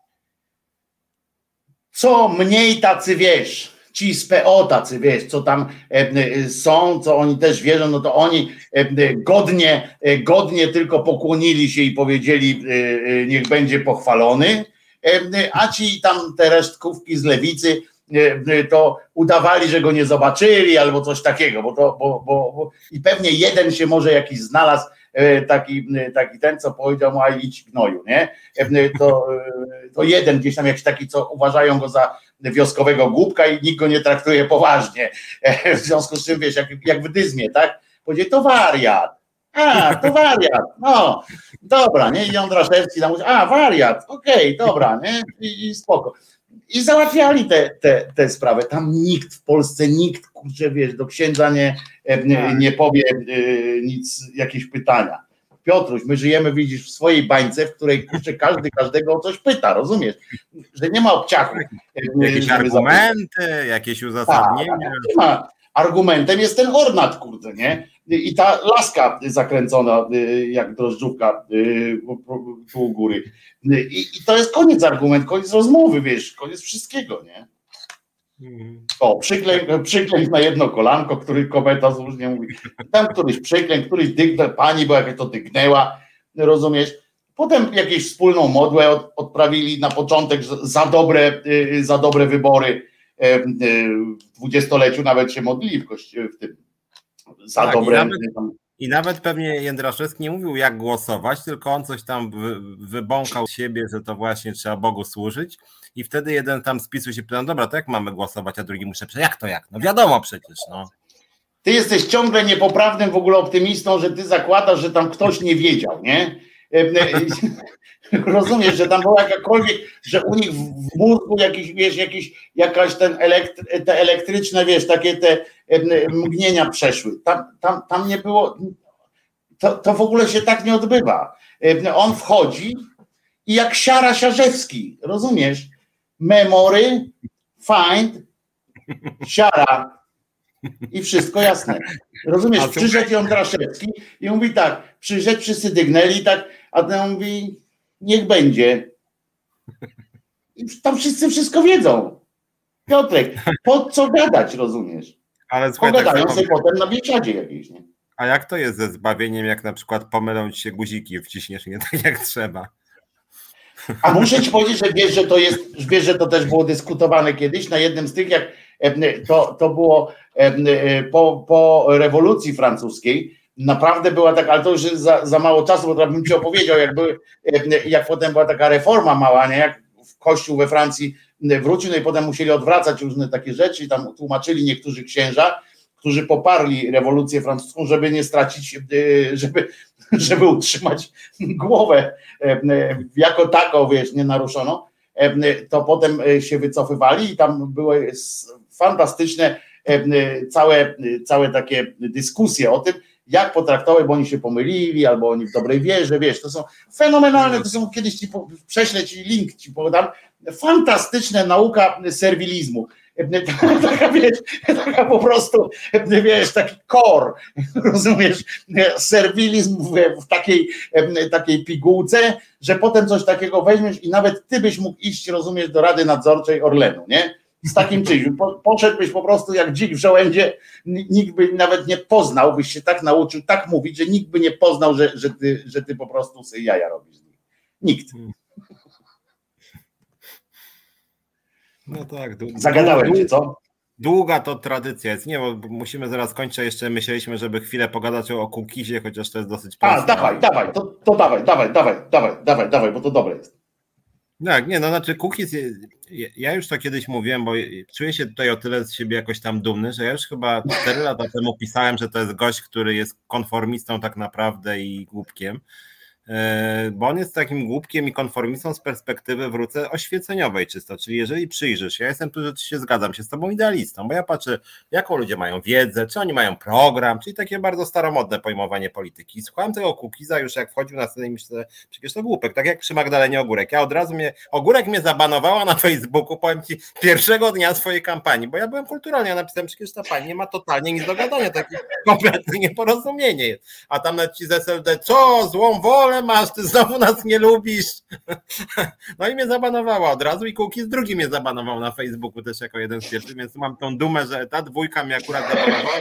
co mniej tacy, wiesz, ci z P O tacy, wiesz, co tam e, są, co oni też wierzą, no to oni e, godnie, e, godnie tylko pokłonili się i powiedzieli, e, niech będzie pochwalony, e, a ci tam te resztkówki z lewicy e, to udawali, że go nie zobaczyli albo coś takiego, bo to, bo, bo, bo i pewnie jeden się może jakiś znalazł, Taki, taki ten, co powiedział mu, a idź gnoju, nie? To, to jeden gdzieś tam jakiś taki, co uważają go za wioskowego głupka i nikt go nie traktuje poważnie. W związku z czym, wiesz, jak, jak w dyzmie, tak? Powiedzieli, to wariat. A, to wariat. No, dobra, nie? I Jędraszewski tam mówi, a, wariat, okej, okay, dobra, nie? I, i spoko. I załatwiali te, te, te sprawy. Tam nikt w Polsce, nikt, kurczę, wiesz, do księdza nie, nie, nie powie nic, jakieś pytania. Piotruś, my żyjemy, widzisz, w swojej bańce, w której, kurczę, każdy każdego o coś pyta, rozumiesz? Że nie ma obciachu. Jakieś argumenty, zapytać. Jakieś uzasadnienia. Nie ma. Argumentem jest ten ornat, kurde, nie? I ta laska zakręcona, jak drożdżówka tu u góry. I, I to jest koniec argument, koniec rozmowy, wiesz, koniec wszystkiego, nie? O, przyklęk, przyklęk na jedno kolanko, który kobieta różnie mówi. Tam któryś przyklęk, któryś dygnął, pani, bo jakaś to dygnęła, rozumiesz? Potem jakąś wspólną modłę od, odprawili na początek za dobre, za dobre wybory. W dwudziestoleciu nawet się modlili w kościele, w tym za tak, dobre. I nawet, I nawet pewnie Jędraszewski nie mówił, jak głosować, tylko on coś tam wy, wybąkał z siebie, że to właśnie trzeba Bogu służyć. I wtedy jeden tam z PiSu się pytał, dobra, to jak mamy głosować, a drugi muszę, jak to jak? No wiadomo przecież, no. Ty jesteś ciągle niepoprawnym w ogóle optymistą, że ty zakładasz, że tam ktoś nie wiedział, nie? Rozumiesz, że tam była jakakolwiek, że u nich w mózgu jakiś, wiesz, jakiś, jakaś ten elektry, te elektryczne, wiesz, takie te mgnienia przeszły. Tam, tam, tam nie było, to, to w ogóle się tak nie odbywa. On wchodzi i jak Siara Siarzewski, rozumiesz? Memory, find, Siara i wszystko jasne. Rozumiesz? Przyszedł Jądraszewski i mówi tak, przyszedł, wszyscy dygnęli tak, a ten mówi, niech będzie. I tam wszyscy wszystko wiedzą. Piotrek, po co gadać, rozumiesz? Ale słuchaj, pogadają tak sobie potem na biesiadzie jakiejś, nie? A jak to jest ze zbawieniem, jak na przykład pomylą ci się guziki, wciśniesz nie tak jak trzeba? A muszę ci powiedzieć, że wiesz, że to jest, wiesz, że to też było dyskutowane kiedyś na jednym z tych, jak to, to było po, po rewolucji francuskiej, naprawdę była tak, ale to już jest za, za mało czasu, bo bym ci opowiedział, jak, były, jak potem była taka reforma mała, nie? Jak Kościół we Francji wrócił, no i potem musieli odwracać różne takie rzeczy i tam tłumaczyli niektórzy księża, którzy poparli rewolucję francuską, żeby nie stracić, żeby, żeby utrzymać głowę jako taką, wiesz, nie naruszoną, to potem się wycofywali i tam były fantastyczne całe, całe takie dyskusje o tym, jak potraktować, bo oni się pomylili, albo oni w dobrej wierze, wiesz, to są fenomenalne, to są, kiedyś ci po, prześlę ci link, ci podam, fantastyczna nauka serwilizmu. Taka, wiesz, taka po prostu, wiesz, taki core, rozumiesz, serwilizm w, w takiej, takiej pigułce, że potem coś takiego weźmiesz i nawet ty byś mógł iść, rozumiesz, do Rady Nadzorczej Orlenu, nie? Z takim czymś. Po, poszedłbyś po prostu jak dzik w żołędzie, nikt by nawet nie poznał, byś się tak nauczył, tak mówić, że nikt by nie poznał, że, że, ty, że ty po prostu sobie jaja robisz. Nikt. No tak. Zagadałem cię, co? Długa to tradycja jest, nie, bo musimy zaraz kończyć, jeszcze myśleliśmy, żeby chwilę pogadać o Kukizie, chociaż to jest dosyć proste. A, dawaj, dawaj, to, to dawaj, dawaj, dawaj, dawaj, dawaj, dawaj, bo to dobre jest. Tak, nie, no znaczy Kukiz, ja już to kiedyś mówiłem, bo czuję się tutaj o tyle z siebie jakoś tam dumny, że ja już chyba cztery lata temu pisałem, że to jest gość, który jest konformistą tak naprawdę i głupkiem, bo on jest takim głupkiem i konformistą z perspektywy, wrócę, oświeceniowej czysto, czyli jeżeli przyjrzysz, ja jestem tu rzeczywiście, zgadzam się z tobą, idealistą, bo ja patrzę, jaką ludzie mają wiedzę, czy oni mają program, czyli takie bardzo staromodne pojmowanie polityki. Słuchałem tego Kukiza już jak wchodził na scenę i myślę, przecież to głupek, tak jak przy Magdalenie Ogórek. Ja od razu mnie, Ogórek mnie zabanowała na Facebooku, powiem ci, pierwszego dnia swojej kampanii, bo ja byłem kulturalnie, ja napisałem, przecież ta pani nie ma totalnie nic do gadania, takie kompletne nieporozumienie jest. A tam nawet ci z S L D, co, złą wolę masz, ty znowu nas nie lubisz. No i mnie zabanowała od razu i Kukiz drugi mnie zabanował na Facebooku też jako jeden z pierwszych, więc mam tą dumę, że ta dwójka mnie akurat zabanowała.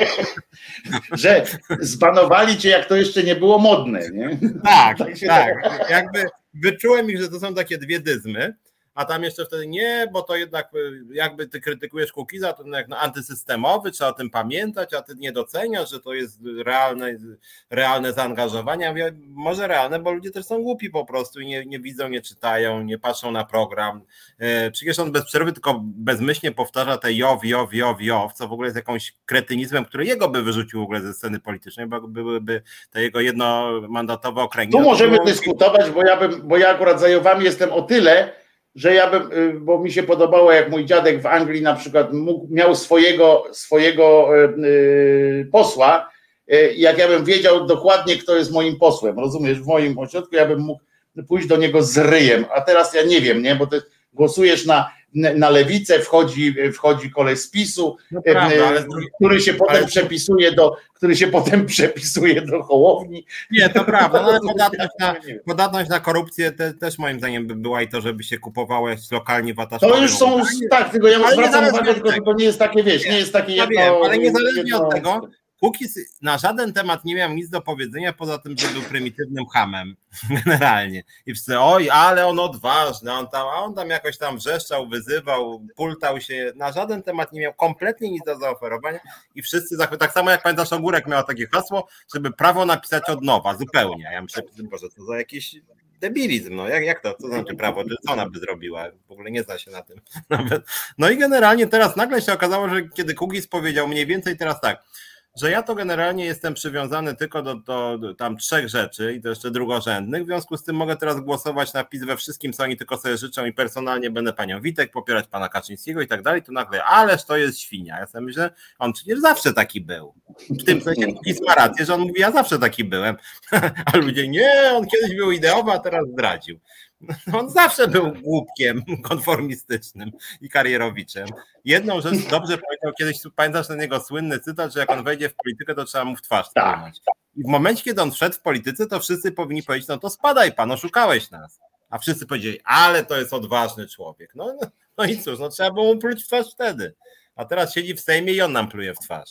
Że zbanowali cię, jak to jeszcze nie było modne, nie? Tak, tak. tak. Jakby wyczułem ich, że to są takie dwie dyzmy, a tam jeszcze wtedy nie, bo to jednak jakby ty krytykujesz Kukiza, to jak no, antysystemowy, trzeba o tym pamiętać, a ty nie doceniasz, że to jest realne, realne zaangażowanie. Ja mówię, może realne, bo ludzie też są głupi po prostu i nie, nie widzą, nie czytają, nie patrzą na program. Przecież on bez przerwy tylko bezmyślnie powtarza te jow, jow, jow, jow, co w ogóle jest jakąś kretynizmem, który jego by wyrzucił w ogóle ze sceny politycznej, bo byłyby te jego jednomandatowe okręgi. Tu no możemy było... dyskutować, bo ja, bym, bo ja akurat za Jowami jestem o tyle, że ja bym, bo mi się podobało, jak mój dziadek w Anglii na przykład mógł, miał swojego, swojego yy, posła, yy, jak ja bym wiedział dokładnie, kto jest moim posłem, rozumiesz, w moim ośrodku, ja bym mógł pójść do niego z ryjem, a teraz ja nie wiem, nie, bo ty głosujesz na, na lewicę, wchodzi, wchodzi koleś z PiSu, no prawda, yy, ale... który się potem ale... przepisuje do, który się potem przepisuje do Hołowni. Nie, to prawda, no, ale podatność na, podatność na korupcję te, też moim zdaniem by była i to, żeby się kupowało lokalnie wataszkowe. To już są, tak, tylko ja zwracam uwagę, tylko tego. to nie jest takie, wiesz, nie jest takie ja jedno... wiem, ale niezależnie jedno... od tego, Kukiz na żaden temat nie miał nic do powiedzenia, poza tym, że był prymitywnym chamem, generalnie. I wszyscy, oj, ale on odważny, on tam, a on tam jakoś tam wrzeszczał, wyzywał, pultał się, na żaden temat nie miał kompletnie nic do zaoferowania i wszyscy, tak samo jak pamiętasz, Ogórek miała takie hasło, żeby prawo napisać od nowa, zupełnie. Ja myślę, Boże, co za jakiś debilizm, no jak, jak to, co znaczy prawo, co ona by zrobiła, w ogóle nie zna się na tym nawet. No i generalnie teraz nagle się okazało, że kiedy Kukiz powiedział mniej więcej teraz tak, że ja to generalnie jestem przywiązany tylko do, do, do tam trzech rzeczy i to jeszcze drugorzędnych, w związku z tym mogę teraz głosować na PiS we wszystkim, co oni tylko sobie życzą i personalnie będę panią Witek, popierać pana Kaczyńskiego i tak dalej, to nagle, ależ to jest świnia. Ja sobie myślę, on przecież zawsze taki był. W tym sensie PiS ma rację, że on mówi, ja zawsze taki byłem, a ludzie, nie, on kiedyś był ideowy, a teraz zdradził. On zawsze był głupkiem konformistycznym i karierowiczem. Jedną rzecz dobrze powiedział kiedyś, pamiętasz ten jego słynny cytat, że jak on wejdzie w politykę, to trzeba mu w twarz splunąć. I w momencie, kiedy on wszedł w polityce, to wszyscy powinni powiedzieć, no to spadaj pan, oszukałeś nas. A wszyscy powiedzieli, ale to jest odważny człowiek. No, no, no i cóż, no trzeba było mu pluć w twarz wtedy. A teraz siedzi w Sejmie i on nam pluje w twarz.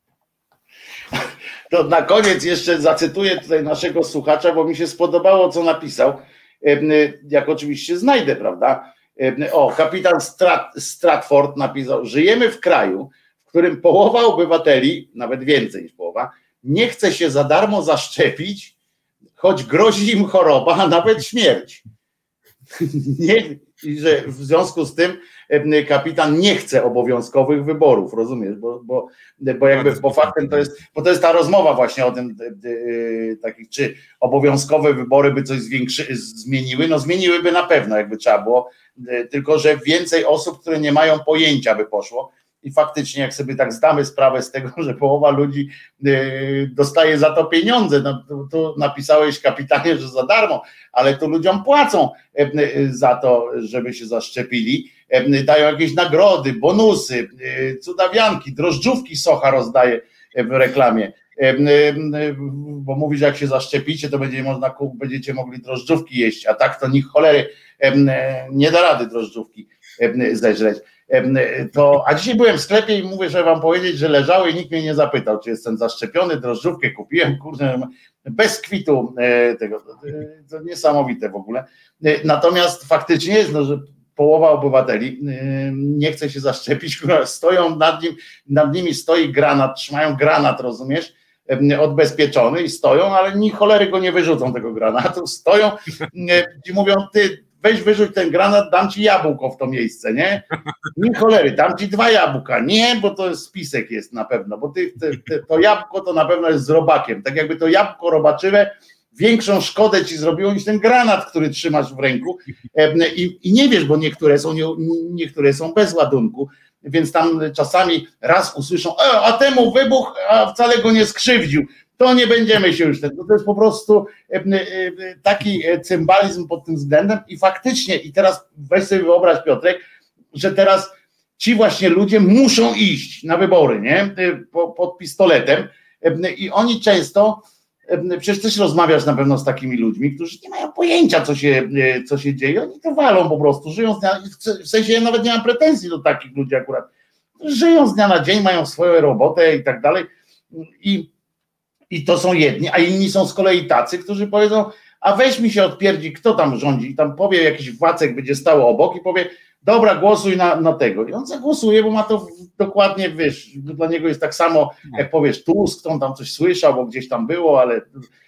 To na koniec jeszcze zacytuję tutaj naszego słuchacza, bo mi się spodobało, co napisał. Jak oczywiście znajdę, prawda? O, kapitan Strat, Stratford napisał, żyjemy w kraju, w którym połowa obywateli, nawet więcej niż połowa, nie chce się za darmo zaszczepić, choć grozi im choroba, a nawet śmierć. Nie, że w związku z tym kapitan nie chce obowiązkowych wyborów, rozumiesz? Bo, bo, bo jakby po faktem to jest, bo to jest ta rozmowa właśnie o tym, takich, czy obowiązkowe wybory by coś zwiększy, zmieniły, no zmieniłyby na pewno, jakby trzeba było, tylko że więcej osób, które nie mają pojęcia, by poszło. I faktycznie, jak sobie tak zdamy sprawę z tego, że połowa ludzi dostaje za to pieniądze, no tu, tu napisałeś, kapitanie, że za darmo, ale tu ludziom płacą za to, żeby się zaszczepili, dają jakieś nagrody, bonusy, cudawianki, drożdżówki Socha rozdaje w reklamie, bo mówi, że jak się zaszczepicie, to będzie można, będziecie mogli drożdżówki jeść, a tak to nikt cholery nie da rady drożdżówki zeżreć. To, a dzisiaj byłem w sklepie i mówię, że wam powiedzieć, że leżały i nikt mnie nie zapytał, czy jestem zaszczepiony, drożdżówkę kupiłem, kurde, bez kwitu tego, to, to niesamowite w ogóle. Natomiast faktycznie jest, no, że połowa obywateli nie chce się zaszczepić, stoją nad nim, nad nimi stoi granat, trzymają granat, rozumiesz, odbezpieczony i stoją, ale ni cholery go nie wyrzucą tego granatu, stoją i mówią, ty weź wyrzuć ten granat, dam ci jabłko w to miejsce, nie? Nie cholery, dam ci dwa jabłka. Nie, bo to spisek jest na pewno, bo ty, ty, ty, to jabłko to na pewno jest z robakiem. Tak jakby to jabłko robaczywe większą szkodę ci zrobiło niż ten granat, który trzymasz w ręku. I, i nie wiesz, bo niektóre są, nie, niektóre są bez ładunku, więc tam czasami raz usłyszą, e, a temu wybuch, a wcale go nie skrzywdził. To nie będziemy się już, to jest po prostu taki cymbalizm pod tym względem i faktycznie, i teraz weź sobie wyobraź, Piotrek, że teraz ci właśnie ludzie muszą iść na wybory, nie, pod pistoletem i oni często, przecież też rozmawiasz na pewno z takimi ludźmi, którzy nie mają pojęcia, co się, co się dzieje, oni to walą po prostu, żyją z dnia, w sensie ja nawet nie mam pretensji do takich ludzi akurat, żyją z dnia na dzień, mają swoją robotę i tak dalej i I to są jedni, a inni są z kolei tacy, którzy powiedzą, a weź mi się odpierdzi, kto tam rządzi, i tam powie, jakiś Wacek będzie stał obok i powie, dobra, głosuj na, na tego. I on zagłosuje, bo ma to dokładnie, wiesz, dla niego jest tak samo, jak powiesz Tusk, on tam coś słyszał, bo gdzieś tam było, ale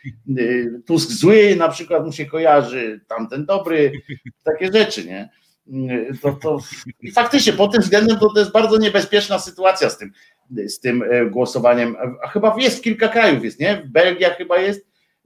y, Tusk zły na przykład mu się kojarzy, tamten dobry, takie rzeczy, nie? To, to, i faktycznie pod tym względem to, to jest bardzo niebezpieczna sytuacja z tym, z tym głosowaniem, a chyba jest w kilka krajów, jest, nie? Belgia chyba jest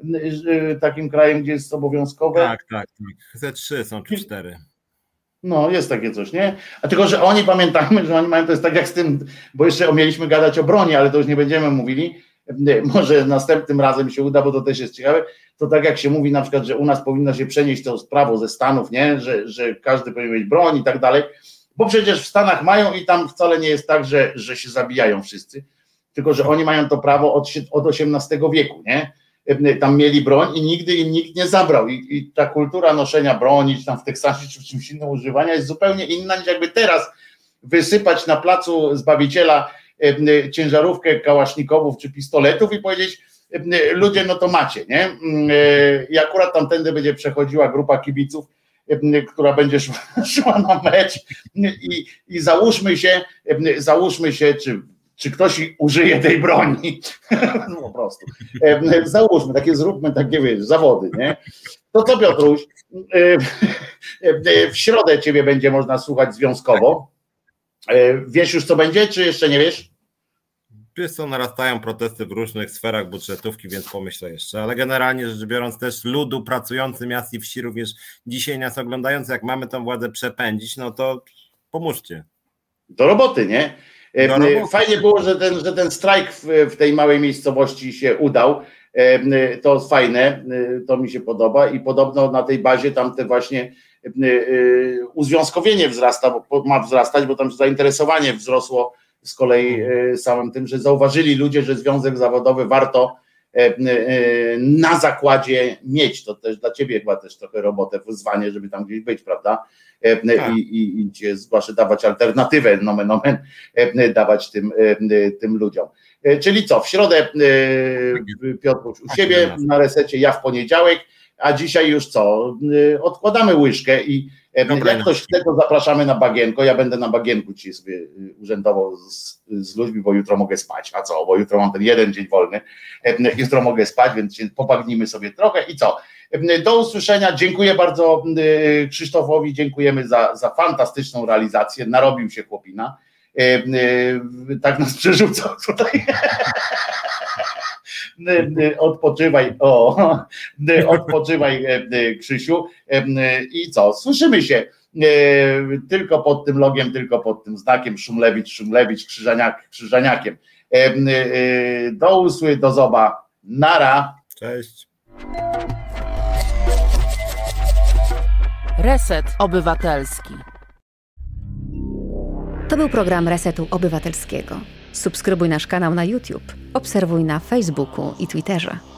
takim krajem, gdzie jest obowiązkowe. Tak, tak, tak. Ze trzy są czy cztery. No, jest takie coś, nie? A tylko, że oni, pamiętajmy, że oni mają, to jest tak jak z tym, bo jeszcze mieliśmy gadać o broni, ale to już nie będziemy mówili, może następnym razem się uda, bo to też jest ciekawe, to tak jak się mówi na przykład, że u nas powinno się przenieść to prawo ze Stanów, nie? Że, że każdy powinien mieć broń i tak dalej, bo przecież w Stanach mają i tam wcale nie jest tak, że, że się zabijają wszyscy, tylko że oni mają to prawo od, od osiemnastego wieku, nie? Tam mieli broń i nigdy im nikt nie zabrał i, i ta kultura noszenia broni, czy tam w Teksasie, czy w czymś innym używania jest zupełnie inna niż jakby teraz wysypać na placu Zbawiciela ciężarówkę kałasznikowów czy pistoletów i powiedzieć, ludzie, no to macie, nie? I akurat tamtędy będzie przechodziła grupa kibiców, która będzie szła, szła na mecz i, i załóżmy się, załóżmy się, czy, czy ktoś użyje tej broni, no po prostu, załóżmy, takie zróbmy takie, wiesz, zawody, nie? To co, Piotruś, w środę ciebie będzie można słuchać związkowo, wiesz już co będzie, czy jeszcze nie wiesz? Wiesz co, narastają protesty w różnych sferach budżetówki, więc pomyślę jeszcze, ale generalnie rzecz biorąc też ludu pracujący miast i wsi, również dzisiaj nas oglądający, jak mamy tą władzę przepędzić, no to pomóżcie. Do roboty, nie? Do roboty. Fajnie było, że ten, że ten strajk w, w tej małej miejscowości się udał. To fajne, to mi się podoba i podobno na tej bazie tam te właśnie uzwiązkowienie wzrasta, bo ma wzrastać, bo tam zainteresowanie wzrosło z kolei samym tym, że zauważyli ludzie, że związek zawodowy warto na zakładzie mieć. To też dla ciebie chyba też trochę robotę, wyzwanie, żeby tam gdzieś być, prawda? Tak. I, i, i cię zwłaszcza dawać alternatywę, nomen omen, dawać tym, tym ludziom. Czyli co, w środę Piotruś u siebie na resecie, ja w poniedziałek, a dzisiaj już co, odkładamy łyżkę i Dobra, jak ktoś chce, to zapraszamy na bagienko, ja będę na bagienku dzisiaj sobie urzędował z, z ludźmi, bo jutro mogę spać, a co, bo jutro mam ten jeden dzień wolny, jutro mogę spać, więc się pobagnimy sobie trochę i co, do usłyszenia, dziękuję bardzo Krzysztofowi, dziękujemy za, za fantastyczną realizację, narobił się chłopina, tak nas przerzucał tutaj. Odpoczywaj, o, odpoczywaj Krzysiu i co, słyszymy się tylko pod tym logiem, tylko pod tym znakiem Szumlewicz, Szumlewicz, Krzyżaniak, Krzyżaniakiem. Do usły, do zoba, nara. Cześć. Reset Obywatelski. To był program Resetu Obywatelskiego. Subskrybuj nasz kanał na YouTube, obserwuj na Facebooku i Twitterze.